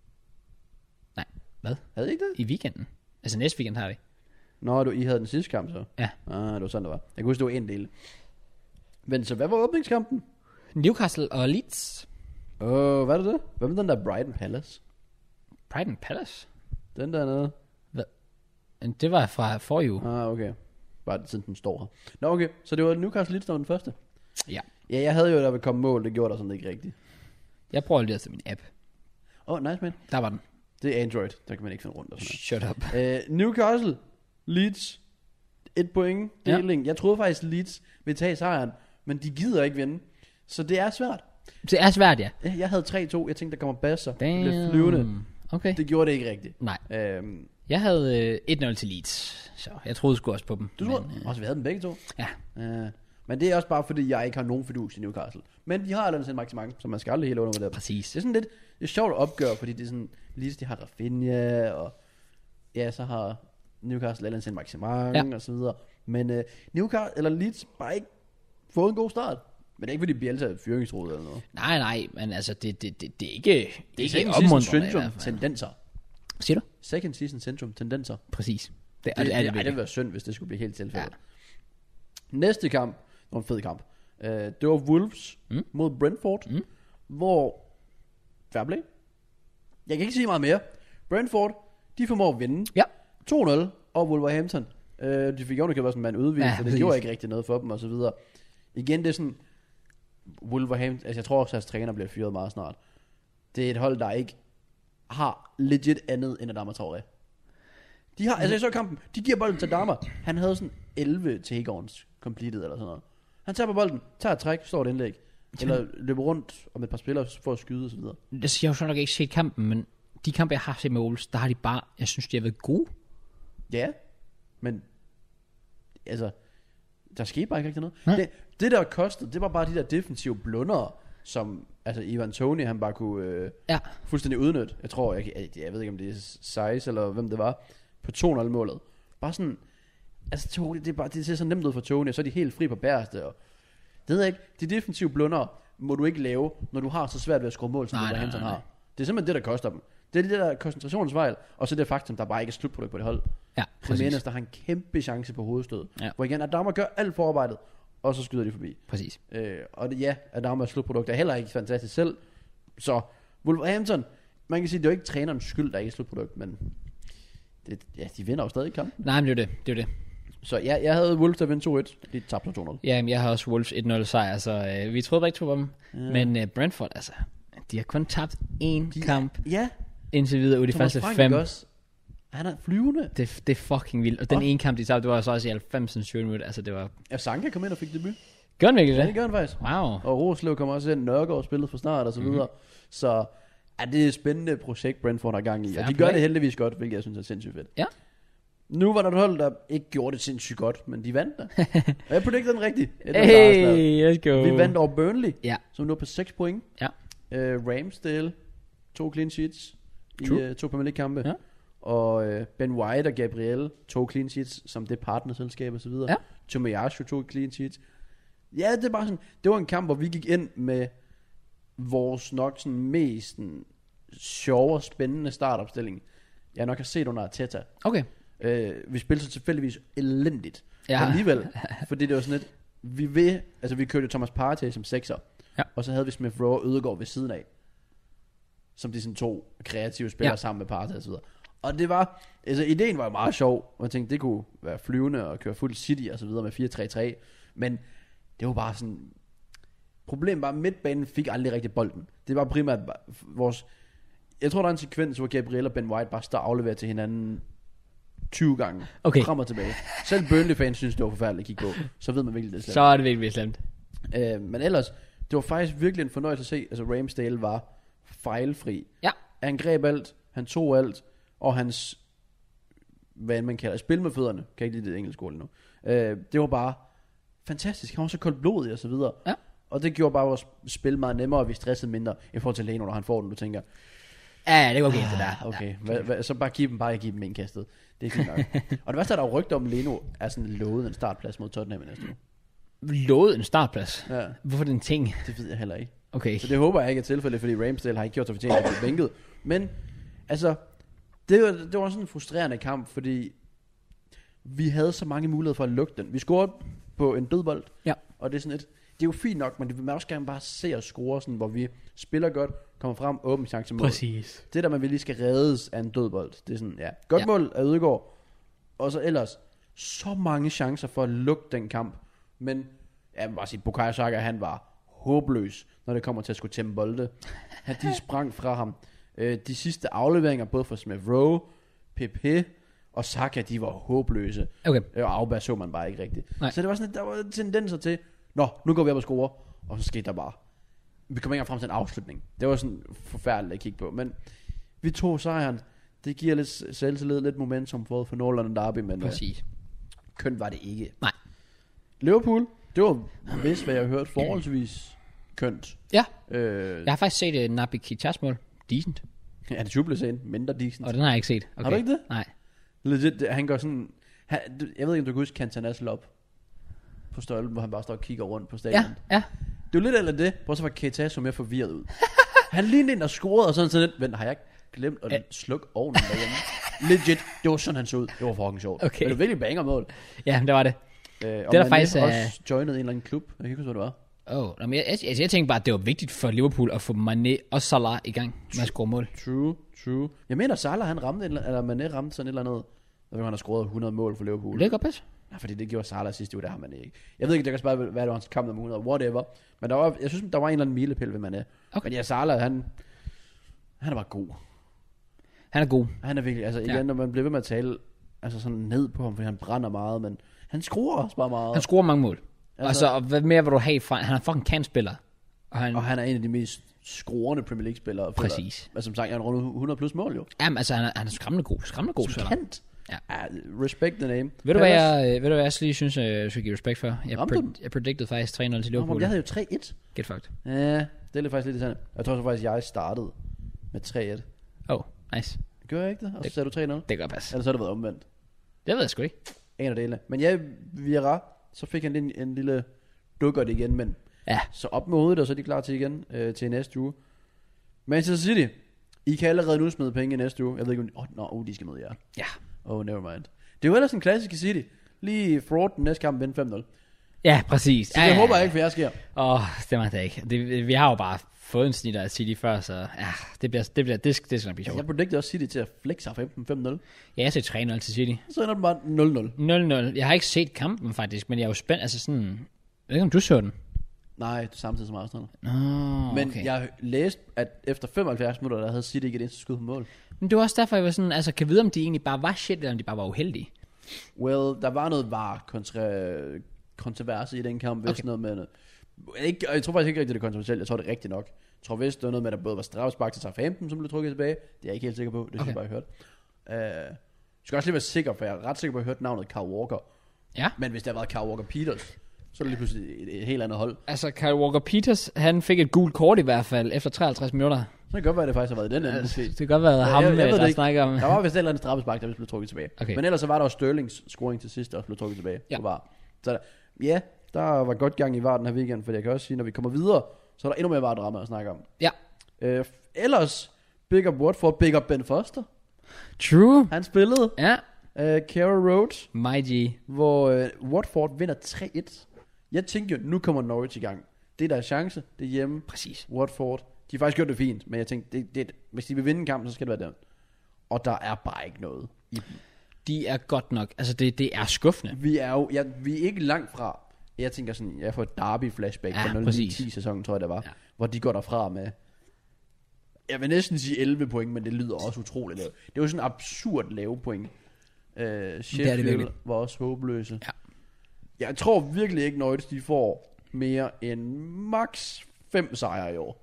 Nej, hvad? Havde I ikke det? I weekenden. Altså næste weekend har vi. Nå, I havde den sidste kamp så? Ja. Det var sådan, det var. Jeg kan huske, det var en del. Men så hvad var åbningskampen? Newcastle og Leeds. Hvad er det? Hvad med den der Brighton Palace? Brighton Palace? Den der nede. Hvad? Det var fra forrige. Okay. Bare siden den står her. Nå, okay. Så det var Newcastle Leeds, der var den første? Ja. Ja, jeg havde jo, der ville komme mål. Det gjorde der sådan ikke rigtigt. Jeg prøver lige at min app. Nice, man. Der var den. Det er Android. Der kan man ikke finde rundt og sådan Shut up. Newcastle Leeds. 1 point deling. Ja. Jeg troede faktisk Leeds ville tage sejren, men de gider ikke vinde. Så det er svært. Det er svært, ja. Jeg havde 3-2. Jeg tænkte, der kommer basser. Det bliver flyvende. Okay. Det gjorde det ikke rigtigt. Nej. Jeg havde 1-0 til Leeds, så jeg troede sgu også på dem. Du troede? Også vi havde dem begge to? Ja. Men det er også bare fordi, jeg ikke har nogen fidus i Newcastle. Men de har allerede sendt maksimang, så man skal aldrig helt under med det. Præcis. Det er sådan lidt det er sjovt at opgøre, fordi det er sådan, Leeds de har Rafinha, og ja, så har Newcastle allerede sendt maksimang, og så videre. Men Newcastle, eller Leeds, bare ikke fået en god start. Men det er ikke fordi, de bliver altid fyringstroet eller noget. Nej, men altså, det er ikke det er ikke opmuntrende syndrom tendenser. Siger du? Second season syndrom tendenser. Præcis. Det ville være synd, hvis det skulle blive helt tilfældet. Ja. Næste kamp, det var en fed kamp. Det var Wolves mod Brentford, hvor fair play. Jeg kan ikke sige meget mere. Brentford, de formår at vinde. Ja. 2-0 over Wolverhampton. De fik jo nok sådan en udvidelse, så det gjorde ikke rigtig noget for dem og så videre. Igen, det er sådan Wolverhampton, altså jeg tror også, at deres træner bliver fyret meget snart. Det er et hold, der ikke har legit andet end Adama Traoré. De har, altså jeg så kampen, de giver bolden til Adama. Han havde sådan 11 takeovers completed eller sådan noget. Han tager på bolden, tager et træk, slår et indlæg. Eller løber rundt om et par spillere for at skyde og så videre. Jeg har jo så nok ikke set kampen, men de kampe, jeg har set med Wolves, der har de bare, jeg synes, de har været gode. Ja, men altså, der skete bare ikke rigtig noget. Det der kostede, det var bare de der defensive blundere, som altså Ivan Toney, han bare kunne fuldstændig udnytte. Jeg tror, jeg ved ikke om det er Size eller hvem det var, på 2-0 målet. Bare sådan, altså Toney, det ser så nemt ud for Toney, og så er de helt fri på bæreste. Og det ved jeg ikke, de defensive blundere må du ikke lave, når du har så svært ved at score mål, som Wolverhampton har. Det er simpelthen det, der koster dem. Det er det der koncentrationsfejl, og så det faktum, der bare ikke er slutprodukt på det hold. Ja, præcis. Jimenez, der har en kæmpe chance på hovedstød. Ja. Hvor igen, Adama gør alt forarbejdet, og så skyder de forbi. Præcis. Og det, Adamas slutprodukt er heller ikke fantastisk selv. Så Wolverhampton, man kan sige, det er jo ikke trænerens skyld, der er ikke et slutprodukt, men de vinder jo stadig kampen. Nej, men det er det. Så jeg havde Wolves der vinde 2-1, de tabte 2-0. Ja, jeg har også Wolves 1-0 sejr, så vi troede ikke på dem. Ja. Men Brentford, altså, de har kun tabt én kamp indtil videre ud i de første 5. Også. Han er flyvende. Det er fucking vildt. Og den ene kamp, de tabte, det var så også i 90. minutter. Altså, det var... Ja, Sanka kom ind og fik debut. Gør han virkelig det? Ja, det gør han faktisk. Wow. Og Roslev kom også ind, Nørgaard spillede for snart og så videre. Så det er et spændende projekt, Brentford har gang i. Og de gør det heldigvis godt, hvilket jeg synes er sindssygt fedt. Ja. Nu var der et hold, der ikke gjorde det sindssygt godt, men de vandt der. Og jeg predicted den rigtigt. Hey, let's go. Vi vandt over Burnley, som nu er på 6 point. Ja. Ramsdale, 2 clean sheets i 2 Premier League kampe. Ja. Og Ben White og Gabriel, 2 clean sheets, som det partnerselskab og så videre. Ja. Tomiyasu, 2 clean sheets. Ja, det er bare sådan, det var en kamp, hvor vi gik ind med vores nok sådan mest sjove og spændende startopstilling, jeg nok har set under Arteta. Okay. Vi spillede så tilfældigvis elendigt. Ja. Alligevel, fordi det var sådan lidt, vi kørte Thomas Partey som 6'er. Ja. Og så havde vi Smith Rowe og Ødegaard ved siden af. Som de sådan 2 kreative spillere sammen med Partey og så videre. Og det var, altså ideen var jo meget sjov, og jeg tænkte, det kunne være flyvende og køre fuld City og så videre med 4-3-3. Men det var bare sådan, problemet var, midtbanen fik aldrig rigtig bolden. Det var primært vores, jeg tror der er en sekvens, hvor Gabriel og Ben White bare står og afleverer til hinanden 20 gange. Okay. Frem og tilbage. Selv Burnley-fans synes, det var forfærdeligt at kigge på. Så ved man virkelig, det er slemt. Så er det virkelig slemt. Men ellers, det var faktisk virkelig en fornøjelse at se, altså Ramsdale var fejlfri. Ja. Han greb alt, han tog alt, og hans, hvad man kalder, spil med fødderne, kan ikke lide det engelske ord nu. Det var bare fantastisk. Han var så koldblodig og så videre. Ja. Og det gjorde bare vores spil meget nemmere, og vi stressede mindre i forhold til Leno, når han får den. Du tænker, Ja, det går okay det der. Okay, så bare giv dem indkastet. Det er fint nok. Og det værste er, der er rygter om, Leno er sådan lovet en startplads mod Tottenham i næste uge. Lovet en startplads? Ja. Hvorfor den ting? Det ved jeg heller ikke. Okay. Så det håber jeg ikke er tilfældet, fordi Ramsdale har ikke gjort sig fortjent at blive bænket. Men, altså, det var sådan en frustrerende kamp, fordi vi havde så mange muligheder for at lukke den. Vi scorede på en dødbold, og det er sådan det er jo fint nok, men det vil man også gerne bare se os score, sådan, hvor vi spiller godt, kommer frem, åben chance mål. Præcis. Det der, man vil lige skal reddes af en dødbold, det er sådan, godt mål af Ødegaard, og så ellers så mange chancer for at lukke den kamp. Men, jeg må bare sige, Bukayo Saka, han var håbløs, når det kommer til at skulle tæmme bolde. De sprang fra ham. De sidste afleveringer, både for Smith Rowe, PP og Saka, de var håbløse. Okay. Og Auba så man bare ikke rigtigt. Nej. Så det var sådan, der var tendenser til, nu går vi op og score, og så skete der bare. Vi kom ikke engang frem til en afslutning. Det var sådan forfærdeligt at kigge på. Men vi tog sejren. Det giver lidt selvtillid, lidt momentum for Northern Derby, men præcis. Kønt var det ikke. Nej. Liverpool, det var vist, hvad jeg har hørt, forholdsvis kønt. Ja. Jeg har faktisk set Naby Keita's mål. Decent. Ja, det juble scene, mindre decent. Og den har jeg ikke set. Okay. Har du ikke det? Nej. Legit, han går sådan... jeg ved ikke, om du kan huske Cantonas op på stolpen, hvor han bare står og kigger rundt på stadion. Ja. Det var lidt eller det, hvor så var Keita så mere forvirret ud. Han lignede en, der scorede, og sådan lidt, men har jeg glemt at slukke ovnen derhjemme? Legit, det var sådan, han så ud. Det var fucking sjovt. Okay. Men det var virkelig banger-mål. Ja, det var det. Det der faktisk også joinede en eller anden klub. Jeg kan ikke huske, hvad det var. Jeg tænkte bare, at det var vigtigt for Liverpool at få Mané og Salah i gang med at score mål. True. Jeg mener, Salah han ramte, eller Mané ramte sådan et eller andet. Jeg ved, han har scoret 100 mål for Liverpool. Det er godt pas. Ja, fordi det gjorde Salah sidste uge, der har man ikke. Jeg ved ikke, det kan spørge, hvad det var hans kamp om 100, whatever. Men jeg synes, der var en eller anden milepæl ved Mané. Okay. Men ja, Salah, han er bare god. Han er god. Han er virkelig, altså igen, når man bliver ved med at tale altså sådan ned på ham, fordi han brænder meget, men han scorer også bare meget. Han scorer mange mål. Altså, og hvad mere vil du have fra? Han er fucking kantspiller. Og han er en af de mest scorende Premier League spillere. Præcis. Altså som sagt, han har rundet 100 plus mål jo. Jamen, altså han er skræmmende god. Som kant. Ja. Respect the name. Ved du hvad jeg lige synes, jeg skal give respekt for? Jeg predicted faktisk 3-0 til Liverpool. Jeg havde jo 3-1. Get fucked. Ja, det er faktisk lidt sådan. Jeg tror så faktisk, jeg startede med 3-1. Oh, nice. Gør jeg ikke det? Og så sagde du 3-0? Det gør pas. Eller så har det været omvendt. Det ved jeg sgu ikke. En af delene. Men ja, Vieira, så fik han en lille dukkert igen, men så op med hovedet, og så er de klar til igen til næste uge. Manchester City, I kan allerede nu smide penge i næste uge. Jeg ved ikke, om de skal møde jer. Ja. Never mind. Det er jo ellers en klassisk City. Lige fraud den næste kamp, vinde 5-0. Ja, præcis. Så det håber jeg ikke, for jeg sker. Det var det ikke. Vi har jo bare fået en snitter af City før, så det skal nok blive sjovt. Jeg predicted også City til at flexe af 5-0. Ja, jeg ser 3-0 til City. Så ender den bare 0-0. Jeg har ikke set kampen faktisk, men jeg er jo spændt. Altså sådan, jeg ved ikke, om du så den? Nej, samtidig som Arsenal. Men okay. Jeg læste, at efter 75 minutter, der havde City ikke et eneste skud på mål. Men det var også derfor, jeg var sådan, altså kan vide, om de egentlig bare var shit, eller om de bare var uheldige. Well, der var noget kontrovers i den kamp, hvis noget med... Jeg tror faktisk ikke rigtig, det er kontroversielt. Jeg tror, det er rigtigt nok. Jeg tror vist, det var noget med, at der både var strafspark til Southampton, som blev trukket tilbage. Det er jeg ikke helt sikker på. Det skal jeg bare hørt. Jeg skal også lige være sikker, for jeg er ret sikker på, at jeg har hørt navnet Kyle Walker. Ja. Men hvis det har været Kyle Walker-Peters, så er det lige pludselig et helt andet hold. Altså, Kyle Walker-Peters, han fik et gult kort i hvert fald, efter 53 minutter. Så det kan godt være, at det faktisk har været den anden. Det kan godt være ham, der snakker om. Der var vist et eller andet straffespark, der blev trukket tilbage. Okay. Men ellers så var der også Sterlings scoring til sidst, der også blev trukket tilbage. Ja. Så ja, der var godt gang i VAR den her weekend, for jeg kan også sige, når vi kommer videre, så er der endnu mere VAR-drama at snakke om. Ja. Ellers, big up Watford, big up Ben Foster. True. Han spillede. Ja. Carrow Road. My G. Hvor Watford vinder 3-1. Jeg tænkte jo, nu kommer Norwich i gang. Det der er chance, det er hjemme. Præcis. Watford. De har faktisk gjort det fint, men jeg tænkte, hvis de vil vinde en kamp, så skal det være der. Og der er bare ikke noget i dem. De er godt nok, altså det er skuffende. Vi er ikke langt fra. Jeg tænker sådan, jeg får et Derby-flashback fra 0-10 sæsonen, tror jeg det var. Ja. Hvor de går derfra med, jeg vil næsten sige 11 point, men det lyder også utroligt lavt. Det var sådan en absurd lave point. Sheffield var også håbløse. Ja. Jeg tror virkelig ikke, Norwich de får mere end max 5 sejre i år.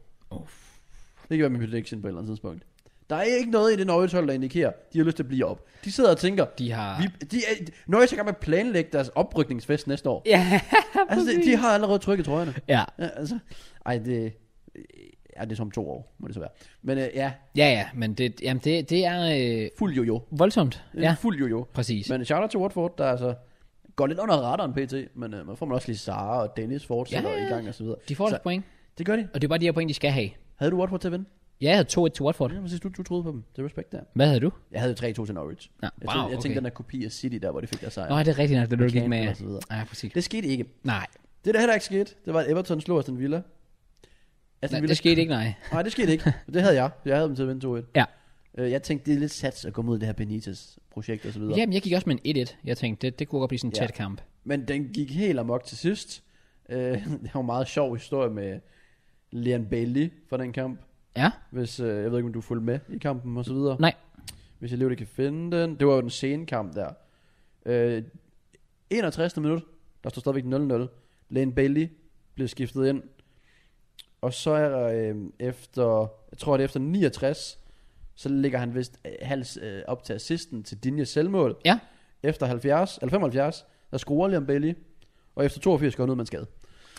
Det kan være min prediction på et eller andet tidspunkt. Der er ikke noget i det Norwich-hold, der indikerer, de har lyst til at blive op. De sidder og tænker, Norwich er gang med at planlægge deres oprykningsfest næste år. Ja, altså, de har allerede trykket trøjerne. Ja. Altså, det er som 2 år, må det så være. Men ja. Ja, men det er... fuld jojo. Voldsomt. Ja, fuld jojo. Præcis. Men shout out til Watford, der altså går lidt under radaren pt, men man får også lige Sara og Dennis fortsætter i gang og så videre. De får også point. Det gør de. Og det er bare de her point, de skal have. Havde du Watford til at vinde? Ja, jeg havde 2-1 til Watford. Ja, præcis, du troede på dem. Det er respekt der. Hvad havde du? Jeg havde 3-2 til Norwich. Ja, Jeg tænkte den der kopi af City der, hvor de fik der sejr. Nå, det er rigtigt nok, det du gik med. Ja, præcis. Det skete ikke. Nej. Det der heller ikke skete, det var at Everton slog Aston Villa. Nej, det skete ikke, nej. Nej, det skete ikke. Det havde jeg. Jeg havde dem til at vinde 2-1. Ja. Jeg tænkte, det er lidt sats at komme ud af det her Benitez-projekt og så videre. Jamen, jeg gik også med en 1-1. Jeg tænkte, det kunne godt blive sådan en tæt kamp. Men den gik helt amok til sidst. Det var en meget sjov historie med Leon Bailey for den kamp. Ja. Hvis, jeg ved ikke, om du fulgte med i kampen og så videre. Nej. Hvis jeg lige kan finde den. Det var jo den sene kamp der. 61. minut. Der står stadigvæk 0-0. Leon Bailey blev skiftet ind. Og så er der efter, jeg tror det er efter 69, så ligger han vist hals op til assisten til Dinjes selvmål. Ja. Efter 75, der scorer Leon Bailey. Og efter 82 går han ud med en skade.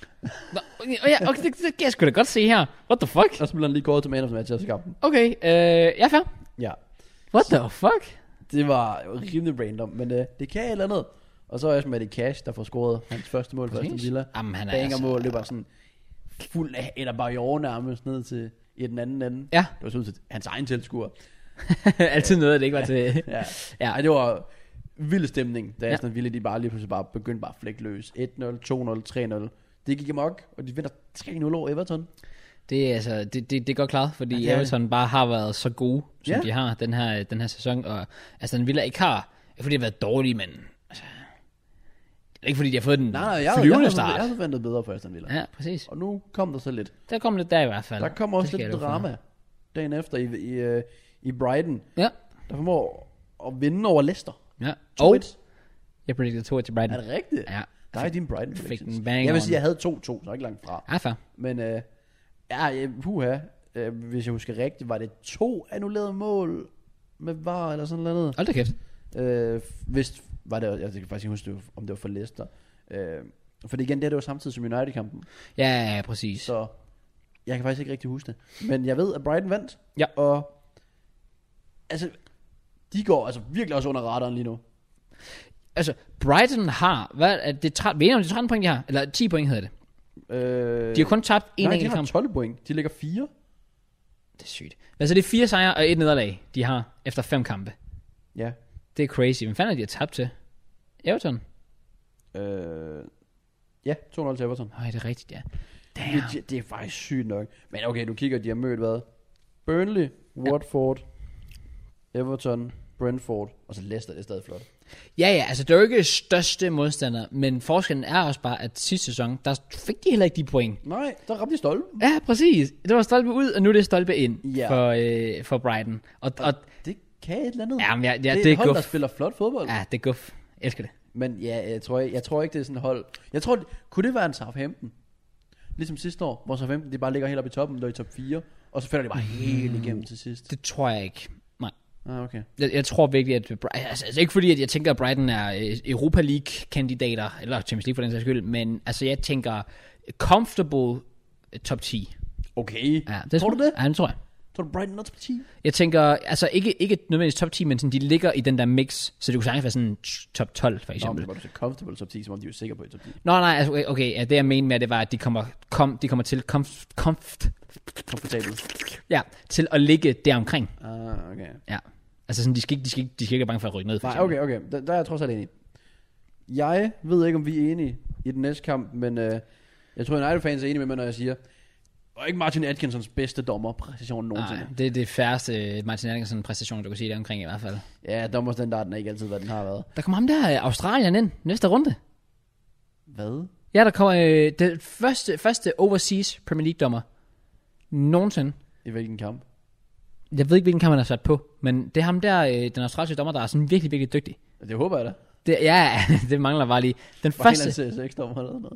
Ja, okay, det kan jeg sgu da godt se her. What the fuck? Og så bliver han lige gået til man of the match i kampen. Okay, ja fair. Ja. What the fuck? Det var rimelig random, men det kan et eller andet. Og så er også Matty Cash, der får scoret hans første mål for Aston Villa. Jamen, han er Bangermål, altså... det var sådan fuld af et af barriere nærmest ned til i den anden ende. Ja. Det var sådan til hans egen tilskuer. Altid noget, det ikke var til... ja. Ej, det var vild stemning, da Aston Villa de bare lige pludselig bare begyndte bare at flække løs. 1-0, 2-0, 3-0. Det gik amok, og de vinder 3-0 over Everton. Det er altså, det er godt klaret, fordi Everton bare har været så gode, som de har den her sæson, og altså den Villa ikke har, ikke fordi de har været dårlige, men altså, det er ikke fordi de har fået den flyvende start. Jeg havde forventet bedre for Aston Villa. Ja, præcis. Og nu kom der så lidt. Der kom lidt der i hvert fald. Der kom også lidt drama dagen efter i Brighton. Ja. Der formår at vinde over Leicester. Ja. 2-1. Og jeg predicted 2-1 til Brighton. Er det rigtigt? Ja. Der er din Brighton predictions. Jeg vil sige, jeg havde 2-2, så ikke langt fra. Ja, fair. Men hvis jeg husker rigtigt, var det 2 annullerede mål med VAR eller sådan noget. Hold da kæft. Hvis var det, jeg kan faktisk ikke huske, om det var for Leicester. For igen, det var samtidig som United-kampen. Ja, præcis. Så jeg kan faktisk ikke rigtig huske det. Men jeg ved, at Brighton vandt. Ja. Og altså, de går altså virkelig også under radaren lige nu. Altså, Brighton har, hvad er det, ved I om det 13 point, de har? Eller 10 point hedder det? De har kun tabt en enkelt kamp. Nej, de har 12 point. De ligger 4. Det er sygt. Altså, det er 4 sejre og 1 nederlag, de har efter 5 kampe. Ja. Det er crazy. Hvem fanden er de har tabt til? Everton? Ja, 2-0 til Everton. Nej, det er rigtigt, ja. Det er faktisk sygt nok. Men okay, du kigger, de har mødt hvad? Burnley, Watford, Everton, Brentford, og så Leicester, det er stadig flot. Ja, altså det er jo ikke største modstander, men forskellen er også bare, at sidste sæson, der fik de heller ikke de point. Nej, der ramte de stolpe. Ja, præcis. Det var stolpe ud, og nu er det stolpe ind for Brighton. Og det kan et eller andet. Ja, det er et hold, der spiller flot fodbold. Ja, det er guf. Jeg elsker det. Men ja, jeg tror ikke, det er sådan et hold. Jeg tror, kunne det være en Southampton? Ligesom sidste år, hvor Southampton de bare ligger helt oppe i toppen, der i top 4, og så falder de bare helt igennem til sidst. Det tror jeg ikke. Nej. Okay. Jeg tror virkelig, at altså ikke fordi, at jeg tænker, at Brighton er Europa League-kandidater, eller Champions League for den sags skyld, men altså jeg tænker comfortable top 10. Okay. Ja, det tror du det? Ja, det tror jeg. Tror du Brighton er top 10? Jeg tænker, altså ikke nødvendigvis top 10, men sådan, de ligger i den der mix, så det kunne sagtens være sådan top 12, for eksempel. Nå, men du siger comfortable top 10, som om de er sikre på i top 10. Nå, nej, altså, okay, ja, det jeg mener med, det var, at de kommer til komfortabel. Ja, til at ligge der omkring. Okay. Ja. Altså sådan, de skal ikke være bange for at rykke ned, for eksempel. Okay. Der er jeg trods alt enig. Jeg ved ikke, om vi er enige i den næste kamp, men jeg tror, United-fans er enige med mig, når jeg siger, og ikke Martin Atkinsons bedste dommerpræstation nogensinde. Nej, det er det færreste Martin Atkinson præstation, du kan sige det omkring i hvert fald. Ja, dommerstandarden er ikke altid, hvad den har været. Der kommer ham der Australien ind næste runde. Hvad? Ja, der kommer det første overseas Premier League dommer nogensinde. I hvilken kamp? Jeg ved ikke, hvilken kamp han har sat på, men det er ham der, den australske dommer, der er sådan virkelig, virkelig dygtig. Det håber jeg da. Det mangler bare lige. Den var første... en CSX-dommer eller noget?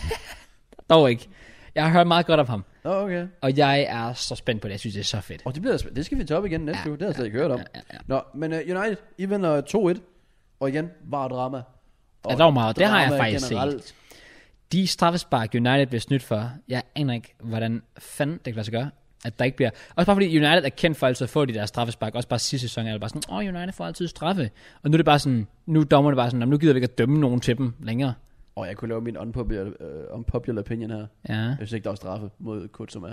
Dog ikke. Jeg har hørt meget godt om ham. Okay. Og jeg er så spændt på det. Jeg synes, det er så fedt. Og det skal vi tage op igen næste uge. Det har jeg slet ikke hørt om. Ja. Nå, men United, I vinder 2-1. Og igen, bare drama. Og der var meget. Det har jeg faktisk generelt set. De straffespark United blev snydt for. Jeg aner ikke, hvordan fanden det kan lade sig gøre. At der ikke bliver... Også bare fordi United er kendt for altid at få de der straffespark. Også bare sidste sæson er det bare sådan, United får altid straffe. Og nu er det bare sådan, nu dommer det bare sådan, nu gider vi ikke at dømme nogen til dem længere. Og jeg kunne lave min unpopular opinion her. Ja. Jeg synes ikke, der er straffe mod Kutsuma.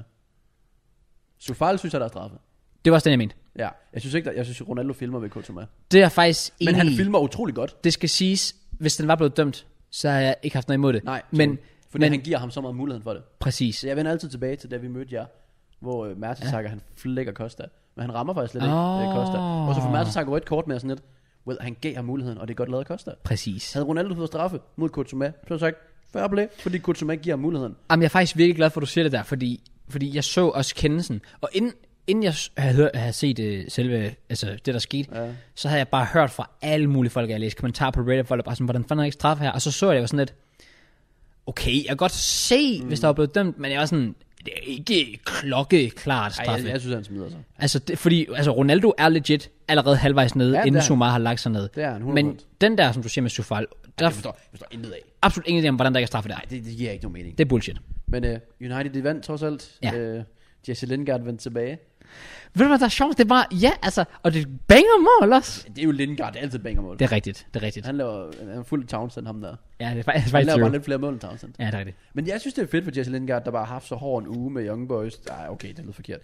Sufal synes jeg, der er straffe. Det var også den, jeg mente. Ja, jeg synes Ronaldo filmer ved Kutsuma. Det er faktisk men han filmer utrolig godt. Det skal siges, hvis den var blevet dømt, så har jeg ikke haft noget imod det. Nej, men han giver ham så meget mulighed for det. Præcis. Så jeg vender altid tilbage til, da vi mødte jer, hvor Mertesacker, han flækker Costa. Men han rammer faktisk slet ikke Costa. Og så får Mertesacker rødt kort med sådan lidt. Well, han gav ham muligheden, og det er godt lavet Costa. Præcis. Havde Ronaldo fået straffe mod Kutsuma, så sagt, fair play, fordi Kutsuma giver ham muligheden. Jamen, jeg er faktisk virkelig glad for, at du siger det der, fordi jeg så også kendelsen. Og inden jeg havde set selve, altså det der skete, så havde jeg bare hørt fra alle mulige folk, jeg læste kommentarer på Reddit, folk der bare sådan, hvordan fanden er ikke straffe her? Og så jeg jo sådan lidt, okay, jeg kan godt se, hvis der var blevet dømt, men jeg var sådan, det er ikke klokkeklart straffe. Jeg synes, han smider sig. Altså, fordi Ronaldo er legit allerede halvvejs nede, inden Sumar har lagt sig ned. Det er han, 100%. Men den der, som du siger med Sufal, der forstår intet af. Absolut ingen idé om, hvordan der ikke er straffe der. Nej, det giver ikke nogen mening. Det er bullshit. Men United, de vandt trods alt. Ja. Jesse Lingard vendte tilbage. Ved du hvad, der er sjovt? Det var, og det banger mål også. Det er jo Lingard, det er altid banger mål. Det er rigtigt. Han er fuld Townsend, ham der. Ja, det er faktisk han laver bare lidt flere mål end Townsend. Ja, det er rigtigt. Men jeg synes, det er fedt for Jesse Lingard, der bare har haft så hård en uge med Young Boys. Ej, okay, det lyder forkert.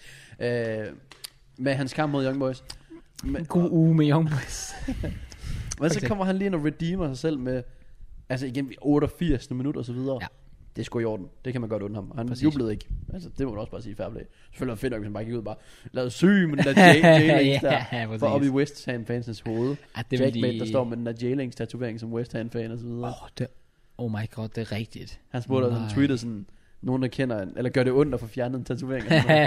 Med hans kamp mod Young Boys. En god uge med Young Boys. Men så kommer han lige ind og redeemer sig selv med, altså igen 88. minut og så videre. Ja. Det er sgu i orden. Det kan man godt undre ham. Han jublede ikke. Altså, det må man også bare sige fair play. Selvfølgelig var det fedt nok, hvis han bare gik ud og bare lavede syg med den der J-Links der. For op i West Ham fansens hoved. Jackmate, der står med den der J-Links tatovering som West Ham fan og så videre. Oh my god, det er rigtigt. Han spurgte, han tweetede sådan, nogen der kender eller gør det ondt at få fjernet en tatovering.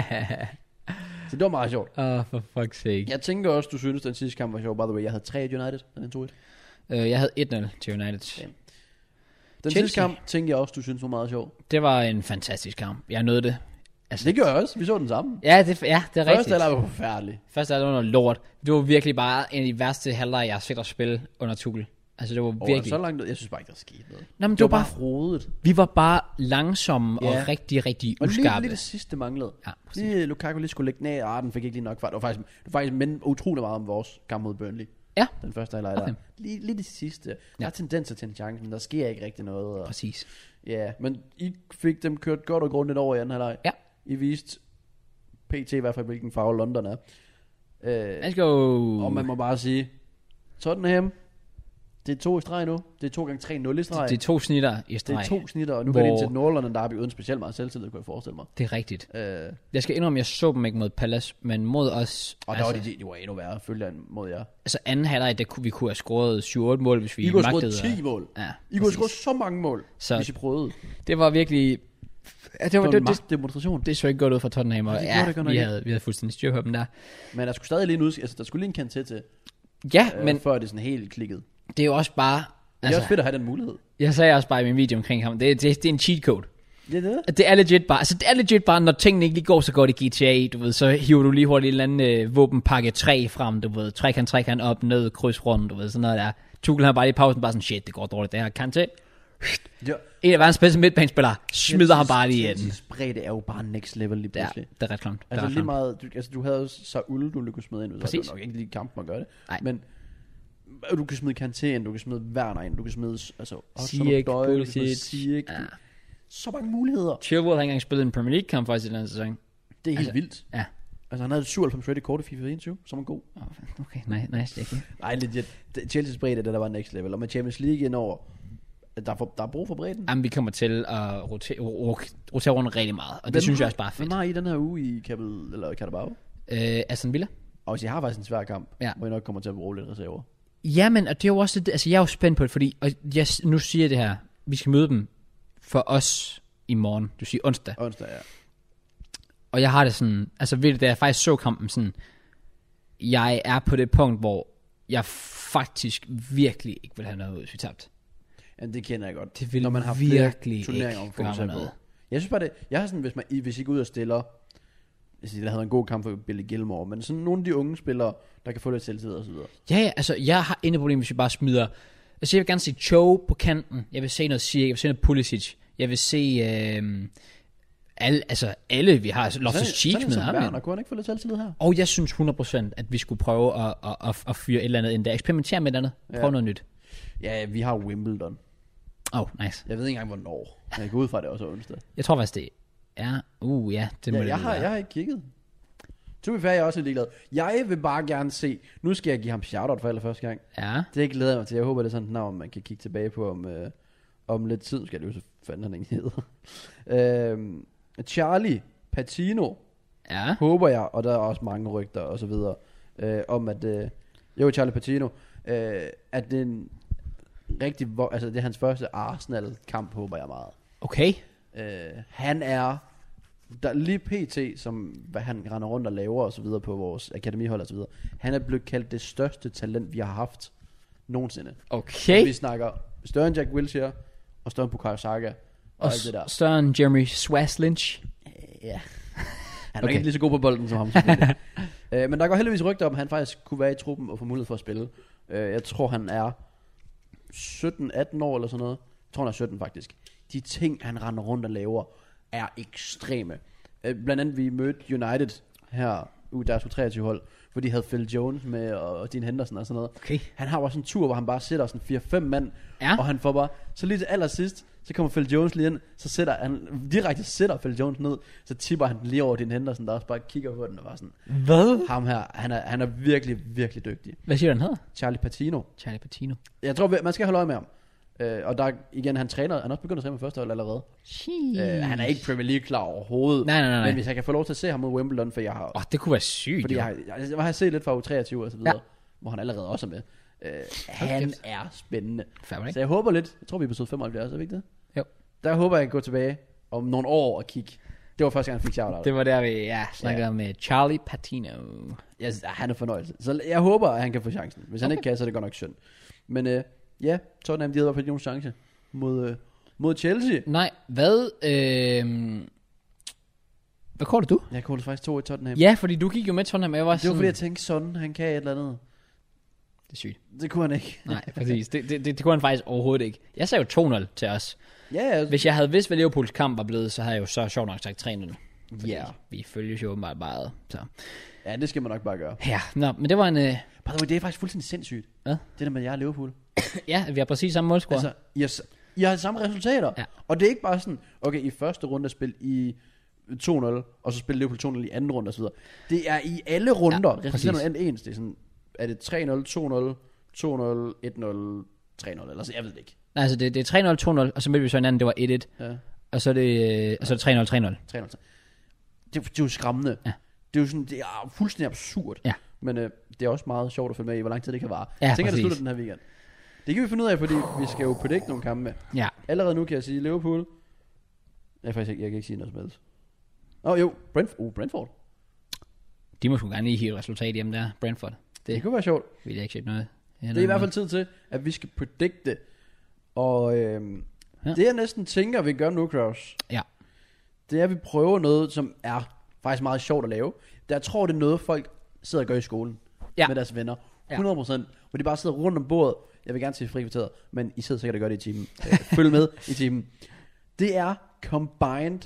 Så det var meget sjovt. For fuck's sake. Jeg tænker også, du synes, den sidste kamp var sjov. By the way, jeg havde 3 United, den 2-1. Jeg havde 1-0 til United. Okay. Den sidste kamp, tænker jeg også, du synes var meget sjov. Det var en fantastisk kamp. Jeg nåede det. Altså, det gør jeg også. Vi så den sammen. Ja, det er rigtigt. Første halvleg var forfærdelig. Første halvleg var noget lort. Det var virkelig bare en af de værste halvleg, jeg har set at spille under Tuchel. Altså, det var virkelig... så langt, jeg synes bare ikke, der skete noget. Nå, men det var bare rodet. Vi var bare langsomme og rigtig, rigtig uskarpe. Og lige det sidste manglede. Ja, lige Lukaku lige skulle lægge ned, og den fik ikke lige nok fart. Det var faktisk utrolig meget om vores kamp mod Burnley. Ja. Den første halvleg der. Lige det sidste. Der er tendenser til en chance, men der sker ikke rigtig noget. Og... Præcis. Ja, men I fik dem kørt godt og grundigt over i anden halvleg. Ja. I viste PT i hvert fald, hvilken farve London er. Let's go. Og man må bare sige, Tottenham, det er 2 i streg nu. Det er 2 gange 3-0 i streg. Det er 2 snitter i streg. Det er 2 snitter, og nu går det ind til Nordlondon Derby uden specielt meget selvtillid, kunne jeg forestille mig. Det er rigtigt. Jeg skal indrømme, jeg så dem ikke mod Palace, men mod os... Og der var de var endnu værre, følger mod jer. Altså anden halvleg, vi kunne have scoret 7-8 mål, hvis vi magtede. I kunne have scoret 10 mål. Ja, I kunne have scoret så mange mål, hvis I prøvede. Det var virkelig... Det var en magtdemonstration. Det så ikke godt ud for Tottenham, og vi havde fuldstændig styr på dem der. Men der skulle stadig lige en altså der skulle lige en Kanté til. Ja, men... Før det sådan helt klikket. Det er jo også bare... Det er også fedt at have den mulighed. Jeg sagde også bare i min video omkring ham, det er en cheat code. Det er legit bare, når tingene ikke lige går så godt i GTA, du ved, så hiver du lige hurtigt en eller anden våbenpakke 3 frem, du ved, trekant op, ned, kryds rundt, du ved, sådan noget der. Tuchel har bare lige i pausen bare sådan, shit, det går dårligt, det her Kanté. Ja. En af verdens bedste midtbanespillere smider ham bare lige ind. Bredde er jo bare next level lige pludselig. Ja, det er ret klamt. Altså lige meget, du havde jo Saul, du kunne smide ind, så det var nok ikke lige kampen at gøre det. Nej. Men du kan smide Kanté ind, du kan smide Werner ind, du kan smide Ziyech, så mange muligheder. Chilwell har ikke engang spillet en Premier League kamp faktisk i den sæson. Det er helt vildt. Ja. Altså han havde 97 rated kort i FIFA 21, som er god. Okay, nice, Jackie. Nej, legit. Chelsea's bredde, det der var next level. Og med Champions League indover, der er brug for bredden. Jamen, vi kommer til at rotere rundt rigtig meget, og det synes jeg også bare er fedt. Hvem har I den her uge i Carabao? Aston Villa. Og I har faktisk en svær kamp, hvor I nok kommer til at bruge lidt reserver. Jamen, og det er jo også det, altså jeg er jo spændt på det, fordi, og nu siger jeg det her, vi skal møde dem for os i morgen, du siger onsdag. Onsdag, ja. Og jeg har det sådan, altså ved du, da jeg faktisk så kampen sådan, jeg er på det punkt, hvor jeg faktisk virkelig ikke vil have noget ud, hvis vi tabte. Ja, det kender jeg godt. Det vil når man har virkelig turneringer om noget. Jeg synes bare det, jeg har sådan, hvis I går ud og stiller, der havde en god kamp for Billy Gilmore, men sådan nogle af de unge spillere, der kan få lidt selvtillid og så videre. Ja, altså jeg har intet problem, hvis vi bare smider, altså jeg vil gerne se Cho på kanten, jeg vil se noget Ziyech, jeg vil se noget Pulisic, jeg vil se Alle vi har, altså Loftus-Cheek med ham. Werner, kunne han ikke få lidt selvtillid her? Og jeg synes 100%, at vi skulle prøve at fyre et eller andet ind der. Eksperimentere med et eller andet. Prøv noget nyt. Ja, vi har Wimbledon. Nice. Jeg ved ikke engang, hvornår. Jeg går ud fra det også onsdag. Jeg tror faktisk, det er... ja, det må det jeg har ikke kigget. To be fair, jeg er også ligeglad. Jeg vil bare gerne se... Nu skal jeg give ham shoutout for allerførste gang. Ja. Det glæder jeg mig til. Jeg håber, det er sådan et navn, man kan kigge tilbage på om lidt tid. Skal det jo så fanden han ikke hedder. Charlie Patino. Ja. Håber jeg, og der er også mange rygter og så videre, om at... Charlie Patino. At det er en rigtig... Altså, det er hans første Arsenal-kamp, håber jeg meget. Okay. Han er... Der lige pt, som hvad han render rundt og laver og så videre på vores akademihold og så videre. Han er blevet kaldt det største talent, vi har haft nogensinde. Okay. Og vi snakker større end Jack Wilshere og større end Bukayo Saka og alt det der. Større end Jeremy Swaslinch. Ja. Han er ikke lige så god på bolden som ham. Men der går heldigvis rygter om, at han faktisk kunne være i truppen og få mulighed for at spille. Jeg tror, han er 17-18 år eller sådan noget. Jeg tror, han er 17 faktisk. De ting, han render rundt og laver, er ekstreme. Blandt andet, vi mødte United her, deres 23 hold, hvor de havde Phil Jones med, og Dean Henderson og sådan noget. Okay. Han har også en tur, hvor han bare sætter sådan 4-5 mand, og han får bare, så lige til allersidst, så kommer Phil Jones lige ind, så sætter Phil Jones ned, så tipper han den lige over Dean Henderson, der også bare kigger på den, og var sådan, hvad? Ham her, han er virkelig, virkelig dygtig. Hvad siger du, han hedder? Charlie Patino. Charlie Patino. Jeg tror, man skal holde øje med ham. Og der igen, han er også begyndt at træne med første hold allerede. Han er ikke Premier League klar overhovedet. Nej. Men hvis jeg kan få lov til at se ham mod Wimbledon, for jeg har... det kunne være sygt. Fordi jeg har set lidt fra U23 og så videre, hvor han allerede også er med. Han er spændende. Fair, så jeg håber lidt, jeg tror vi er episode 75, er vi ikke det? Jo. Der håber jeg kan gå tilbage om nogle år og kigge. Det var første gang, han fik shout-out. Det var der, vi snakkede med Charlie Patino. Han er fornøjelse. Så jeg håber, at han kan få chancen. Hvis han ikke kan, så er det godt nok synd. Men Tottenham, de havde været på en chance mod Chelsea. Nej, hvad kaldte du? Jeg kaldte faktisk 2-1 Tottenham. Ja, fordi du gik jo med Tottenham. Det var fordi jeg tænkte sådan, han kan et eller andet. Det er sygt. Det kunne han ikke. Nej, præcis. Det kunne han faktisk overhovedet ikke. Jeg sagde jo 2-0 til os. Ja. Hvis jeg havde vidst, hvad Liverpools kamp var blevet, så havde jeg jo så sjovt nok sagt 3-0. Ja. Vi følger jo åbenbart bare. Så. Ja, det skal man nok bare gøre. Ja, men det var en... Det er faktisk fuldstændig sindssygt. Ja? Det der med, at jeg er Liverpool. Ja, vi har præcis samme målscore. Altså, I har samme resultater. Ja. Og det er ikke bare sådan, okay, i første runde spil i 2-0, og så spiller Liverpool 2-0 i anden runde og så videre. Det er i alle runder. Resultaterne er ens. Det er sådan, er det 3-0, 2-0, 2-0, 1-0, 3-0, eller så jeg ved det ikke. Nej, altså det er 3-0, 2-0, og så mødte vi så en anden, det var 1-1. Ja. Og så er det 3-0, 3-0. Det er jo skræmmende. Ja. Det er jo sådan, det er fuldstændig absurd. Ja. Men det er også meget sjovt at følge med i, hvor lang tid det kan vare. Ja, jeg tænker, det slutter den her weekend. Det kan vi finde ud af, fordi vi skal jo predict nogle kampe med. Ja. Allerede nu kan jeg sige Liverpool. Jeg kan ikke sige noget som helst. Brentford. De må sgu gerne lige hive resultat hjemme der, Brentford. Det kunne være sjovt. Vil jeg ikke se noget. Det er i hvert fald tid til, at vi skal predicte. Og det jeg næsten tænker, vi gør nu, Kraus. Ja. Det er, at vi prøver noget, som er faktisk meget sjovt at lave. Jeg tror, det er noget, folk sidder og gør i skolen med deres venner. 100%. Hvor de bare sidder rundt om bordet. Jeg vil gerne se frikvarteret, men I sidder sikkert og gør det i timen. Følg med i timen. Det er combined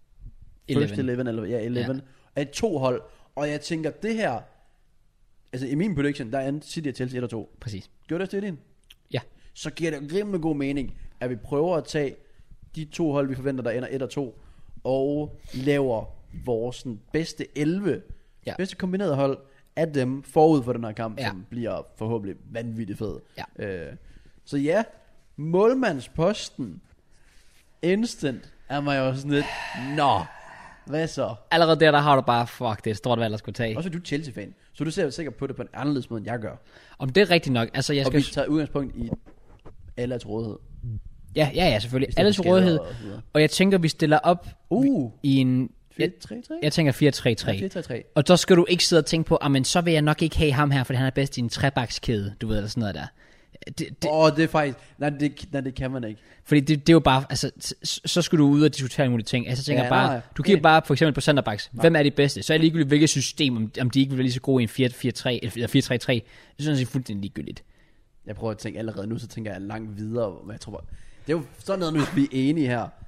11 af 2 hold. Og jeg tænker, det her, altså i min prediction, der er City og Chelsea 1 og 2. Præcis. Gør det til din? Ja. Så giver det rimelig god mening, at vi prøver at tage de 2 hold, vi forventer, der ender 1 og 2, og laver vores bedste 11, bedste kombinerede hold af dem forud for den her kamp, som bliver forhåbentlig vanvittigt fed. Ja. Så ja, målmandsposten instant er mig jo sådan lidt, hvad så? Allerede der har du bare, fuck, det er et stort valg at skulle tage. Og så er du Chelsea-fan, så du ser sikkert på det på en anderledes måde, end jeg gør. Om det er rigtigt nok, altså jeg skal... Og vi tager udgangspunkt i alle til rådighed. Ja, selvfølgelig. Alle til rådighed. Og jeg tænker, vi stiller op i en... 4-3-3? Jeg tænker 4-3-3. Og så skal du ikke sidde og tænke på, men så vil jeg nok ikke have ham her, fordi han er bedst i en trebakskæde, du ved, eller sådan noget der. Det er faktisk... Nej, det kan man ikke. Fordi det er jo bare... Altså, så skal du ud og diskutere nogle ting. Altså, jeg tænker bare... Du kigger bare for eksempel på centerbacks. Hvem er de bedste? Så er det ligegyldigt, hvilket system, om de ikke vil være lige så gode i en 4-4-3 eller 4-3-3. Det synes jeg er fuldstændig ligegyldigt. Jeg prøver at tænke allerede nu, så tænker jeg langt videre. Men jeg tror bare, det er jo sådan noget, hvis vi er enige her.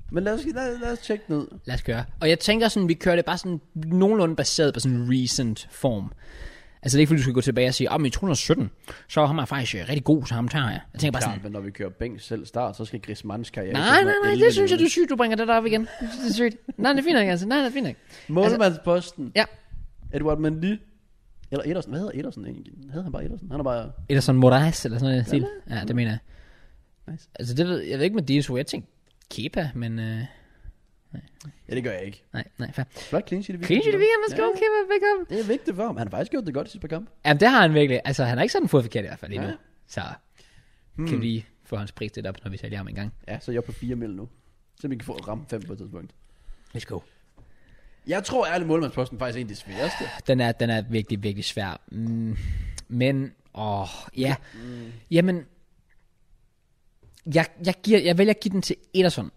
Men lad os tjekke ned. Lad os køre. Og jeg tænker sådan, vi kører det bare sådan nogenlunde baseret på sådan en recent form. Altså det er ikke fordi, du skal gå tilbage og sige, men i 2017, så har man faktisk rigtig god, så ham tager jeg. Jeg tænker bare sådan. Men når vi kører bænk selv start, så skal Griezmanns karriere. Nej, det synes jeg, du er sygt, du bringer det op igen. Det er sygt. Nej, det er fint ikke, altså. Nej, det er fint ikke. Målmandsposten. Ja. Edouard Mendy. Eller Ederson. Hvad hedder Ederson egentlig? Hedder han bare Ederson? Han er bare... Ederson Moraes, eller sådan noget stil. Ja, det mener jeg. Nice. Altså det ved jeg ved ikke med Dias, jeg tænkte Kepa, men... Nej. Ja, det gør jeg ikke. Nej, fair. Flot clean sheet i weekenden. Clean sheet i weekenden, let's go, Kepa, pick up. Det er vigtigt for ham. Han har faktisk gjort det godt i sidste par kampe. Jamen det har han virkelig. Altså han har ikke sådan fået forkert i hvert fald endnu. Så kan vi lige få hans pris lidt op, når vi sælger ham en gang. Ja, så er jeg på 4 mil nu. Så vi kan få ramme 5 på et tidspunkt. Let's go. Jeg tror ærligt, målmandsposten faktisk er en af de sværeste. Den er virkelig, virkelig svær. Men, ja. Jamen, jeg vælger at give den til Ederson.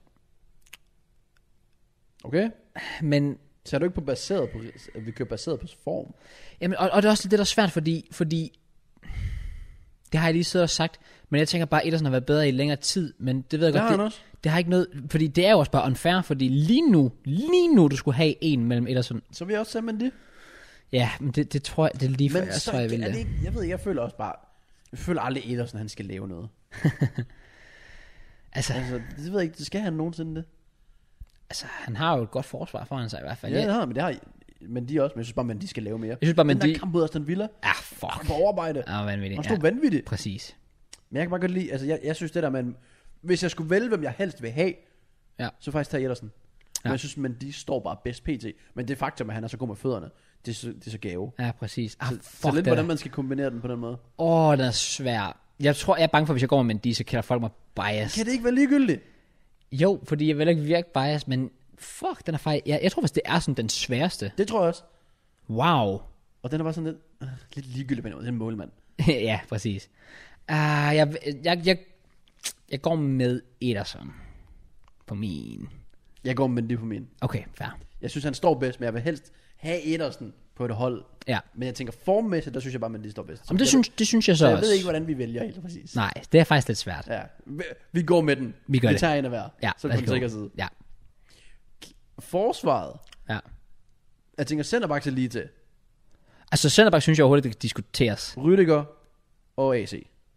Okay. Men... Så er du ikke på baseret på, at vi kører baseret på form? Jamen, og det er også lidt det, der er svært, fordi det har jeg lige siddet og sagt, men jeg tænker bare, at Ederson har været bedre i længere tid, men det ved jeg godt, det har ikke noget, fordi det er jo også bare unfair, fordi lige nu, du skulle have en mellem Ederson. Så vil jeg også sige, men det. Ja, men det tror jeg, det er lige for, jeg tror, jeg vil det. Jeg ved ikke, jeg føler også bare, jeg føler aldrig Ederson, han skal lave noget. altså, det ved jeg ikke, det skal han nogensinde det. Altså, han har jo et godt forsvar foran sig i hvert fald. Ja, det har, men det har men de også, men jeg synes bare, at de skal lave mere. Jeg synes bare, den der kamp mod Aston Villa. Fuck. Han på overarbejde. Vanvittigt. Han stod vanvittigt. Præcis. Men jeg kan bare godt lide, altså jeg synes det der, man, hvis jeg skulle vælge, hvem jeg helst vil have, så faktisk tage Ederson. Men jeg synes, men de står bare bedst pt. Men det faktum, at han er så god med fødderne, det er så gave. Ja, præcis. Så lidt, hvordan man skal kombinere den på den måde. Den er svær. Jeg er bange for, hvis jeg går med Mendy, så kalder folk mig bias. Kan det ikke være ligegyldigt? Jo, fordi jeg vil ikke virke bias, men fuck, den er faktisk... Jeg tror faktisk, det er sådan den sværeste. Det tror jeg også. Wow. Og den er bare sådan lidt ligegyldig med noget. Det er en målmand. Ja, præcis. Jeg går med Ederson på min. Jeg går med det på min. Okay, fair. Jeg synes, han står bedst, men jeg vil helst have Ederson på et hold. Ja. Men jeg tænker formmæssigt, der synes jeg bare, at de står bedst. Jamen, det synes jeg så også. Jeg ved ikke, hvordan vi vælger helt præcis. Nej, det er faktisk lidt svært. Ja. Vi går med den. Vi tager en af hver. Ja, så på den sikre side. Ja. Forsvaret. Ja. Jeg tænker centerback til lige til. Altså centerback synes jeg overhovedet, det kan diskuteres. Rüdiger og AC.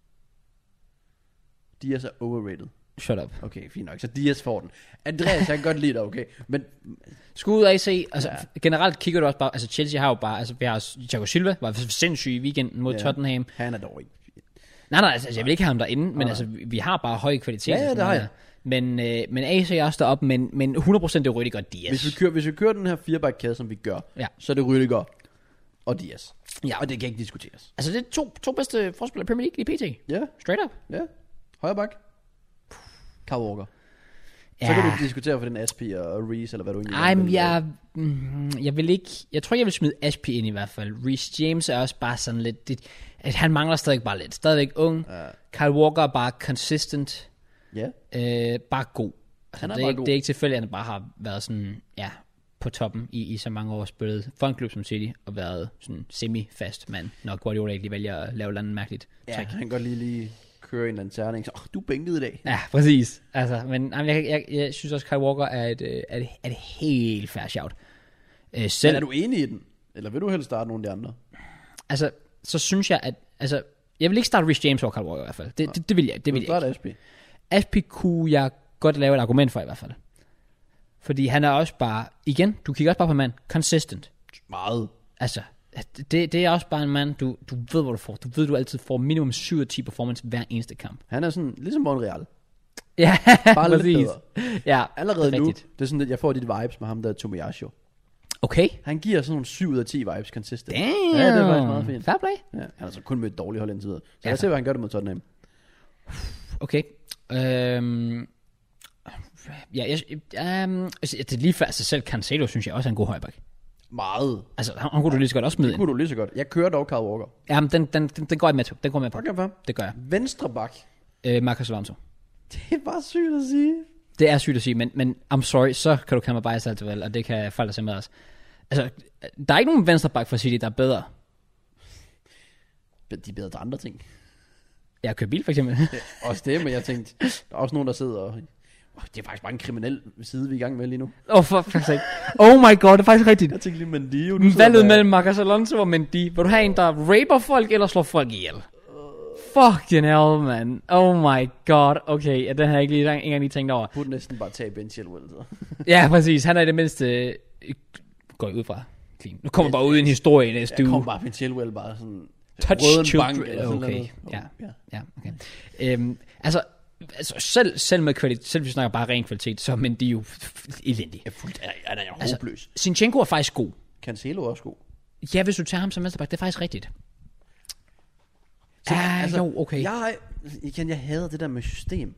Dias er overrated. Shut up. Okay, fint nok. Så Dias får den. Andreas, jeg kan godt lide dig, okay? Men skud ud af AC. Altså generelt kigger du også bare, altså Chelsea har jo bare, altså vi har Thiago Silva, var sindssyg i weekenden mod Tottenham. Han er dog ikke. Nej, altså jeg vil ikke have ham derinde, men altså vi har bare høj kvalitet. Ja, det har jeg. Men AC er også deroppe, men 100% det er Rüdiger og Dias. Hvis vi kører den her 4-back-kæde, som vi gør, så er det Rüdiger og Dias. Ja, og det kan ikke diskuteres. Altså det er to bedste forspillere i Premier League i PT. Ja. Straight up. Ja. Højre bak. Kyle Walker. Ja. Så kan du diskutere for den Aspi og Reece, eller hvad du egentlig vil. Men jeg vil ikke... Jeg tror, jeg vil smide Aspi ind i hvert fald. Reece James er også bare sådan lidt... han mangler stadig bare lidt. Stadigvæk ung. Ja. Kyle Walker er bare consistent. Ja. Bare god. Altså, det er ikke tilfældigt, at han bare har været sådan... Ja, på toppen i så mange år spillet for en klub som City, og været sådan semi-fast mand, når Guardiola ikke lige vælger at lave noget mærkeligt. Ja, han kan godt lige køre en eller anden terning, så du er bænket i dag. Ja, præcis. Altså, men jeg synes også, Kyle Walker er et helt fair shout. Men er du enig i den? Eller vil du helst starte nogle af de andre? Altså, så synes jeg, at... Altså, jeg vil ikke starte Reece James over Kyle Walker i hvert fald. Det vil jeg. Det vil jeg starte Aspi? Aspi kunne jeg godt lave et argument for i hvert fald. Fordi han er også bare... Igen, du kigger også bare på en mand. Consistent. Meget. Altså, det er også bare en mand, du ved, hvor du får. Du ved, du altid får minimum 7 af 10 performance hver eneste kamp. Han er sådan, ligesom Monreal. Ja, bare lidt bedre. Ja, allerede nu, det er sådan lidt, jeg får de vibes med ham, der er Tomiyasu. Okay. Han giver sådan nogle 7 ud af 10 vibes consistent. Damn. Ja, det er faktisk meget fint. Fair play. Ja, han har så kun mødt dårlige hold indtil videre. Så jeg ser, hvad han gør det mod Tottenham. Okay. Ja, det er lige før, altså selv Cancelo synes jeg også er en god højback. Meget. Altså, han kunne du lige så godt også smide ind. Det kunne du lige så godt. Jeg kører dog Kyle Walker. Jamen, den går jeg med på. Den går med på. Okay, det gør jeg. Venstre bak. Marcus Alonso. Det er bare sygt at sige. Det er sygt at sige, men I'm sorry, så kan du kalde mig bias alligevel, og det kan folk der se med os. Altså, der er ikke nogen venstre bak for City, der er bedre. De er bedre til andre ting. Jeg kører bil, for eksempel. Også det, men jeg tænkte, der er også nogen, der sidder og... Det er faktisk bare en kriminel side, vi er i gang med lige nu. For sake. Oh my god, det er faktisk rigtigt. Jeg tænkte lige Mendy. Valget mellem Marcus Alonso og Mendy. Vil du have en, der raper folk, eller slår folk ihjel? Fucking hell, man. Oh my god. Okay, ja, den har jeg ikke engang lige tænkt over. Burde næsten bare tage Ben Chilwell. Ja, præcis. Han er i det mindste... går ud fra clean. Nu kommer bare ud i en historie næste uge. Jeg kommer bare Ben Chilwell bare sådan... Touch children. Bank, eller okay. Ja, okay. Altså selv med kvalitet, selv hvis vi snakker bare ren kvalitet, så men de er jo elendige. Han er jo håbløs. Zinchenko er faktisk god. Cancelo er også god. Ja, hvis du tager ham som venstreback, det er faktisk rigtigt. Jo, okay. Jeg hader det der med system.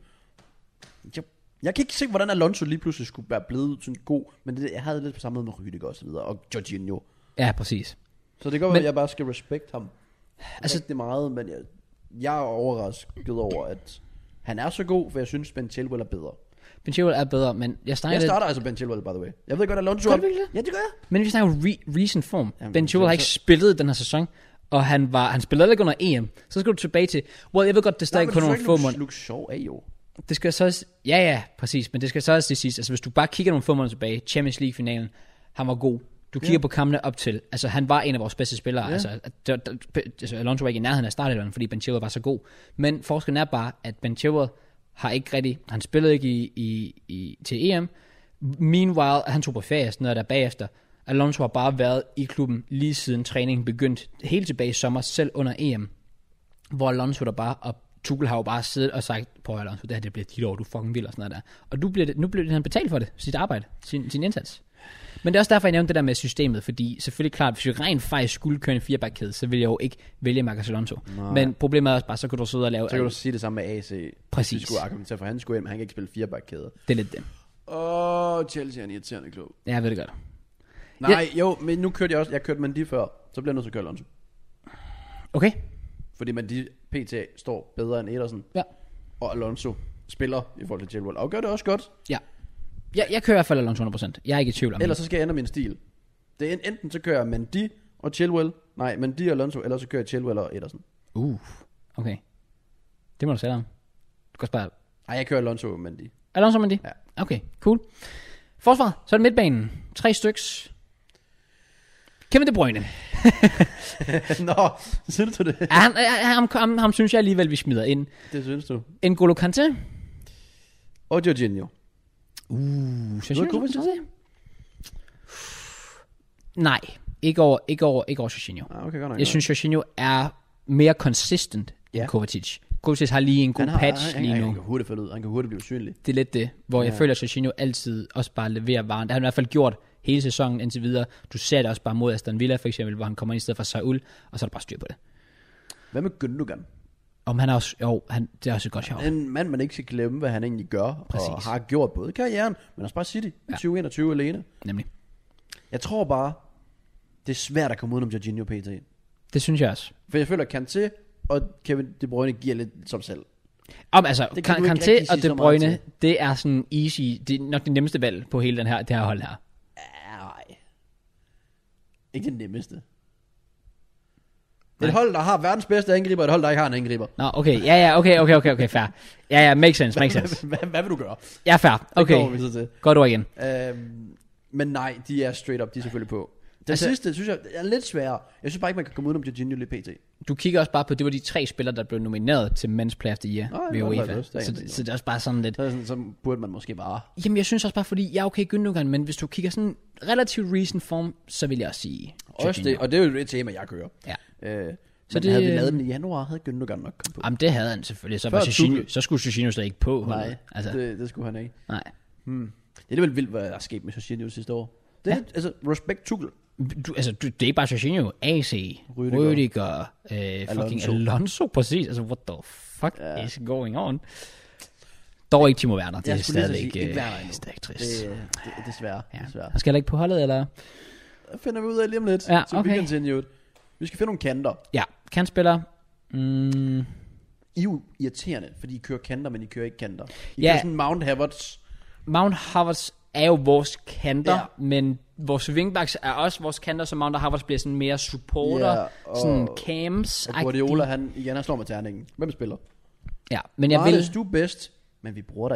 Jeg kan ikke se, hvordan Alonso lige pludselig skulle være blevet sådan god, men jeg havde lidt på samme måde med Rüdiger og så videre, og Jorginho. Ja, præcis. Så det går at jeg bare skal respekte ham. Altså det er meget, men jeg er overrasket over, at han er så god, for jeg synes, Ben Chilwell er bedre. Ben Chilwell er bedre, men jeg starter altså Ben Chilwell, by the way. Jeg ved godt, Alonso... Gør du det? Ja, det gør jeg. Men vi snakker recent form. Jamen, Ben Chilwell har ikke spillet den her sæson, og han spillede ikke under EM. Så skal du tilbage til... jeg ved godt, det stadig kun nogle få måneder. Luke Shaw er jo... Det skal så også... Ja, præcis. Men det skal så også det sidste. Altså, hvis du bare kigger nogle få måneder tilbage, Champions League-finalen, han var god. Du kigger på kampene op til... Altså, han var en af vores bedste spillere. Ja. Altså, Alonso var ikke i nærheden af startelveren, fordi Ben Chilwell var så god. Men forskellen er bare, at Ben Chilwell har ikke rigtig... Han spillede ikke til EM. Meanwhile, han tog på ferie, sådan noget der bagefter. Alonso har bare været i klubben lige siden træningen begyndte. Helt tilbage i sommer, selv under EM. Hvor Alonso der bare... Og Tuchel har jo bare siddet og sagt, på Alonso, det her det bliver dit år, du fucking vild og sådan noget der. Og nu bliver han betalt for det, sit arbejde, sin indsats. Men det er også derfor, jeg nævnte det der med systemet, fordi selvfølgelig klart, hvis vi rent faktisk skulle køre en fireback-kæde, så ville jeg jo ikke vælge Marcus Alonso. Nej. Men problemet er også bare, så kan du sidde og lave... Så kan du sige det samme med AC. Præcis. Vi skulle argumentere for, han skulle hjem, men han kan ikke spille fireback-kæde. Det er lidt det. Chelsea er en irriterende klub. Ja, jeg ved det godt. Nej, jo, men nu kørte jeg kørte Mendy før, så bliver jeg nødt til at køre Alonso. Okay. Fordi Mendy PT står bedre end Ederson. Ja. Og Alonso spiller i forhold til Chilwell. Og gør det også godt. Ja. Jeg kører i hvert fald Alonso 100%. Jeg er ikke i tvivl om det. Ellers så skal jeg ændre min stil. Det er enten så kører jeg Mendy og Chilwell. Nej, Mendy og Alonso. Eller så kører jeg Chilwell og Ederson. Okay. Det må du sætte om. Du kan bare... Nej, jeg kører Alonso og Mendy. Alonso og Mendy? Ja. Okay, cool. Forsvaret. Så er det midtbanen. 3 styks. Kevin De Bruyne. Nå, synes du det? Ham synes jeg alligevel, vi smider ind. Det synes du. N'Golo Kanté. Og Jorginho. Nej, ikke over Jorginho. Okay, godt nok. Jeg synes, Jorginho er mere consistent end Kovacic. Kovacic har lige en god patch lige nu. Han kan hurtigt falde ud. Han kan hurtigt blive usynlig. Det er lidt det, hvor jeg føler, at Jorginho altid også bare leverer varen. Det har han i hvert fald gjort hele sæsonen indtil videre. Du ser det også bare mod Aston Villa for eksempel, hvor han kommer ind i stedet for Saul, og så er der bare styr på det. Hvad med Gündogan? Om han er også, det er også et godt sjov. En mand, man ikke skal glemme, hvad han egentlig gør. Præcis. Og har gjort både karrieren, men også bare City. 2021 alene. Nemlig. Jeg tror bare, det er svært at komme udenom Jorginho PT. Det synes jeg også. For jeg føler, at Kanté og Kevin De Bruyne giver lidt som selv. Altså, Kanté og De Bruyne, det er sådan easy. Det er nok det nemmeste valg på hele det her hold her. Nej. Ikke det nemmeste. Et hold, der har verdens bedste angriber, et hold, der ikke har en angriber. Nå, okay. Ja, okay, fair. Ja, makes sense. Hvad vil du gøre? Ja, fair. Okay. Godt ord igen. Men nej, de er straight up, de er selvfølgelig på. Den sidste, synes jeg, er lidt sværere. Jeg synes bare ikke, man kan komme udenom Jorginho lidt pt. Du kigger også bare på, det var de 3 spillere, der blev nomineret til Men's Player of the Year ved UEFA. Så det er også bare sådan lidt... Så burde man måske bare... Jamen, jeg synes også bare, fordi okay, Gündogan, men hvis du kigger sådan relativt recent form, så vil jeg også sige også det, og det er jo det tema, jeg kører. Ja. Så det, havde vi lavet den i januar, havde Gündogan nok kommet på. Jamen, det havde han selvfølgelig. Så skulle Jorginho slet ikke på. Nej, altså. det skulle han ikke. Nej. Det er vel vildt, hvad der er sket med Jorginho sidste år. Det er altså, respect Tuchel. Det er bare Jorginho, AC, Rüdiger, fucking Alonso, præcis. Altså, what the fuck is going on? Dog ikke Timo Werner, det er stadigvæk trist. Det er desværre. Han skal heller ikke på holdet, eller? Det finder vi ud af lige om lidt. Ja, okay. Vi skal finde nogle kanter. Ja, kantspillere. I er jo irriterende, fordi I kører kanter, men I kører ikke kanter. I kører sådan Mount Havertz. Mount Havertz er jo vores kanter, men vores wingbacks er også vores kanter, så Mount Havertz bliver sådan mere supporter, sådan cams. Og Guardiola, han slår med terningen. Hvem spiller? Ja, men jeg vil... du bedst, men vi bruger dig ikke.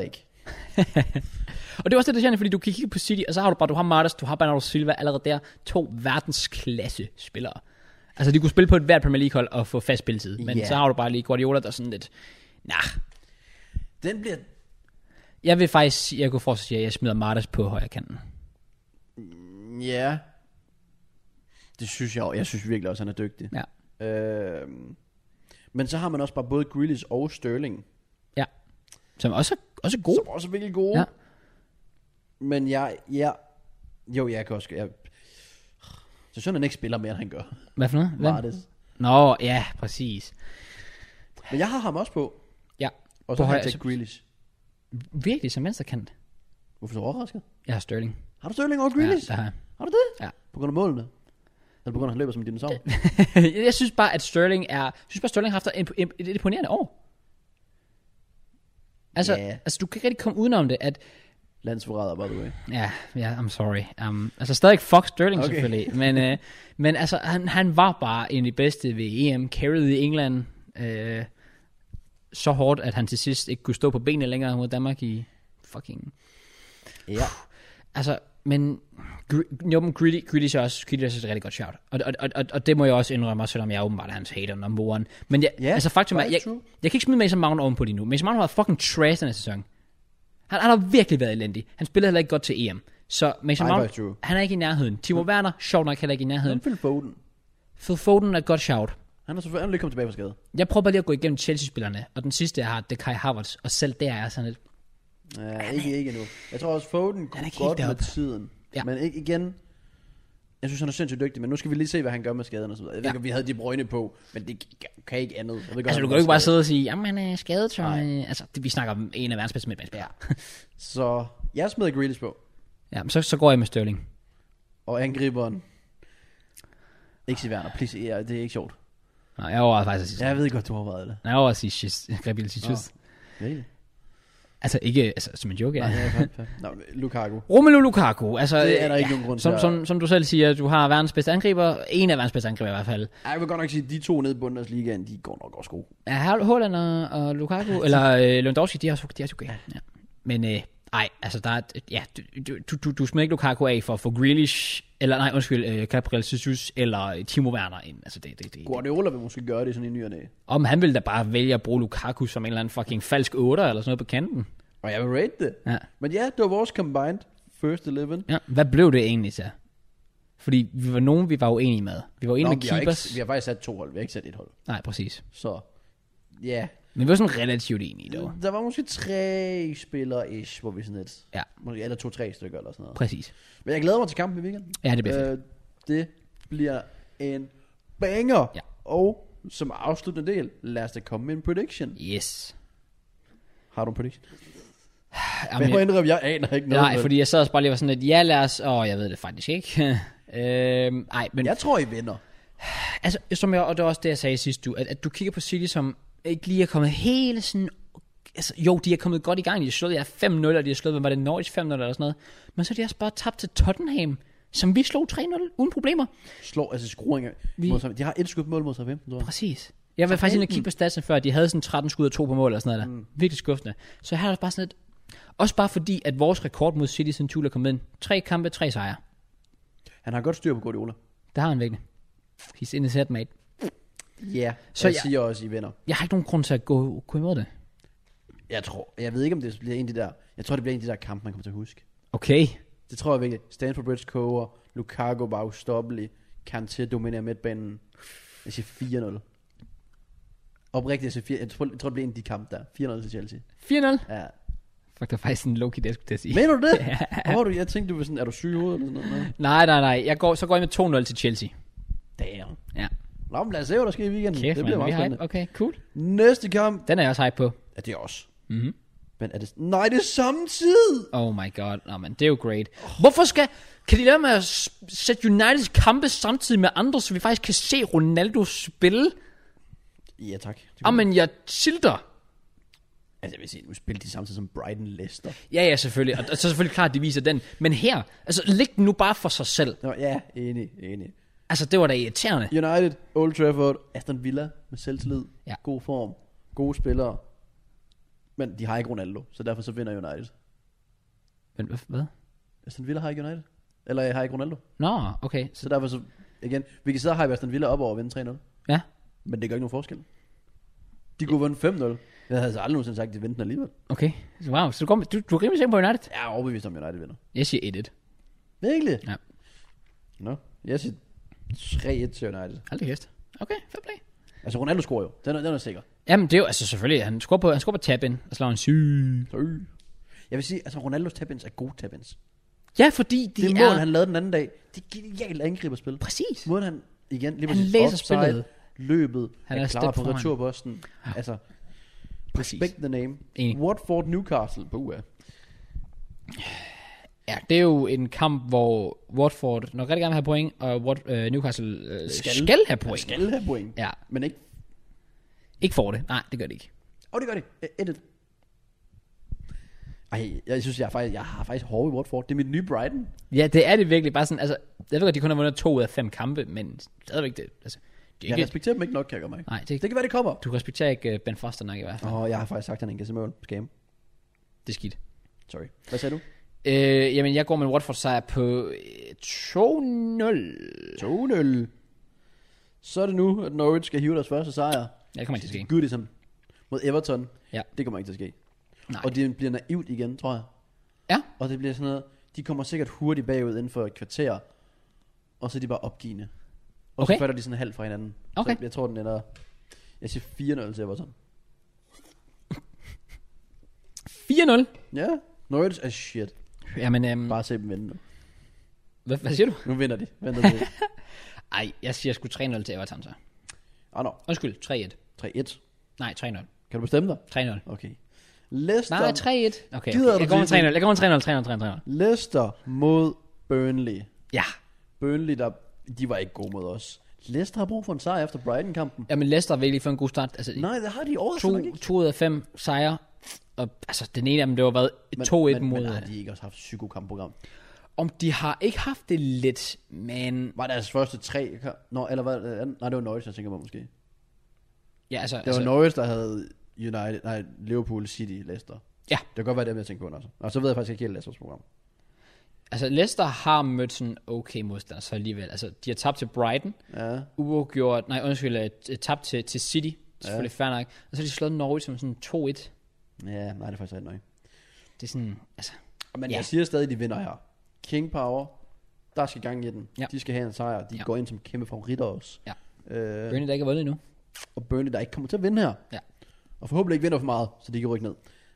Og det er også det, der er fordi du kan kigge på City, og så har du har Martes, du har Bernardo Silva allerede der. 2 verdensklasse spillere. Altså, de kunne spille på et hvert Premier League-hold og få fast spilletid. Men så har du bare lige Guardiola, der er sådan lidt... Den bliver... Jeg vil faktisk... Jeg kunne fortsætte at jeg smider Martes på højre kanten. Ja. Det synes jeg også. Jeg synes virkelig også, han er dygtig. Ja. Men så har man også bare både Grealish og Sterling. Ja. Som også er gode. Som også er virkelig gode. Ja. Men jeg kan også... Så synes han ikke spiller mere, end han gør. Hvad for noget? Martes. Nå, ja, præcis. Men jeg har ham også på. Ja. Og så har jeg taget Grealish. Virkelig som venstrekant. Hvorfor er du overrasket? Jeg har Sterling. Har du Sterling over Grealish? Ja, det har jeg. Har du det? Ja. På grund af målene? Eller på grund af, at han løber som en dinosaur? Jeg synes bare, at Sterling har haft et imponerende år. Altså, du kan ikke rigtig komme udenom det, at... Landsforræder, by the way. Ja, I'm sorry. Altså, stadig fuck Sterling, okay. Selvfølgelig. Men altså, han var bare en af de bedste ved EM. Carried i England. Så hårdt, at han til sidst ikke kunne stå på benene længere mod Danmark i fucking... Ja. Altså, men Grealish er også et rigtig godt shout. Og det må jeg også indrømme, selvom jeg åbenbart er hans hater number one. Men altså faktum er, jeg kan ikke smide Mason Mount ovenpå lige nu. Mason Mount har været fucking trash denne sæson. Han har virkelig været elendig. Han spillede heller ikke godt til EM. Så Mason Mount, han er ikke i nærheden. Timo Werner, sjovt nok heller ikke i nærheden. Phil Foden er et godt shout. Han er lige kommet tilbage fra skade. Jeg prøver bare lige at gå igennem Chelsea-spillerne. Og den sidste, jeg har, det er Kai Havertz. Og selv der er sådan lidt... Ja, ikke nu. Jeg tror også, Foden kunne godt med tiden. Ja. Men ikke igen... Jeg synes, han er sindssygt dygtig, men nu skal vi lige se, hvad han gør med skaderne og så videre. Jeg ved ikke, om vi havde De Bruyne på, men det kan ikke andet. Du kan jo ikke bare sidde og sige, jamen han er skadet, så... Altså, vi snakker om en af verdens bedste midtbanespillere. Ja. Så jeg smider Grealish på. Ja, men så går jeg med Sterling. Og angriberen... Ikke sige Werner, please. Ja, det er ikke sjovt. Nej, jeg overvejede faktisk at sige... Jeg ved godt, du har overvejet det. Jeg overvejede at sige Grealish. Really? Altså ikke som en joke, ja. Nå, Lukaku. Romelu Lukaku. Altså, det er der ikke nogen grund til. Som du selv siger, du har verdens bedste angriber. En af verdens bedste angriber i hvert fald. Jeg vil godt nok sige, at de 2 nede i Bundesligaen, de går nok også gode. Ja, Haaland og Lukaku, eller Lewandowski, de er også okay. Ja. Men altså der er, ja, du smider ikke Lukaku af for at få Grealish, eller Gabriel Jesus, eller Timo Werner ind. Altså det. Guardiola vil måske gøre det sådan i ny og næ. Om han vil da bare vælge at bruge Lukaku som en eller anden fucking falsk 8 eller sådan noget på kanten. Og jeg vil rate det. Ja. Men ja, det var vores combined first 11. Ja, hvad blev det egentlig så? Fordi vi var uenige med. Vi var enige med keepers. Vi har faktisk sat 2 hold, vi har ikke sat 1 hold. Nej, præcis. Så, ja. Yeah. Men vi var sådan relativt enige dog. Der var måske 3 spillere-ish, hvor vi sådan lidt... Ja. Eller 2-3 stykker eller sådan noget. Præcis. Men jeg glæder mig til kampen i weekenden. Ja, det bliver fedt. Det bliver en banger. Ja. Og som afsluttende del, lad os da komme med en prediction. Yes. Har du en prediction? Jeg aner ikke noget. Nej, fordi jeg sad også bare lige var sådan lidt, ja lad os, jeg ved det faktisk ikke. Men jeg tror I vinder. Altså, og det var også det jeg sagde sidst du, at du kigger på City som ikke lige er kommet hele sådan, altså jo de er kommet godt i gang, de har slået 5-0, og de har slået, var det Norwich 5-0 eller sådan noget, men så er de også bare tabt til Tottenham, som vi slog 3-0 uden problemer. Skruinger. De har et skud på mål mod Southampton, tror jeg. Præcis. Jeg var faktisk inde og kigge på statsen før, at de havde sådan 13 skud og 2 på mål og sådan noget der. Virkelig skuffende. Så her er det bare sådan et, også bare fordi, at vores rekord mod City siden Tuchel er kommet ind. 3 kampe, 3 sejre. Han har godt styr på Guardiola. Det har han virkelig. He's in his head, mate. Ja, så jeg siger også, I vinder. Jeg har ikke nogen grund til at gå imod det. Jeg ved ikke, om det bliver en af de der... Jeg tror, det bliver en af de der kampe, man kommer til at huske. Okay. Det tror jeg virkelig. Stamford Bridge koger, Lukaku var ustoppelig, Kanté dominerer midtbanen. Jeg siger 4-0. Oprigtigt, jeg siger 4. Jeg tror, det bliver en af de kampe der. 4-0 til Chelsea. 4-0? Ja. Fuck, det var faktisk en low-key, det skulle jeg sige. Mener du det? Ja. Jeg tænkte, du var sådan, er du syg i hovedet eller sådan noget? Nej. Så går jeg med 2-0 til Chelsea. Damn. Ja. Nå, men lad os se, hvad der sker i weekenden. Kæft, det bliver meget spændende. Okay, cool. Næste kamp. Den er jeg også hype på. Ja, det er også. Mhm. Men er det... Nej, det er samme tid. Oh my god. Nå, men det er jo great. Hvorfor kan de lade med at sætte Uniteds kampe samtidig med andre, så vi faktisk kan se Ronaldo spille? Ja, tak. Men jeg tilter. Altså, jeg vil sige, nu spiller de samtidig som Brighton Leicester. Ja, selvfølgelig. Og så selvfølgelig klart, at de viser den. Men her, altså, læg den nu bare for sig selv. Nå, ja, enig. Altså, det var da irriterende. United, Old Trafford, Aston Villa med selvtillid. Ja. God form. Gode spillere. Men de har ikke Ronaldo, så derfor så vinder United. Men hvad? Aston Villa har ikke United. Eller har ikke Ronaldo. Nå, okay. Så derfor så, igen, vi kan sidde og hype Aston Villa op over at vinde 3-0. Ja. Men det gør ikke nogen forskel. De kunne vinde 5-0. Jeg havde altså aldrig nogensinde sagt, at de vindte den alligevel. Okay. Wow, så du er rimelig sikker på United? Jeg er overbevist om, United vinder. Jeg siger 1-1. Virkelig? Ja. Nå, jeg siger 3-1 til United. Hold da kæft. Okay, fair play. Altså Ronaldo scorer jo. Den er sikker. Jamen det er jo, altså selvfølgelig, han scorer på tap-in og slår en syg. Jeg vil sige, altså Ronaldos tap-ins er gode tap-ins. Ja, fordi de det mål, han lavede den anden dag, det er genialt angriberspil. Præcis. Måden han, igen, lige han præcis læser offside, spillet. løbet, Han er klar på foran. returposten. Ja. Altså, Præcis. respect the name. Enig. Watford Newcastle på UA. Ja, det er jo en kamp, hvor Watford nok rigtig gerne vil have point, og Newcastle skal have point. Skal have point. Ja. Men ikke. Ikke får det. Nej, det gør det ikke. Det gør det. 1-1. Ej, jeg synes, jeg har faktisk hårdt i Watford. Det er mit nye Brighton. Ja, det er det virkelig. Bare sådan, altså, jeg ved godt, de kun har vundet 2 ud af 5 kampe, men stadigvæk det. Altså, det er Jeg ikke, respekterer dem ikke nok, kan jeg gøre mig. nej, det Det kan være, det kommer. du respekterer ikke Ben Foster nok i hvert fald. Jeg har faktisk sagt, at han ikke kan se mål. Skam. Det er skidt. Sorry. Hvad sagde du? Jamen, jeg går med Watford sejr på 2-0. 2-0. Så er det nu, at Norwich skal hive deres første sejr. Ja, det kommer ikke til at ske. Goodison mod Everton. Ja. Det kommer ikke til at ske. Nej. Og det bliver naivt igen, tror jeg. Ja. Og det bliver sådan noget, de kommer sikkert hurtigt bagud inden for et kvarter. Og så er de bare opgivende. Og Okay. så falder de sådan halvt fra hinanden. Okay. Så jeg tror, den ender. Jeg siger 4-0 til Everton. 4-0. Ja, Norwich er shit. Jamen, Bare se dem vinde nu. hvad siger du? Nu vinder de. Venter de. Ej, jeg siger sgu 3-0 til Everton så. No. Undskyld, 3-1. 3-1. Nej, 3-0. Kan du bestemme dig? 3-0. Okay. Leicester. Nej, 3-1. Okay, Gider jeg du går med sige 3-0. Jeg går med 3-0. Leicester mod Burnley. Ja. Burnley, de var ikke gode mod os. Leicester har brug for en sejr efter Brighton-kampen. Jamen, Leicester vil lige få en god start. Altså, Nej, det har de overraskende nok ikke. 2 ud af 5 sejre. Og altså, den ene af dem, det var været 2-1 mod... Men har de ikke også haft psykokampprogram? Om de har ikke haft det lidt, men... Var deres første 3... Nå, eller hvad? Nej, det var Norwich, jeg tænker på måske. Ja, altså... Det var Norwich, der havde Liverpool, City, Leicester. Ja. Det kan godt være dem, jeg tænker på også. Og så ved jeg faktisk ikke helt Leicesters program. Altså, Leicester har mødt sådan okay modstander, så alligevel. Altså, de har tabt til Brighton. Ja. Tabt til City. Selvfølgelig fair nok. Og så har de slået Norwich som sådan 2-1. Ja, nej, det er faktisk ikke nok. Det er sådan, altså... Men ja. jeg siger stadig, de vinder her. King Power, der skal gang i den. Ja. De skal have en sejr. De går ind som kæmpe favoritter også. Ja. Burnley, der ikke har vundet endnu. Og Burnley, der ikke kommer til at vinde her. Ja. Og forhåbentlig ikke vinder for meget, så de kan rykke ned.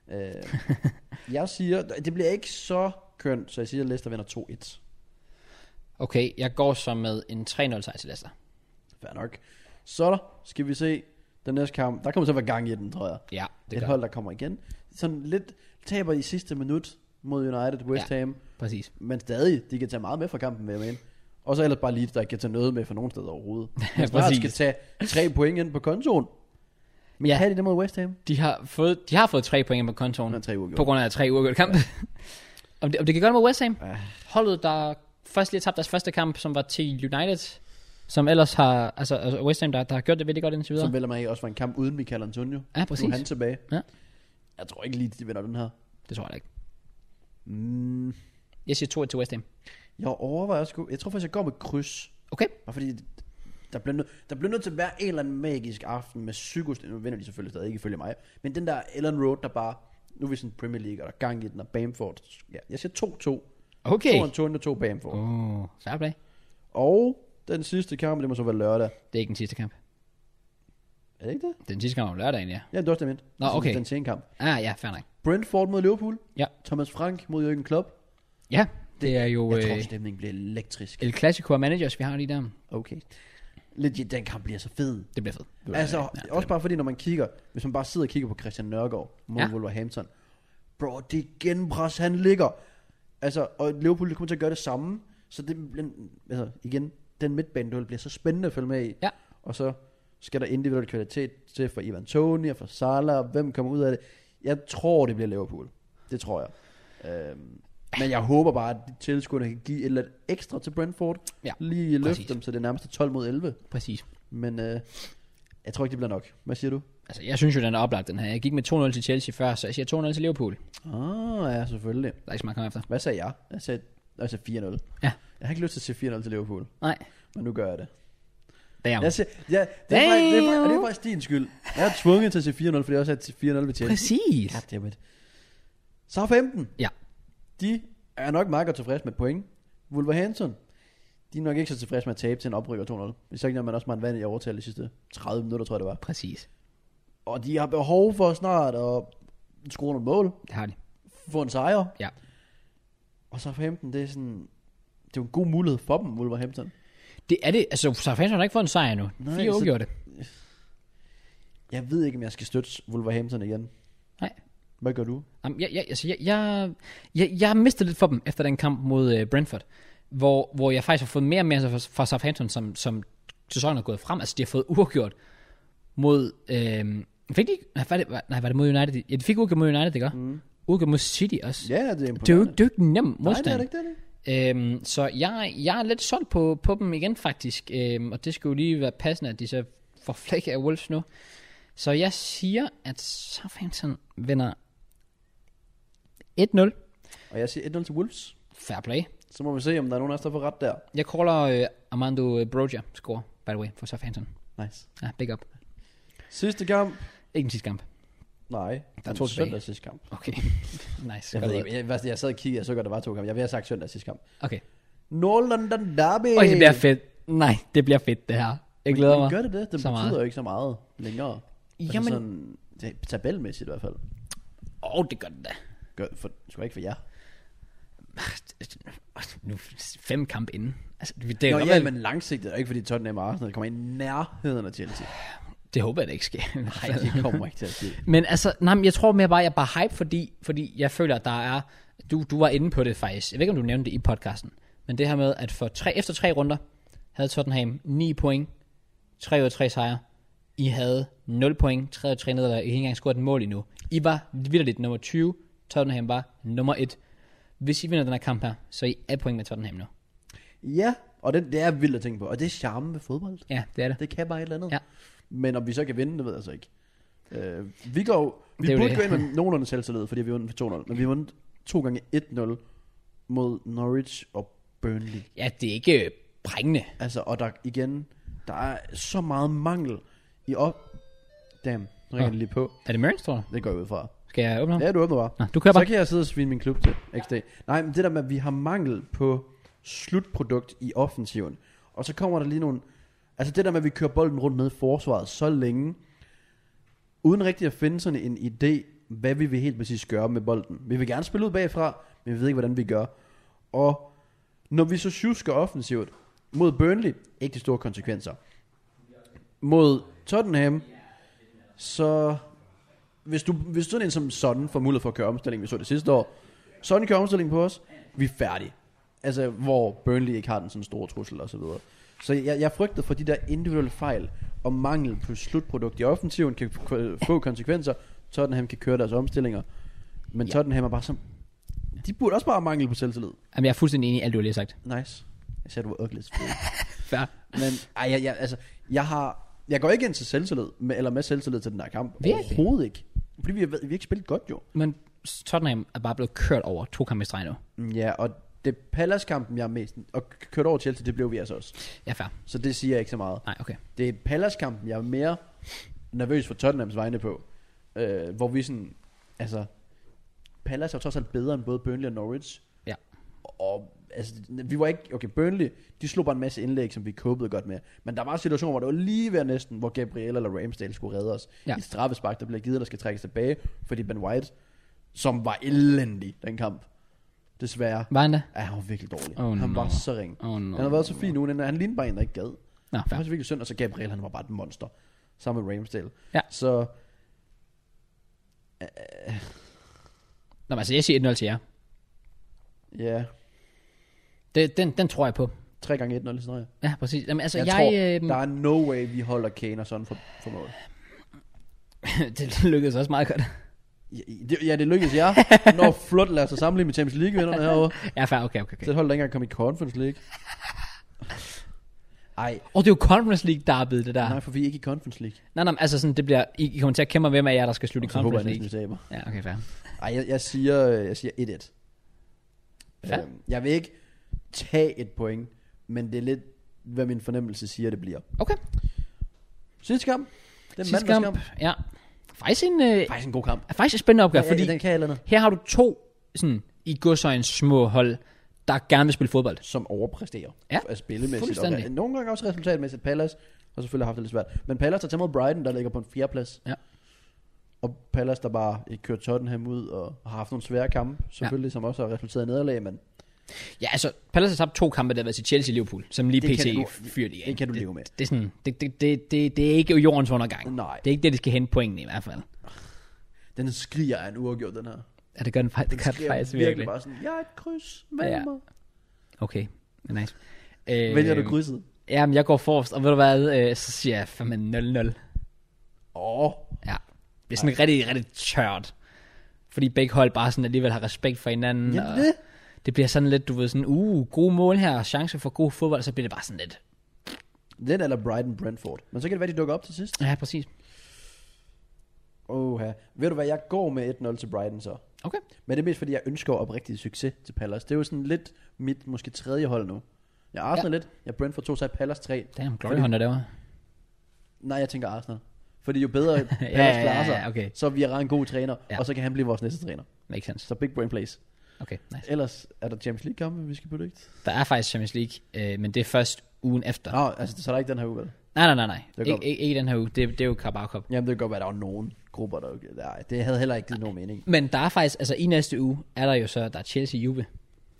Jeg siger, det bliver ikke så kønt, så jeg siger, at Leicester vinder 2-1. Okay, jeg går så med en 3-0 sejr til Leicester. Fair nok. Så skal vi se den næste kamp. Der kommer til at være gang i den, tror jeg. Ja, det Et gør hold, der kommer igen. Sådan lidt taber i sidste minut mod United, West Ham. Præcis. Men stadig, de kan tage meget med fra kampen, vil jeg mene. Og så ellers bare Leeds, der ikke kan tage noget med fra nogen steder overhovedet. Men præcis. skal tage 3 point ind på kontoen. Men Ja. kan de det mod West Ham? De har fået 3 point på kontoen. Men 3 uger. På grund af 3 uafgjorte kampe. om det kan gøre det mod West Ham. Holdet, der først lige har tabt deres første kamp, som var til United. Som ellers har, altså West Ham, der har gjort det virkelig godt indtil videre. Som vel man også var en kamp uden Michael Antonio. Ja, præcis. Nu er han tilbage. Ja. Jeg tror ikke lige, de vinder den her. Det tror jeg ikke. Mm, Jeg siger 2-1 til West Ham. jeg overvejer sgu. Jeg tror faktisk, jeg går med kryds. Okay. Bare fordi der bliver nødt til at være en eller anden magisk aften med psykos. Nu vinder de selvfølgelig stadig ikke ifølge mig. Men den der Ellen Road, der bare... Nu er vi sådan Premier League, og der er gang i den, og Bamford. Ja, jeg siger 2-2. Okay. 2 Antonio, 2 Bamford. Fair play. Og den sidste kamp, det må så være lørdag. Det er ikke den sidste kamp. Er det ikke det? Den sidste kamp var lørdagen, ja. Ja, det er også det, jeg mente. Nå, okay. Den sene kamp. Ja, fair nok. Brentford mod Liverpool. Ja. Thomas Frank mod Jürgen Klopp. Ja, det er jo Jeg tror, stemningen bliver elektrisk. El Clasico og managers, vi har lige der. Okay. Legit, den kamp bliver så fed. Det bliver fedt. Altså, også bare fordi, når man kigger, hvis man bare sidder og kigger på Christian Nørgaard mod Wolverhampton. Bro, det genpres, han ligger. Altså, og Liverpool kommer til at gøre det samme. Så det bliver, altså, igen, den midtbaneduel bliver så spændende at følge med i. Ja. Og så skal der individuel kvalitet til for Ivan Toney og for Salah, og hvem kommer ud af det. Jeg tror, det bliver Liverpool. Det tror jeg. Men jeg håber bare, at de tilskuerne kan give et eller andet ekstra til Brentford. Ja, lige løfte præcis. dem, så det er nærmest 12 mod 11. Præcis. Men jeg tror ikke, det bliver nok. Hvad siger du? Altså, jeg synes jo, den er oplagt, den her. Jeg gik med 2-0 til Chelsea før, så jeg siger 2-0 til Liverpool. Ja, selvfølgelig. Der er ikke så meget at komme efter. Hvad sagde jeg? Jeg sagde 4-0. Ja. Jeg har ikke lyst til at se 4-0 til Liverpool. Nej. Men nu gør jeg det. Damn. Jeg siger, det er faktisk din skyld. Jeg er tvunget til at se 4-0, fordi jeg også har 4-0 ved Chelsea. Præcis. Goddammit. Southampton. Ja. De er nok meget godt tilfreds med point. Wolverhampton. De er nok ikke så tilfredse med at tabe til en oprykker 2-0. Hvis ikke, når man også må vand i overtal de sidste 30 minutter, tror jeg det var. Præcis. Og de har behov for snart at score nogle mål. Det har de. Få en sejr. Ja. Og Southampton, det er sådan... Det er jo en god mulighed for dem, Wolverhampton. Det er det. Altså, Southampton har ikke fået en sejr endnu. 4 år gjorde det. Jeg ved ikke, om jeg skal støtte Wolverhampton igen. Nej. Hvad gør du? Jeg har mistet lidt for dem efter den kamp mod Brentford, hvor jeg faktisk har fået mere og mere fra Southampton, som sæsonen er gået frem. Altså, de har fået uafgjort mod... fik de ikke? Nej, var det mod United? Ja, de fik uafgjort mod United, ikke? Uafgjort mod City også. Ja, det er imponerende. Det er jo ikke nem modstand. Nej, det er ikke det. Så jeg er lidt solgt på dem igen, faktisk. Og det skulle jo lige være passende, at de så får flæk af Wolves nu. Så jeg siger, at Southampton vinder 1-0. Og jeg siger 1-0 til Wolves. Fair play. Så må vi se, om der er nogen af os, der får ret der. Jeg caller Armando Broja score, by the way, for Southampton. Nice. Ja, big up. Sidste kamp. Ikke den sidste kamp. Nej, der er 2 tilbage. Søndag sidste kamp. Okay. Nice. Jeg sad og kiggede, jeg så godt, der var 2 kampe. Jeg vil have sagt søndag sidste kamp. Okay. Nordlondon Derby. Det bliver fedt. Nej, det bliver fedt, det her. Jeg glæder mig. Gør det? Det betyder meget. jo ikke så meget længere. Jamen. Altså sådan, tabelmæssigt i hvert fald. Det gør det da. Det skal ikke for jer. Nu 5 kamp inden. Altså, det Nå, ja, men langsigtet er ikke fordi Tottenham og Arsenal kommer i nærheden af Chelsea. Det håber jeg, det ikke sker. Nej, det kommer ikke til at ske. Men altså, jeg tror mere bare, jeg er bare hype, fordi jeg føler, at der er... Du var inde på det faktisk. Jeg ved ikke, om du nævnte det i podcasten. Men det her med, at efter 3 runder, havde Tottenham 9 point, 3 ud af 3 sejre. I havde 0 point, 3 ud af 3 nederlag. I har ikke engang scoret et mål endnu. I var vitterligt nummer 20. Tottenham var nummer 1. Hvis I vinder den her kamp her, så er I 1 point med Tottenham nu. Ja, og det er vildt at tænke på. Og det er charmen ved fodbold. Ja, det er det. Det kan bare et eller andet. Ja. Men om vi så kan vinde, det ved jeg så ikke. Vi burde gå ind med nogenlunde selvtillid, fordi vi vundet for 2-0. Men vi vundet 2 gange 1-0 mod Norwich og Burnley. Ja, det er ikke brængende. Altså, og der igen, der er så meget mangel i Damn, nu ringer det lige på. Er det Mørens, tror du? Det går jeg ud fra. Skal jeg åbne ham? Ja, du åbner bare. Nå, du kører bare. Så kan jeg sidde og svine min klub til XD. Nej, men det der med, at vi har mangel på slutprodukt i offensiven. Og så kommer der lige nogle... Altså det der med, at vi kører bolden rundt ned i forsvaret så længe, uden rigtig at finde sådan en idé, hvad vi vil helt præcis gøre med bolden. Vi vil gerne spille ud bagfra, men vi ved ikke, hvordan vi gør. Og når vi så sjusker offensivt mod Burnley, ikke de store konsekvenser. Mod Tottenham, så... Hvis sådan en som Son får mulighed for at køre omstilling, vi så det sidste år, Son kører omstilling på os, vi er færdige. Altså, hvor Burnley ikke har den sådan store trussel og så videre. Så jeg frygter for de der individuelle fejl og mangel på slutprodukt i offensiven kan få konsekvenser. Tottenham kan køre deres omstillinger, men Tottenham er bare som... De burde også bare have mangel på selvtillid. Jamen, jeg er fuldstændig enig i alt, du har lige sagt. Nice. Jeg sagde, du var ugly. Fair. Men jeg går ikke ind til selvtillid, med selvtillid til den der kamp. Overhovedet ikke. Fordi vi har ikke spillet godt jo. Men Tottenham er bare blevet kørt over 2 kampe i streg nu. Ja, og det Palace-kampen, jeg er mest... Og kørt over Chelsea, det blev vi altså også. Ja, fair. Så det siger jeg ikke så meget. Nej, okay. Det er Palace-kampen, jeg er mere nervøs for Tottenhams vegne på. Hvor vi sådan... Altså... Palace er trods alt bedre end både Burnley og Norwich. Ja. Og altså, vi var ikke... Okay, Burnley, de slog bare en masse indlæg, som vi copede godt med. Men der var situationer, hvor det var lige ved næsten, hvor Gabriel eller Ramsdale skulle redde os. Ja. I straffespark, der blev givet, der skal trækkes tilbage. Fordi Ben White, som var elendig den kamp. Desværre. Var han det? Ja, han var virkelig dårlig. Han var så ring. Han har været så fin nu, han lignede bare en, der ikke gad. Nå, det var så virkelig synd, og så Gabriel, han var bare et monster. Sammen med Ramsdale. Ja. Så... Nå, men altså, jeg siger 1-0 til jer. Ja. Den tror jeg på. 3 gange 1-0 sådan noget. Ja, præcis. Jamen, altså, jeg tror, der er no way, vi holder Kane og sådan for mål. Det lykkedes også meget godt. Ja, det lykkedes jer. Når flot lader sig sammenligne med Champions League-vinderne herovre. Ja, fair, okay. Så det holder ikke engang komme i Conference League. Ej. Og det er jo Conference League derby, det der. Nej, for vi er ikke i Conference League. Nej, altså sådan, det bliver, I kommer til at kæmpe, hvem af jer, der skal slutte i Conference League. Så håber jeg Ja, okay, fair. Ej, jeg siger 1-1. Jeg vil ikke tage et point, men det er lidt, hvad min fornemmelse siger, det bliver. Okay. Sidste kamp. Sidste kamp, ja. Faktisk en god kamp. Faktisk et spændende opgør, fordi den kan her har du to sådan, i godsøjens små hold, der gerne vil spille fodbold. Som overpræsterer. Ja, at spillemæssigt. fuldstændig. Og nogle gange også resultatmæssigt. Palace har selvfølgelig haft det lidt svært. Men Palace har taget mod Brighton, der ligger på en 4. plads. Ja. Og Palace, der bare ikke kørt Tottenham ud og har haft nogle svære kampe, selvfølgelig, som også har resulteret i nederlag, men... Ja, altså, Palace har tabt 2 kampe, der har været til Chelsea og Liverpool, som lige pt. Fyrt igen. Det kan du leve med. Det er sådan, det er ikke jordens undergang. Nej. Det er ikke det, de skal hente pointene i hvert fald. Den skriger af en uafgjort, den her. Ja, det gør den faktisk virkelig. Bare sådan, jeg er et kryds, vælg mig. Okay, nice. Vælger du krydset? Jamen, jeg går forrest, og ved du hvad, så siger jeg fandme 0-0. Ja, det er sådan rigtig, rigtig tørt. Fordi begge hold bare sådan alligevel har respekt for hinanden. Ja, og det bliver sådan lidt, du ved, sådan, gode mål her, og chance for god fodbold, så bliver det bare sådan lidt. Den eller Brighton Brentford. Men så kan det være, de dukker op til sidst. Ja, præcis. Ved du hvad, jeg går med 1-0 til Brighton så. Okay. Men det er mest fordi, jeg ønsker oprigtig succes til Palace. Det er jo sådan lidt mit, måske tredje hold nu. Jeg er Arsenal lidt. Jeg Brentford 2, så er Palace 3. Damn, Glory Hunter derovre. Nej, jeg tænker Arsenal. Fordi jo bedre Palace klarer sig, okay. så vi har en god træner, og så kan han blive vores næste træner. Makes sense. Så big brain plays. Okay, nice. Ellers er der Champions League kampe, vi skal predict. Der er faktisk Champions League, men det er først ugen efter. Altså så er der ikke den her uge, vel? Nej. Ikke den her uge. Det er jo Carabao Cup. Jamen det kan godt være, der var nogen grupper, der... Nej, det havde heller ikke givet nogen mening. Men der er faktisk, altså i næste uge, er der jo så, der er Chelsea-Juve. Det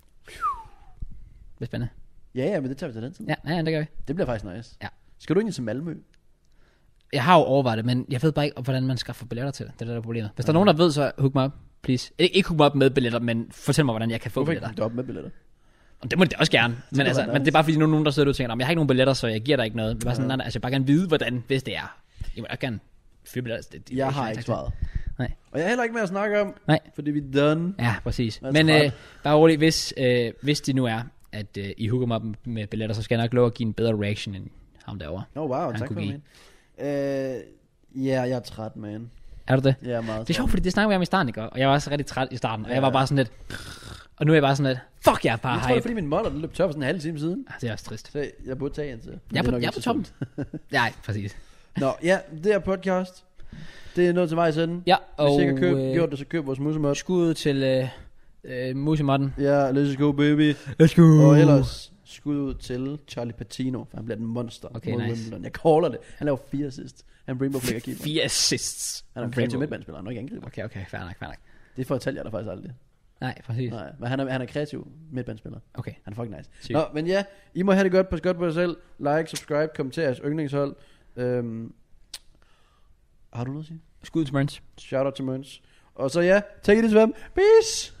er spændende. Ja, men det tager vi til den tid. Ja, det gør vi. Det bliver faktisk nice. Ja. Skal du egentlig til Malmø? Jeg har jo overvejet det, men jeg ved bare ikke, hvordan man skaffer billetter til det. Det er der problemet. Hvis der er nogen, der ved, så hook mig op, please. Ikke hook mig op med billetter, men fortæl mig, hvordan jeg kan få billetter. Hvorfor ikke op med billetter? Og det må det også gerne. Men det er bare fordi, nogen der sidder og tænker, jeg har ikke nogen billetter, så jeg giver dig ikke noget. Det er bare sådan, altså jeg bare gerne vide, hvordan, hvis det er. Jeg vil gerne fyre billetter. Jeg har ikke svaret. Nej. Og jeg er heller ikke mere at snakke om, fordi vi er done. Ja, præcis. Men bare roligt, hvis det nu er, at I hooker mig op med billetter, så skal jeg nok love at give en bedre reaction end ham derovre. Wow, tak for det, man. Jeg er træt, man. Er du det? Jeg er meget træt. Det er sjovt, fordi det snakker vi om i starten, ikke? Og jeg var også rigtig træt i starten, og jeg var bare sådan lidt... Og nu er jeg bare sådan lidt... Fuck, jeg er bare hype. Jeg tror, det er fordi min måler, den løb tør for sådan en halv time siden. Det er også trist. Så jeg burde tage en til. Jeg er på toppen. Nej, præcis. Nå, ja, det er podcast. Det er noget til mig at sende. Ja, og... Hvis jeg ikke har gjort det, så køb vores musemod. Skud til musemodden. Ja, let's go, baby. Let's go. Og ellers skud ud til Charlie Patino, for han bliver den monster. Okay, nice. Wimbledon. Jeg caller det. Han laver 4 assists. Han Rainbow Flicker keeper. 4 assists. Han er en kreativ midtbanespiller, han er ikke angriber. Okay, fair nok. Det fortæller jeg dig faktisk aldrig. Nej, præcis. Nej, men han er kreativ midtbanespiller. Okay. Han er fucking nice. Sygt. Nå, men ja, I må have det godt. Pas godt på jer selv. Like, subscribe, kommenter jeres yndlingshold. Har du noget at sige? Skud til Mørns. Shout out til Mørns. Og så ja, take it easy, Peace!